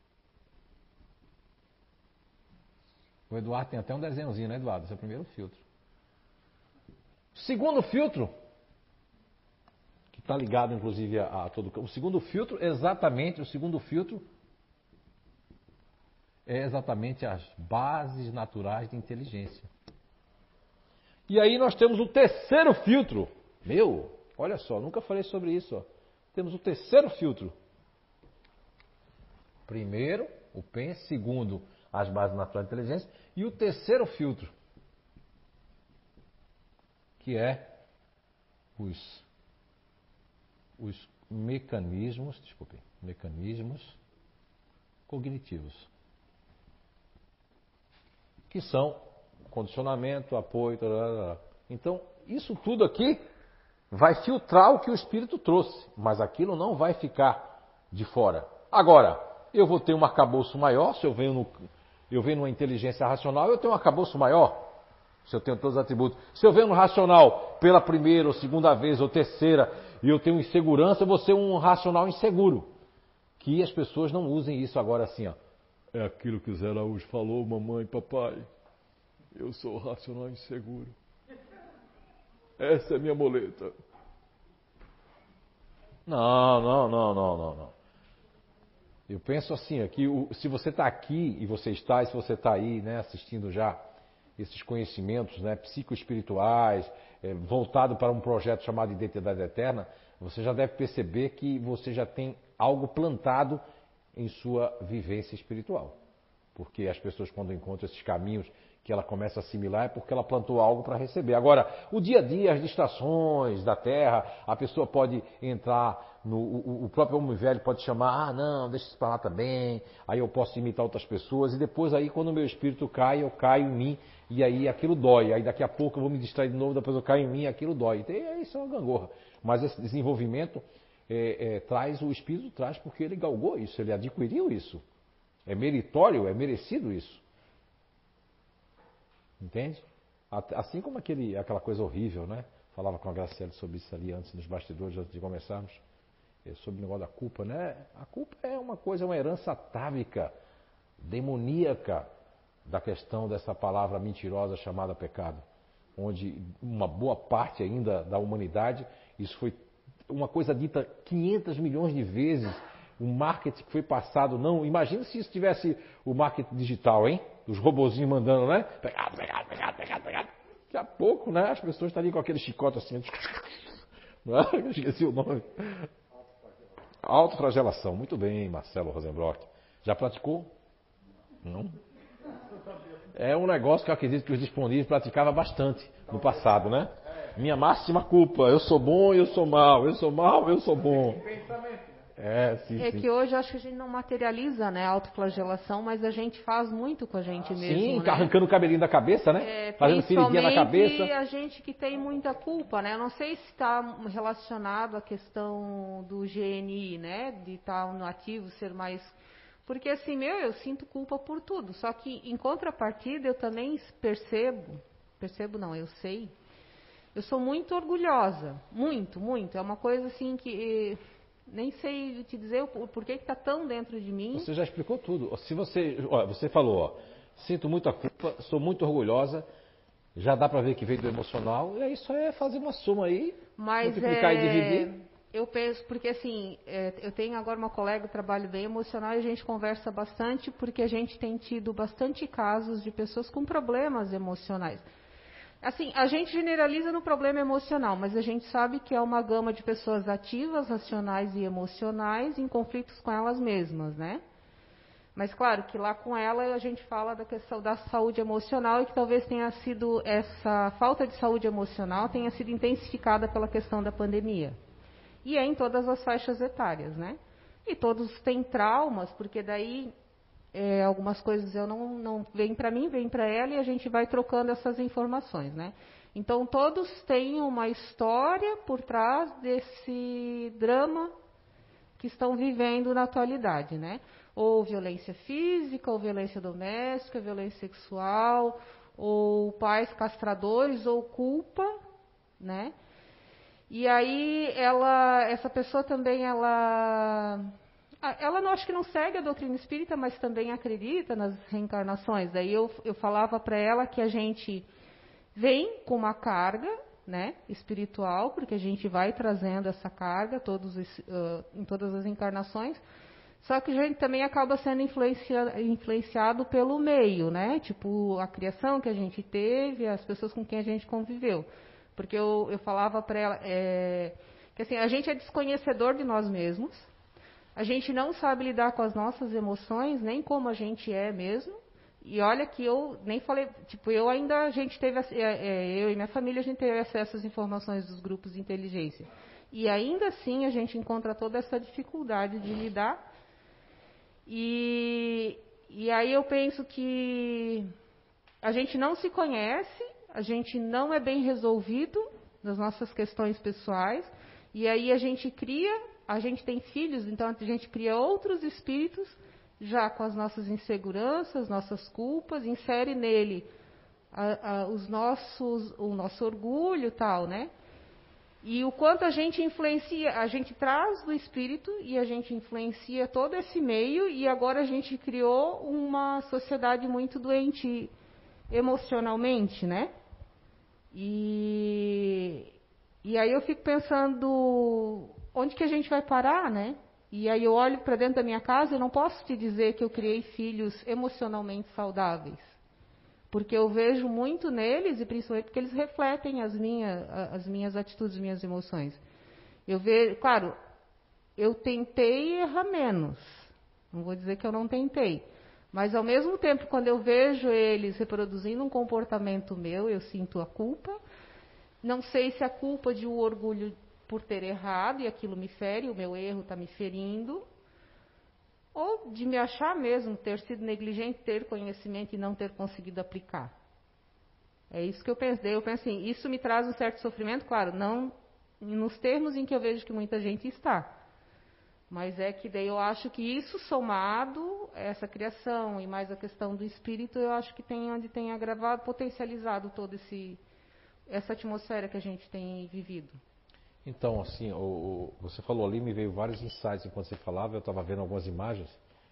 O Eduardo tem até um desenhozinho, né, Eduardo? Esse é o primeiro filtro. Segundo filtro, que está ligado, inclusive, a todo... O segundo filtro é exatamente as bases naturais de inteligência. E aí nós temos o terceiro filtro. Olha só, nunca falei sobre isso. Ó. Temos o terceiro filtro. Primeiro, o PEN. Segundo, as bases naturais de inteligência. E o terceiro filtro, que é os mecanismos cognitivos. que são condicionamento, apoio, tarará. Então, isso tudo aqui vai filtrar o que o espírito trouxe, mas aquilo não vai ficar de fora. Agora, eu vou ter um arcabouço maior, se eu venho numa inteligência racional, eu tenho um arcabouço maior. Se eu tenho todos os atributos. Se eu venho no racional pela primeira ou segunda vez ou terceira e eu tenho insegurança, eu vou ser um racional inseguro. Que as pessoas não usem isso agora assim, ó. É aquilo que o Zé Araújo falou, mamãe, papai. Eu sou racional inseguro. Essa é a minha moleta. Não. Eu penso assim, aqui, se você está aqui e você está, e se você está aí, né, assistindo já esses conhecimentos, né, psicoespirituais, voltado para um projeto chamado Identidade Eterna, você já deve perceber que você já tem algo plantado em sua vivência espiritual. Porque as pessoas, quando encontram esses caminhos que ela começa a assimilar, é porque ela plantou algo para receber. Agora, o dia a dia, as distrações da Terra, a pessoa pode entrar o próprio homem velho pode chamar, não, deixa isso para lá também, aí eu posso imitar outras pessoas, e depois aí quando o meu espírito cai, eu caio em mim, e aí aquilo dói, aí daqui a pouco eu vou me distrair de novo, depois eu caio em mim, aquilo dói. E isso é uma gangorra. Mas esse desenvolvimento o espírito traz porque ele galgou isso, ele adquiriu isso. É meritório, é merecido isso. Entende? Assim como aquela coisa horrível, né? Falava com a Graciela sobre isso ali antes, nos bastidores, antes de começarmos. Sobre o negócio da culpa, né? A culpa é uma herança atávica, demoníaca, da questão dessa palavra mentirosa chamada pecado. Onde uma boa parte ainda da humanidade, isso foi uma coisa dita 500 milhões de vezes, o marketing que foi passado, não. Imagina se isso tivesse o marketing digital, hein? Os robozinhos mandando, né? Pecado. Daqui a pouco, né? As pessoas estariam com aquele chicote assim. Não é? Eu esqueci o nome. Autoflagelação. Muito bem, Marcelo Rosenbrock. Já praticou? Não? É um negócio que eu acredito que os disponíveis praticavam bastante no passado, né? Minha máxima culpa. Eu sou bom, eu sou mal. Eu sou mal, eu sou bom. Sim. Que hoje eu acho que a gente não materializa, né, a autoflagelação, mas a gente faz muito com a gente mesmo. Sim, né? arrancando o cabelinho da cabeça, né? Fazendo feridinha na cabeça. A gente que tem muita culpa, né? Eu não sei se está relacionado à questão do GNI, né? De estar no ativo, ser mais... Porque assim, eu sinto culpa por tudo. Só que em contrapartida eu também eu sei. Eu sou muito orgulhosa. Muito. É uma coisa assim que... Nem sei te dizer por que está tão dentro de mim. Você já explicou tudo. Se você falou, sinto muita culpa, sou muito orgulhosa, já dá para ver que veio do emocional, e aí só é fazer uma soma aí, multiplicar e dividir. Eu penso, porque assim, eu tenho agora uma colega que trabalha bem emocional e a gente conversa bastante, porque a gente tem tido bastante casos de pessoas com problemas emocionais. Assim, a gente generaliza no problema emocional, mas a gente sabe que é uma gama de pessoas ativas, racionais e emocionais em conflitos com elas mesmas, né? Mas claro que lá com ela a gente fala da questão da saúde emocional e que talvez tenha sido essa falta de saúde emocional tenha sido intensificada pela questão da pandemia. E é em todas as faixas etárias, né? E todos têm traumas, porque daí... algumas coisas eu não vêm para mim, vêm para ela e a gente vai trocando essas informações, né? Então todos têm uma história por trás desse drama que estão vivendo na atualidade, né? Ou violência física, ou violência doméstica, violência sexual, ou pais castradores, ou culpa, né? E aí essa pessoa também ela não, acho que não segue a doutrina espírita, mas também acredita nas reencarnações. Daí eu falava para ela que a gente vem com uma carga, né, espiritual, porque a gente vai trazendo essa carga em todas as encarnações, só que a gente também acaba sendo influenciado pelo meio, né, tipo a criação que a gente teve, as pessoas com quem a gente conviveu. Porque eu falava para ela que assim, a gente é desconhecedor de nós mesmos, a gente não sabe lidar com as nossas emoções, nem como a gente é mesmo. E olha que eu nem falei, a gente teve, eu e minha família, a gente teve acesso às informações dos grupos de inteligência. E ainda assim a gente encontra toda essa dificuldade de lidar. E aí eu penso que a gente não se conhece, a gente não é bem resolvido nas nossas questões pessoais, e aí a gente tem filhos, então a gente cria outros espíritos, já com as nossas inseguranças, nossas culpas, insere nele o nosso orgulho e tal, né? E o quanto a gente influencia, a gente traz do espírito e a gente influencia todo esse meio, e agora a gente criou uma sociedade muito doente emocionalmente, né? E aí eu fico pensando, onde que a gente vai parar, né? E aí eu olho para dentro da minha casa, eu não posso te dizer que eu criei filhos emocionalmente saudáveis. Porque eu vejo muito neles, e principalmente porque eles refletem as minhas atitudes, as minhas emoções. Eu vejo, claro, eu tentei errar menos. Não vou dizer que eu não tentei. Mas ao mesmo tempo, quando eu vejo eles reproduzindo um comportamento meu, eu sinto a culpa. Não sei se a culpa de um orgulho por ter errado, e aquilo me fere, o meu erro está me ferindo, ou de me achar mesmo, ter sido negligente, ter conhecimento e não ter conseguido aplicar. É isso que eu pensei. Eu penso assim, isso me traz um certo sofrimento, claro, não nos termos em que eu vejo que muita gente está. Mas é que daí eu acho que isso somado, essa criação e mais a questão do espírito, eu acho que onde tem agravado, potencializado toda essa atmosfera que a gente tem vivido. Então, assim, você falou ali, me veio vários insights enquanto você falava, eu estava vendo algumas imagens.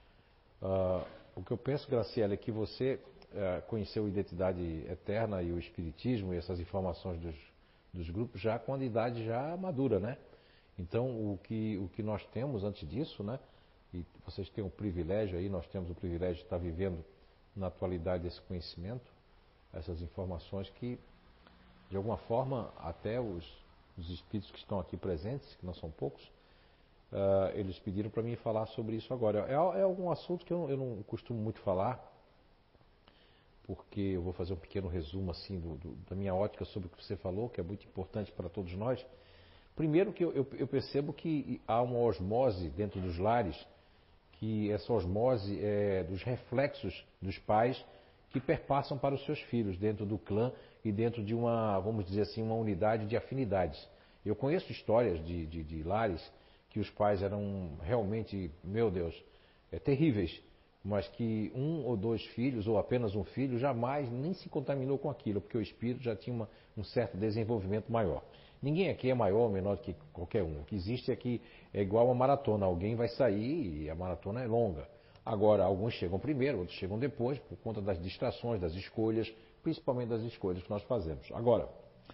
O que eu penso, Graciela, é que você conheceu a identidade eterna e o espiritismo e essas informações dos grupos já com a idade já madura, né? Então, o que nós temos antes disso, né? E vocês têm o privilégio aí, nós temos o privilégio de estar vivendo na atualidade esse conhecimento, essas informações que, de alguma forma, até os espíritos que estão aqui presentes, que não são poucos, eles pediram para mim falar sobre isso agora. É algum assunto que eu não costumo muito falar, porque eu vou fazer um pequeno resumo assim da minha ótica sobre o que você falou, que é muito importante para todos nós. Primeiro que eu percebo que há uma osmose dentro dos lares, que essa osmose é dos reflexos dos pais que perpassam para os seus filhos dentro do clã e dentro de uma, vamos dizer assim, uma unidade de afinidades. Eu conheço histórias de lares que os pais eram realmente, meu Deus, terríveis, mas que um ou dois filhos, ou apenas um filho, jamais nem se contaminou com aquilo, porque o espírito já tinha um certo desenvolvimento maior. Ninguém aqui é maior ou menor do que qualquer um. O que existe aqui é igual uma maratona. Alguém vai sair e a maratona é longa. Agora, alguns chegam primeiro, outros chegam depois, por conta das distrações, das escolhas, principalmente das escolhas que nós fazemos. Agora,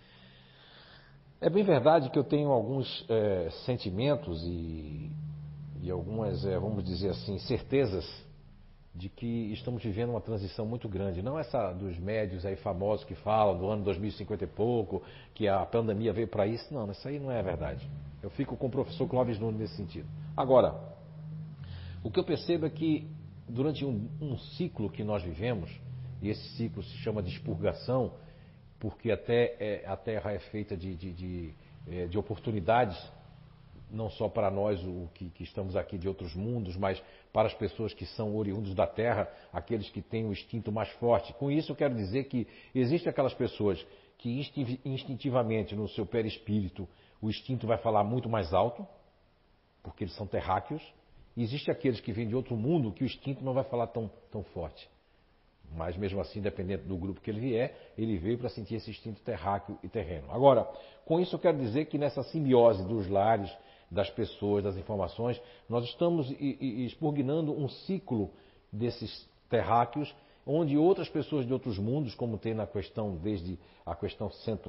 é bem verdade que eu tenho alguns sentimentos e algumas, vamos dizer assim, certezas de que estamos vivendo uma transição muito grande. Não essa dos médios aí famosos que falam do ano 2050 e pouco, que a pandemia veio para isso. Não, isso aí não é verdade. Eu fico com o professor Clóvis Nunes nesse sentido. Agora, o que eu percebo é que durante um ciclo que nós vivemos, e esse ciclo se chama de expurgação, porque até a Terra é feita de oportunidades, não só para nós que estamos aqui de outros mundos, mas para as pessoas que são oriundos da Terra, aqueles que têm o instinto mais forte. Com isso eu quero dizer que existem aquelas pessoas que instintivamente no seu perispírito o instinto vai falar muito mais alto, porque eles são terráqueos, e existem aqueles que vêm de outro mundo que o instinto não vai falar tão forte. Mas mesmo assim, dependendo do grupo que ele vier, ele veio para sentir esse instinto terráqueo e terreno. Agora, com isso eu quero dizer que nessa simbiose dos lares, das pessoas, das informações, nós estamos expurgnando um ciclo desses terráqueos, onde outras pessoas de outros mundos, como tem na questão, desde a questão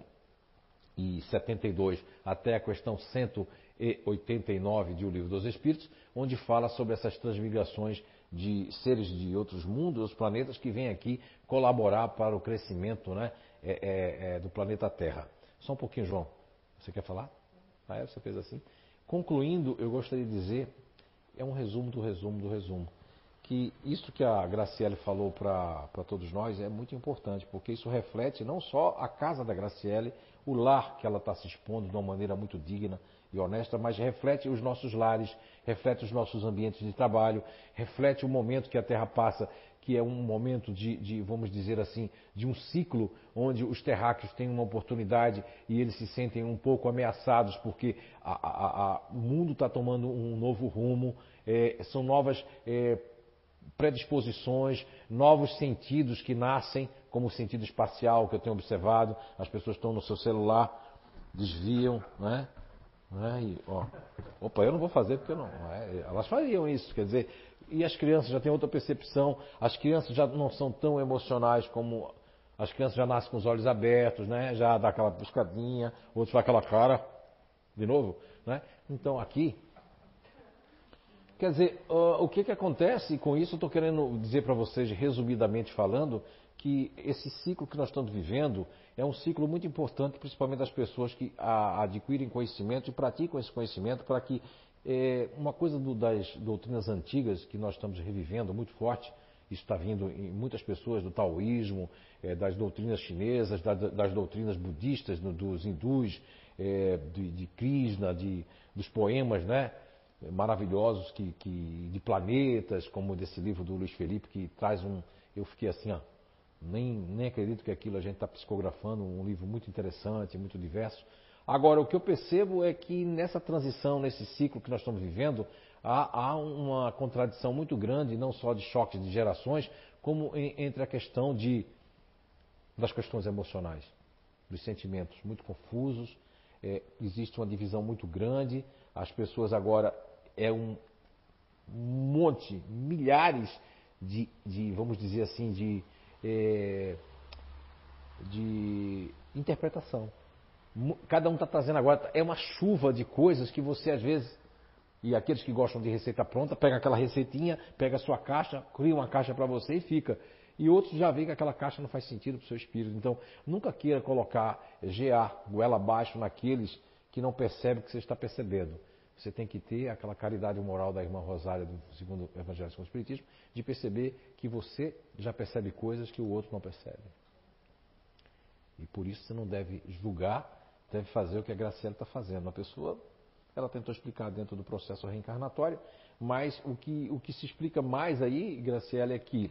172 até a questão 189 de O Livro dos Espíritos, onde fala sobre essas transmigrações de seres de outros mundos, outros planetas, que vêm aqui colaborar para o crescimento, né, do planeta Terra. Só um pouquinho, João. Você quer falar? Você fez assim? Concluindo, eu gostaria de dizer, é um resumo do resumo do resumo, que isso que a Graciele falou para todos nós é muito importante, porque isso reflete não só a casa da Graciele, o lar que ela está se expondo de uma maneira muito digna, e honesta, mas reflete os nossos lares, reflete os nossos ambientes de trabalho, reflete o momento que a Terra passa, que é um momento vamos dizer assim, de um ciclo onde os terráqueos têm uma oportunidade e eles se sentem um pouco ameaçados porque o mundo está tomando um novo rumo, são novas predisposições, novos sentidos que nascem, como o sentido espacial que eu tenho observado, as pessoas estão no seu celular, desviam, né? E, opa, eu não vou fazer porque não. Elas fariam isso, quer dizer, e as crianças já têm outra percepção, as crianças já não são tão emocionais como. As crianças já nascem com os olhos abertos, né? Já dá aquela piscadinha, outros faz aquela cara, de novo, né? Então aqui. Quer dizer, o que acontece com isso? Eu estou querendo dizer para vocês, resumidamente falando, que esse ciclo que nós estamos vivendo é um ciclo muito importante, principalmente das pessoas que adquirem conhecimento e praticam esse conhecimento, para que uma coisa das doutrinas antigas que nós estamos revivendo muito forte, isso está vindo em muitas pessoas do taoísmo, das doutrinas chinesas, das doutrinas budistas, dos hindus, de Krishna, dos poemas, né? Maravilhosos de planetas, como desse livro do Luiz Felipe, que traz eu fiquei assim, nem acredito que aquilo a gente está psicografando, um livro muito interessante, muito diverso. Agora, o que eu percebo é que nessa transição, nesse ciclo que nós estamos vivendo, há uma contradição muito grande, não só de choques de gerações, como entre a questão das questões emocionais, dos sentimentos muito confusos, existe uma divisão muito grande, as pessoas agora um monte, milhares vamos dizer assim, de interpretação. Cada um está trazendo agora, é uma chuva de coisas que você às vezes, e aqueles que gostam de receita pronta, pega aquela receitinha, pega a sua caixa, cria uma caixa para você e fica. E outros já veem que aquela caixa não faz sentido para o seu espírito. Então, nunca queira colocar goela abaixo naqueles que não percebem o que você está percebendo. Você tem que ter aquela caridade moral da irmã Rosária, do segundo Evangelho segundo o Espiritismo, de perceber que você já percebe coisas que o outro não percebe. E por isso você não deve julgar, deve fazer o que a Graciela está fazendo. A pessoa, ela tentou explicar dentro do processo reencarnatório, mas o que se explica mais aí, Graciela, é que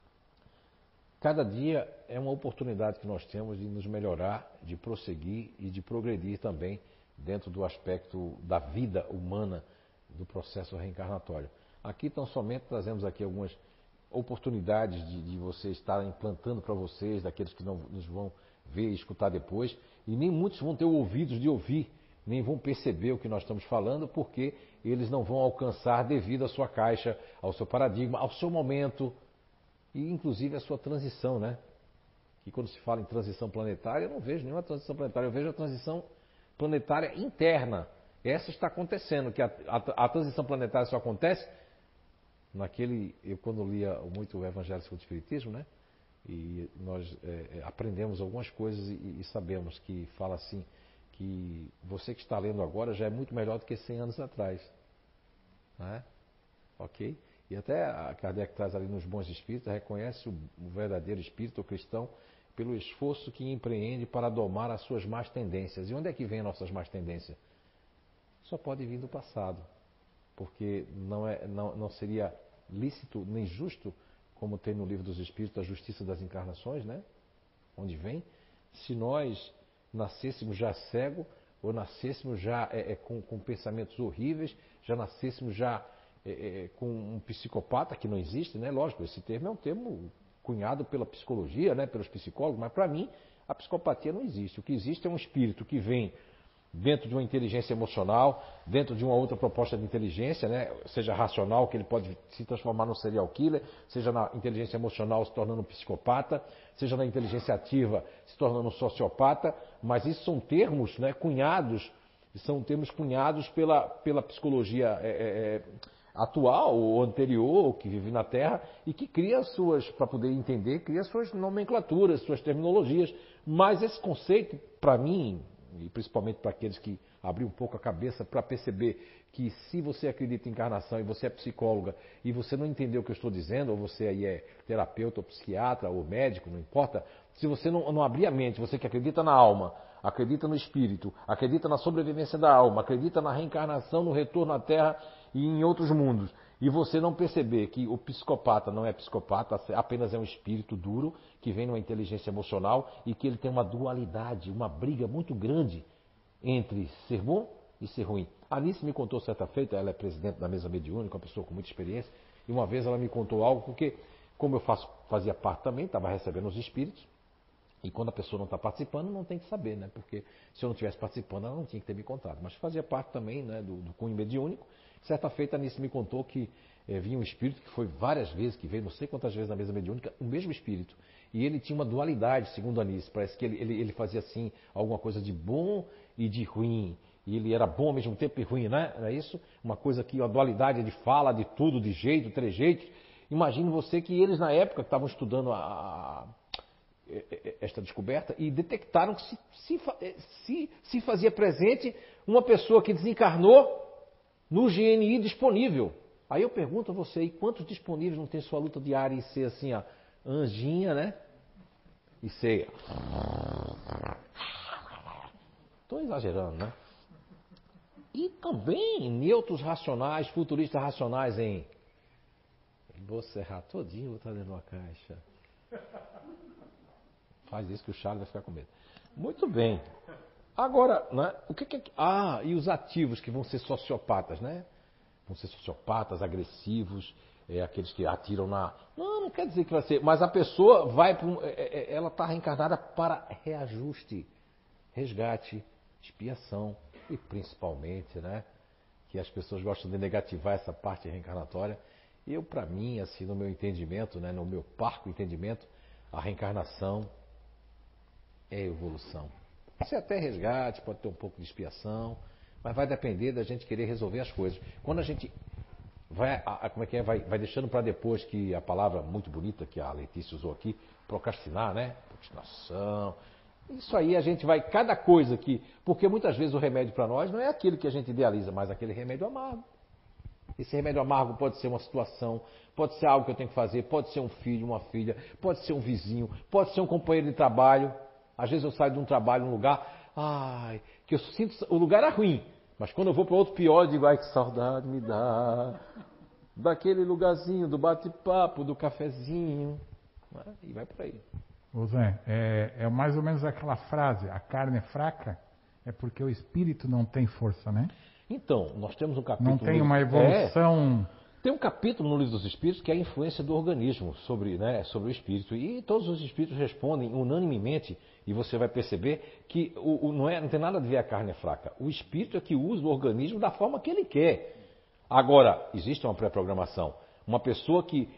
cada dia é uma oportunidade que nós temos de nos melhorar, de prosseguir e de progredir também dentro do aspecto da vida humana, do processo reencarnatório. Aqui tão somente trazemos aqui algumas oportunidades de vocês estarem implantando para vocês, daqueles que não nos vão ver e escutar depois, e nem muitos vão ter ouvidos de ouvir, nem vão perceber o que nós estamos falando, porque eles não vão alcançar devido à sua caixa, ao seu paradigma, ao seu momento, e inclusive a sua transição, né? Que quando se fala em transição planetária, eu não vejo nenhuma transição planetária, eu vejo a transição planetária interna. Essa está acontecendo, que a transição planetária só acontece eu quando lia muito o Evangelho segundo o Espiritismo, né? E nós aprendemos algumas coisas e sabemos que fala assim, que você que está lendo agora já é muito melhor do que 100 anos atrás. Né? Ok? E até a Kardec traz ali nos Bons Espíritos, reconhece o verdadeiro espírito cristão pelo esforço que empreende para domar as suas más tendências. E onde é que vem as nossas más tendências? Só pode vir do passado, porque não seria lícito nem justo, como tem no Livro dos Espíritos, a justiça das encarnações, né? Onde vem, se nós nascêssemos já cego, ou nascêssemos já com pensamentos horríveis, já nascêssemos já com um psicopata, que não existe, né? Lógico, esse termo é um termo cunhado pela psicologia, né? Pelos psicólogos, mas para mim a psicopatia não existe. O que existe é um espírito que vem dentro de uma inteligência emocional, dentro de uma outra proposta de inteligência, né? Seja racional, que ele pode se transformar num serial killer, seja na inteligência emocional se tornando um psicopata, seja na inteligência ativa se tornando um sociopata, mas isso são termos, né, cunhados, são termos cunhados pela psicologia atual ou anterior, que vive na Terra, e que cria para poder entender, cria suas nomenclaturas, suas terminologias, mas esse conceito, para mim, e principalmente para aqueles que abriram um pouco a cabeça para perceber que se você acredita em encarnação e você é psicóloga e você não entendeu o que eu estou dizendo, ou você aí é terapeuta, ou psiquiatra, ou médico, não importa, se você não abrir a mente, você que acredita na alma, acredita no espírito, acredita na sobrevivência da alma, acredita na reencarnação, no retorno à Terra e em outros mundos, e você não perceber que o psicopata não é psicopata, apenas é um espírito duro que vem numa inteligência emocional e que ele tem uma dualidade, uma briga muito grande entre ser bom e ser ruim. A Anice me contou certa feita, ela é presidente da mesa mediúnica, uma pessoa com muita experiência, e uma vez ela me contou algo, porque como eu fazia parte também, estava recebendo os espíritos, e quando a pessoa não está participando, não tem que saber, né? Porque se eu não estivesse participando, ela não tinha que ter me contado. Mas fazia parte também, né, do cunho mediúnico. Certa feita, a Anice me contou que vinha um espírito que foi várias vezes, que veio não sei quantas vezes na mesa mediúnica, o mesmo espírito. E ele tinha uma dualidade, segundo a Anice. Parece que ele fazia assim, alguma coisa de bom e de ruim. E ele era bom ao mesmo tempo e ruim, né? Era isso? Uma coisa que, a dualidade de fala, de tudo, de jeito, trejeitos. Imagine você que eles, na época, estavam estudando esta descoberta e detectaram que se fazia presente uma pessoa que desencarnou no GNI disponível. Aí eu pergunto a você, e quantos disponíveis não tem sua luta diária e ser assim, ó, anjinha, né? E ser... Estou exagerando, né? E também neutros racionais, futuristas racionais em... Vou serrar todinho, vou estar dentro de uma caixa. Faz isso que o Charles vai ficar com medo. Muito bem. Agora, né, o que é... Ah, e os ativos que vão ser sociopatas, né? Vão ser sociopatas, agressivos, aqueles que atiram na... Não quer dizer que vai ser... Mas a pessoa vai para ela está reencarnada para reajuste, resgate, expiação e principalmente, né? Que as pessoas gostam de negativar essa parte reencarnatória. Eu, para mim, assim, no meu entendimento, né, no meu parco entendimento, a reencarnação é evolução. Pode ser até resgate, pode ter um pouco de expiação, mas vai depender da gente querer resolver as coisas. Quando a gente vai deixando para depois, que a palavra muito bonita que a Letícia usou aqui, procrastinar, né? Procrastinação. Isso aí a gente vai, cada coisa que... Porque muitas vezes o remédio para nós não é aquele que a gente idealiza, mas aquele remédio amargo. Esse remédio amargo pode ser uma situação, pode ser algo que eu tenho que fazer, pode ser um filho, uma filha, pode ser um vizinho, pode ser um companheiro de trabalho. Às vezes eu saio de um trabalho, um lugar, que eu sinto, o lugar é ruim, mas quando eu vou para outro pior, eu digo, que saudade me dá daquele lugarzinho, do bate-papo, do cafezinho, e vai por aí. Ô Zé, é mais ou menos aquela frase, a carne é fraca é porque o espírito não tem força, né? Então, nós temos um capítulo... Não tem uma evolução... Tem um capítulo no Livro dos Espíritos que é a influência do organismo sobre o espírito. E todos os espíritos respondem unanimemente, e você vai perceber que não tem nada a ver a carne é fraca. O espírito é que usa o organismo da forma que ele quer. Agora, existe uma pré-programação. Uma pessoa que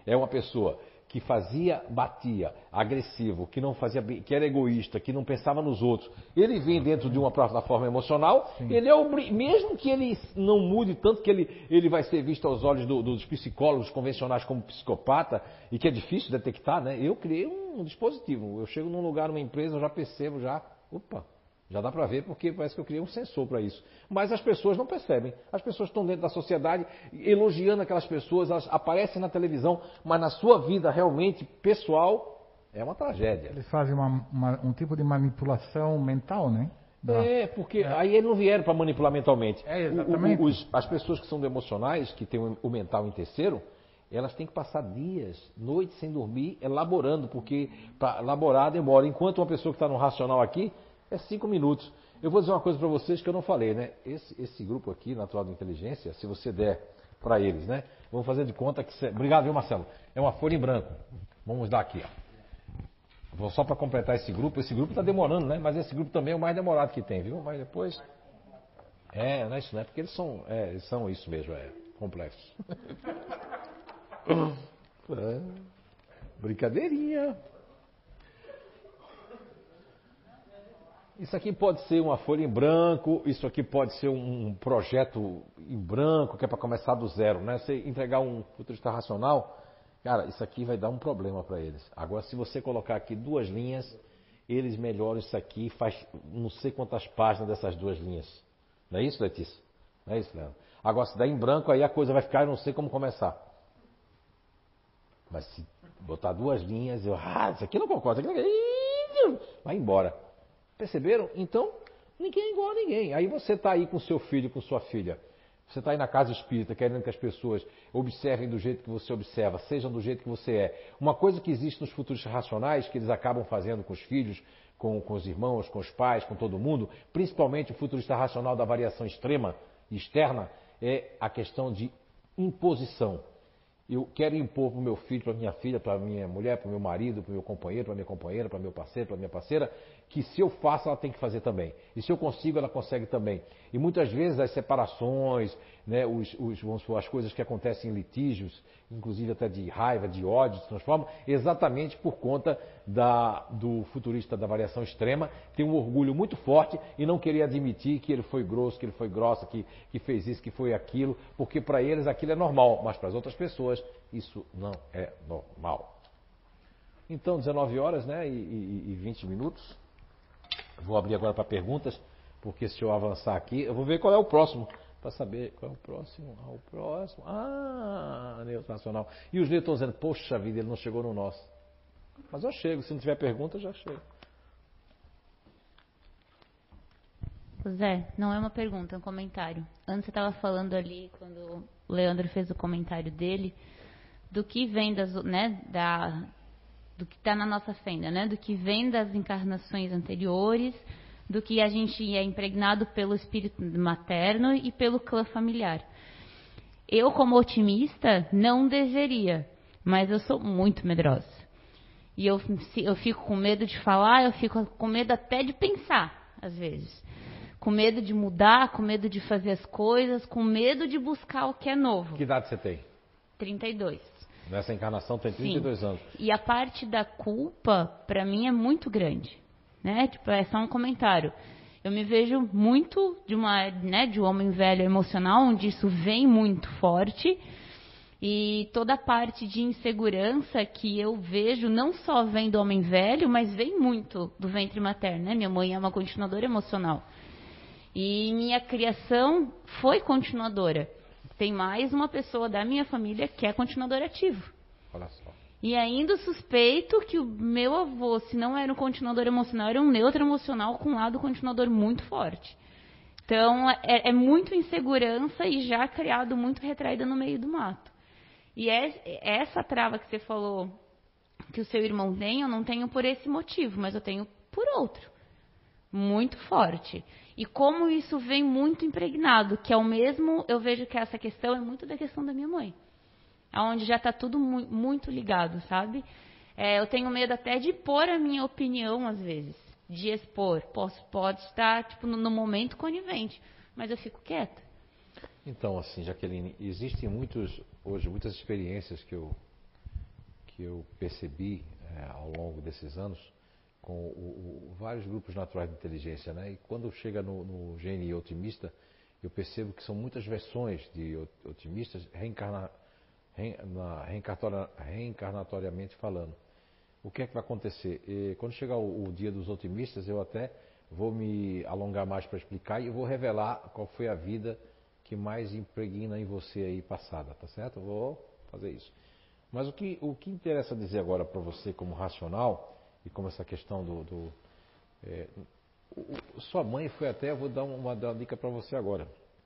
batia, agressivo, que não fazia bem, que era egoísta, que não pensava nos outros, ele vem dentro de uma plataforma emocional, mesmo que ele não mude tanto, que ele vai ser visto aos olhos dos psicólogos convencionais como psicopata, e que é difícil detectar, né? Eu criei um dispositivo, eu chego num lugar, numa empresa, eu já percebo, já dá para ver, porque parece que eu criei um sensor para isso. Mas as pessoas não percebem. As pessoas estão dentro da sociedade elogiando aquelas pessoas, elas aparecem na televisão, mas na sua vida realmente pessoal é uma tragédia. Eles fazem um tipo de manipulação mental, né? Porque aí eles não vieram para manipular mentalmente. Exatamente. As pessoas que são emocionais, que têm o mental em terceiro, elas têm que passar dias, noites sem dormir, elaborando, porque para elaborar demora. Enquanto uma pessoa que está no racional aqui, é 5 minutos. Eu vou dizer uma coisa para vocês que eu não falei, né? Esse grupo aqui, Natural de Inteligência, se você der para eles, né? Vamos fazer de conta que... Obrigado, viu, Marcelo? É uma folha em branco. Vamos dar aqui, ó. Vou só para completar esse grupo. Esse grupo está demorando, né? Mas esse grupo também é o mais demorado que tem, viu? Mas depois... não é isso, né? Porque eles são isso mesmo, complexos. Brincadeirinha. Isso aqui pode ser uma folha em branco, isso aqui pode ser um projeto em branco, que é para começar do zero, né? Você entregar um futurista racional, cara, isso aqui vai dar um problema para eles. Agora, se você colocar aqui 2 linhas, eles melhoram isso aqui, faz não sei quantas páginas dessas 2 linhas. Não é isso, Letícia? Não é isso, Leandro? Agora, se der em branco, aí a coisa vai ficar, eu não sei como começar. Mas se botar 2 linhas, isso aqui eu não concordo, isso aqui vai embora. Perceberam? Então, ninguém é igual a ninguém. Aí você está aí com seu filho, com sua filha. Você está aí na casa espírita querendo que as pessoas observem do jeito que você observa, sejam do jeito que você é. Uma coisa que existe nos futuristas racionais, que eles acabam fazendo com os filhos, com os irmãos, com os pais, com todo mundo, principalmente o futurista racional da variação extrema e externa, é a questão de imposição. Eu quero impor para o meu filho, para a minha filha, para a minha mulher, para o meu marido, para o meu companheiro, para a minha companheira, para o meu parceiro, para a minha parceira, que se eu faço, ela tem que fazer também. E se eu consigo, ela consegue também. E muitas vezes as separações, né, vamos supor, as coisas que acontecem em litígios, inclusive até de raiva, de ódio, se transformam exatamente por conta do futurista da variação extrema, ter um orgulho muito forte e não querer admitir que ele foi grosso, que ele foi grossa, que fez isso, que foi aquilo, porque para eles aquilo é normal, mas para as outras pessoas isso não é normal. Então, 19 horas, né, e 20 minutos. Vou abrir agora para perguntas, porque se eu avançar aqui, eu vou ver qual é o próximo, para saber qual é o próximo. O próximo. Neutro Nacional. E os neutros estão dizendo, poxa vida, ele não chegou no nosso. Mas eu chego, se não tiver pergunta, eu já chego. Zé, não é uma pergunta, é um comentário. Antes você estava falando ali, quando o Leandro fez o comentário dele, do que vem do que está na nossa fenda, né? Do que vem das encarnações anteriores, do que a gente é impregnado pelo espírito materno e pelo clã familiar. Eu, como otimista, não deveria, mas eu sou muito medrosa. E eu fico com medo de falar, eu fico com medo até de pensar, às vezes. Com medo de mudar, com medo de fazer as coisas, com medo de buscar o que é novo. Que idade você tem? 32. Nessa encarnação tem 32 Sim. anos. E a parte da culpa, para mim, é muito grande. Né? Tipo, é só um comentário. Eu me vejo muito de um homem velho emocional, onde isso vem muito forte. E toda a parte de insegurança que eu vejo, não só vem do homem velho, mas vem muito do ventre materno. Né? Minha mãe é uma continuadora emocional. E minha criação foi continuadora. Tem mais uma pessoa da minha família que é continuador ativo. Olha só. E ainda suspeito que o meu avô, se não era um continuador emocional, era um neutro emocional com um lado continuador muito forte. Então, é muito insegurança e já criado muito retraída no meio do mato. E essa trava que você falou que o seu irmão tem, eu não tenho por esse motivo, mas eu tenho por outro. Muito forte. E como isso vem muito impregnado, que é o mesmo, eu vejo que essa questão é muito da questão da minha mãe. Onde já está tudo muito ligado, sabe? Eu tenho medo até de pôr a minha opinião, às vezes. De expor. Pode estar, tipo, no momento conivente. Mas eu fico quieta. Então, assim, Jaqueline, existem hoje muitas experiências que eu percebi ao longo desses anos com vários grupos naturais de inteligência, né? E quando chega no GNI otimista, eu percebo que são muitas versões de otimistas reencarnatoriamente falando. O que é que vai acontecer? Quando chegar o dia dos otimistas, eu até vou me alongar mais para explicar e vou revelar qual foi a vida que mais impregna em você aí passada, tá certo? Eu vou fazer isso. Mas o que interessa dizer agora para você como racional, e como essa questão sua mãe foi até, eu vou dar uma dica para você agora.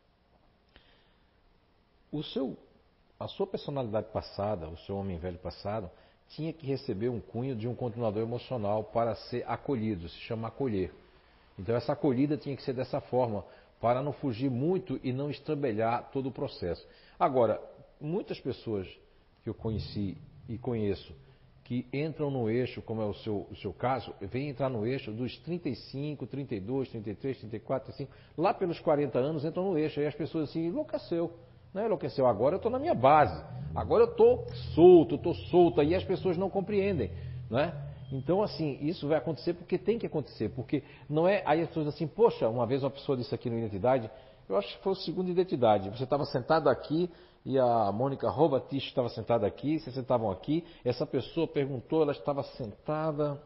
A sua personalidade passada, o seu homem velho passado, tinha que receber um cunho de um continuador emocional para ser acolhido, se chama acolher. Então essa acolhida tinha que ser dessa forma, para não fugir muito e não estrambelhar todo o processo. Agora, muitas pessoas que eu conheci e conheço, que entram no eixo, como é o seu caso, vem entrar no eixo dos 35, 32, 33, 34, 35, lá pelos 40 anos entram no eixo, aí as pessoas assim, enlouqueceu. Não enlouqueceu, agora eu estou na minha base, agora eu estou solta, e as pessoas não compreendem, né? Então, assim, isso vai acontecer porque tem que acontecer, porque não é, aí as pessoas assim, poxa, uma vez uma pessoa disse aqui no Identidade, eu acho que foi o segundo Identidade, você estava sentado aqui, e a Mônica Robatich estava sentada aqui, vocês sentavam aqui, essa pessoa perguntou, ela estava sentada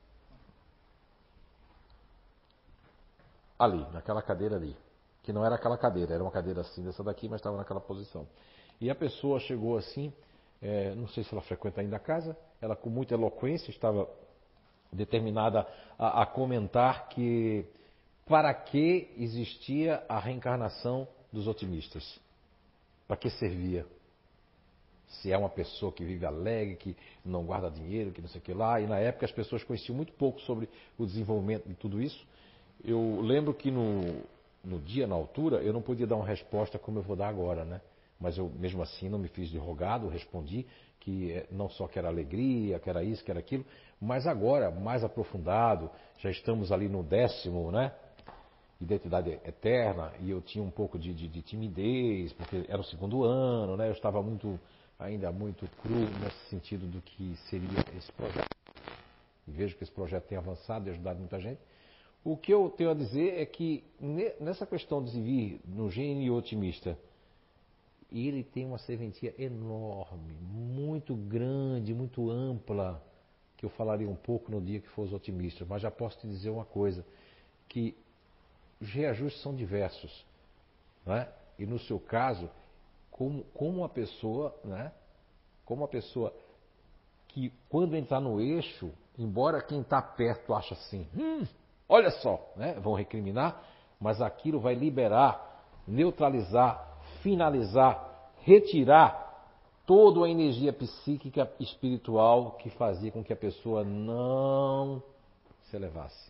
ali, naquela cadeira ali, que não era aquela cadeira, era uma cadeira assim, dessa daqui, mas estava naquela posição. E a pessoa chegou assim, não sei se ela frequenta ainda a casa, ela com muita eloquência estava determinada a comentar que para que existia a reencarnação dos otimistas? Para que servia? Se é uma pessoa que vive alegre, que não guarda dinheiro, que não sei o que lá. E na época as pessoas conheciam muito pouco sobre o desenvolvimento de tudo isso. Eu lembro que no dia, na altura, eu não podia dar uma resposta como eu vou dar agora, né? Mas eu, mesmo assim, não me fiz de rogado, respondi que não só que era alegria, que era isso, que era aquilo, mas agora, mais aprofundado, já estamos ali no 10º, né? Identidade eterna, e eu tinha um pouco de timidez, porque era o 2º ano, né? Eu estava ainda muito cru nesse sentido do que seria esse projeto. E vejo que esse projeto tem avançado e ajudado muita gente. O que eu tenho a dizer é que nessa questão de vir no GNI otimista, ele tem uma serventia enorme, muito grande, muito ampla, que eu falaria um pouco no dia que for os otimistas, mas já posso te dizer uma coisa, que os reajustes são diversos, né? E no seu caso, como uma pessoa, né? Como uma pessoa que quando entrar no eixo, embora quem está perto ache assim, olha só, né? Vão recriminar, mas aquilo vai liberar, neutralizar, finalizar, retirar toda a energia psíquica espiritual que fazia com que a pessoa não se elevasse.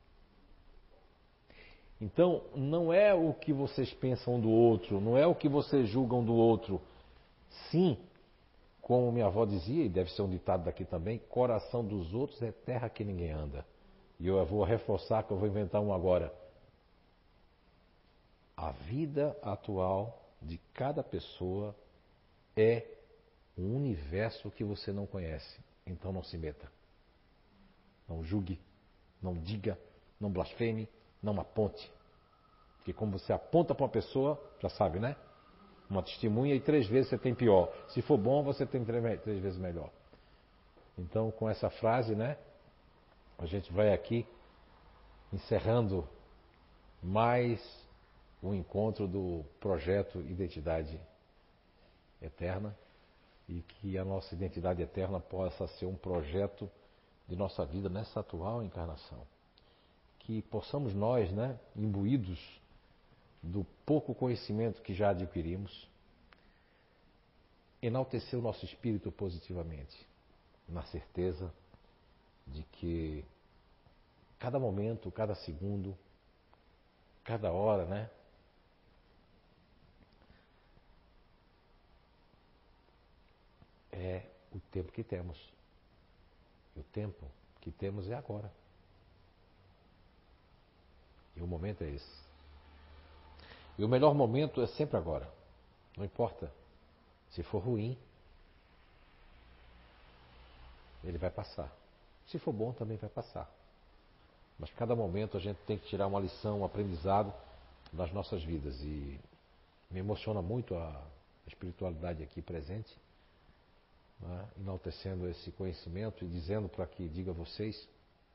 Então, não é o que vocês pensam do outro, não é o que vocês julgam do outro. Sim, como minha avó dizia, e deve ser um ditado daqui também, coração dos outros é terra que ninguém anda. E eu vou reforçar que eu vou inventar um agora. A vida atual de cada pessoa é um universo que você não conhece. Então não se meta. Não julgue, não diga, não blasfeme, não aponte. Porque como você aponta para uma pessoa, já sabe, né? Uma testemunha e 3 vezes você tem pior. Se for bom, você tem 3 vezes melhor. Então, com essa frase, né? A gente vai aqui encerrando mais um encontro do projeto Identidade Eterna e que a nossa identidade eterna possa ser um projeto de nossa vida nessa atual encarnação. Que possamos nós, né, imbuídos do pouco conhecimento que já adquirimos, enaltecer o nosso espírito positivamente, na certeza de que cada momento, cada segundo, cada hora, né, é o tempo que temos. E o tempo que temos é agora. E o momento é esse. E o melhor momento é sempre agora. Não importa. Se for ruim, ele vai passar. Se for bom, também vai passar. Mas cada momento a gente tem que tirar uma lição, um aprendizado das nossas vidas. E me emociona muito a espiritualidade aqui presente, né? Enaltecendo esse conhecimento e dizendo para que diga a vocês,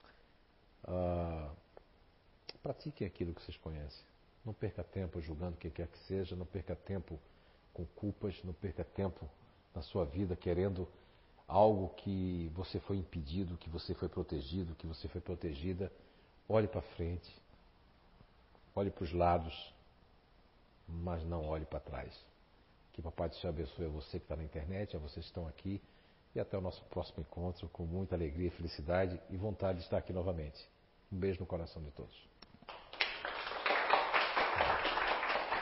pratiquem aquilo que vocês conhecem. Não perca tempo julgando o que quer que seja, não perca tempo com culpas, não perca tempo na sua vida querendo algo que você foi impedido, que você foi protegido, que você foi protegida. Olhe para frente, olhe para os lados, mas não olhe para trás. Que Papai do Céu abençoe a você que está na internet, a vocês que estão aqui, e até o nosso próximo encontro com muita alegria, felicidade e vontade de estar aqui novamente. Um beijo no coração de todos.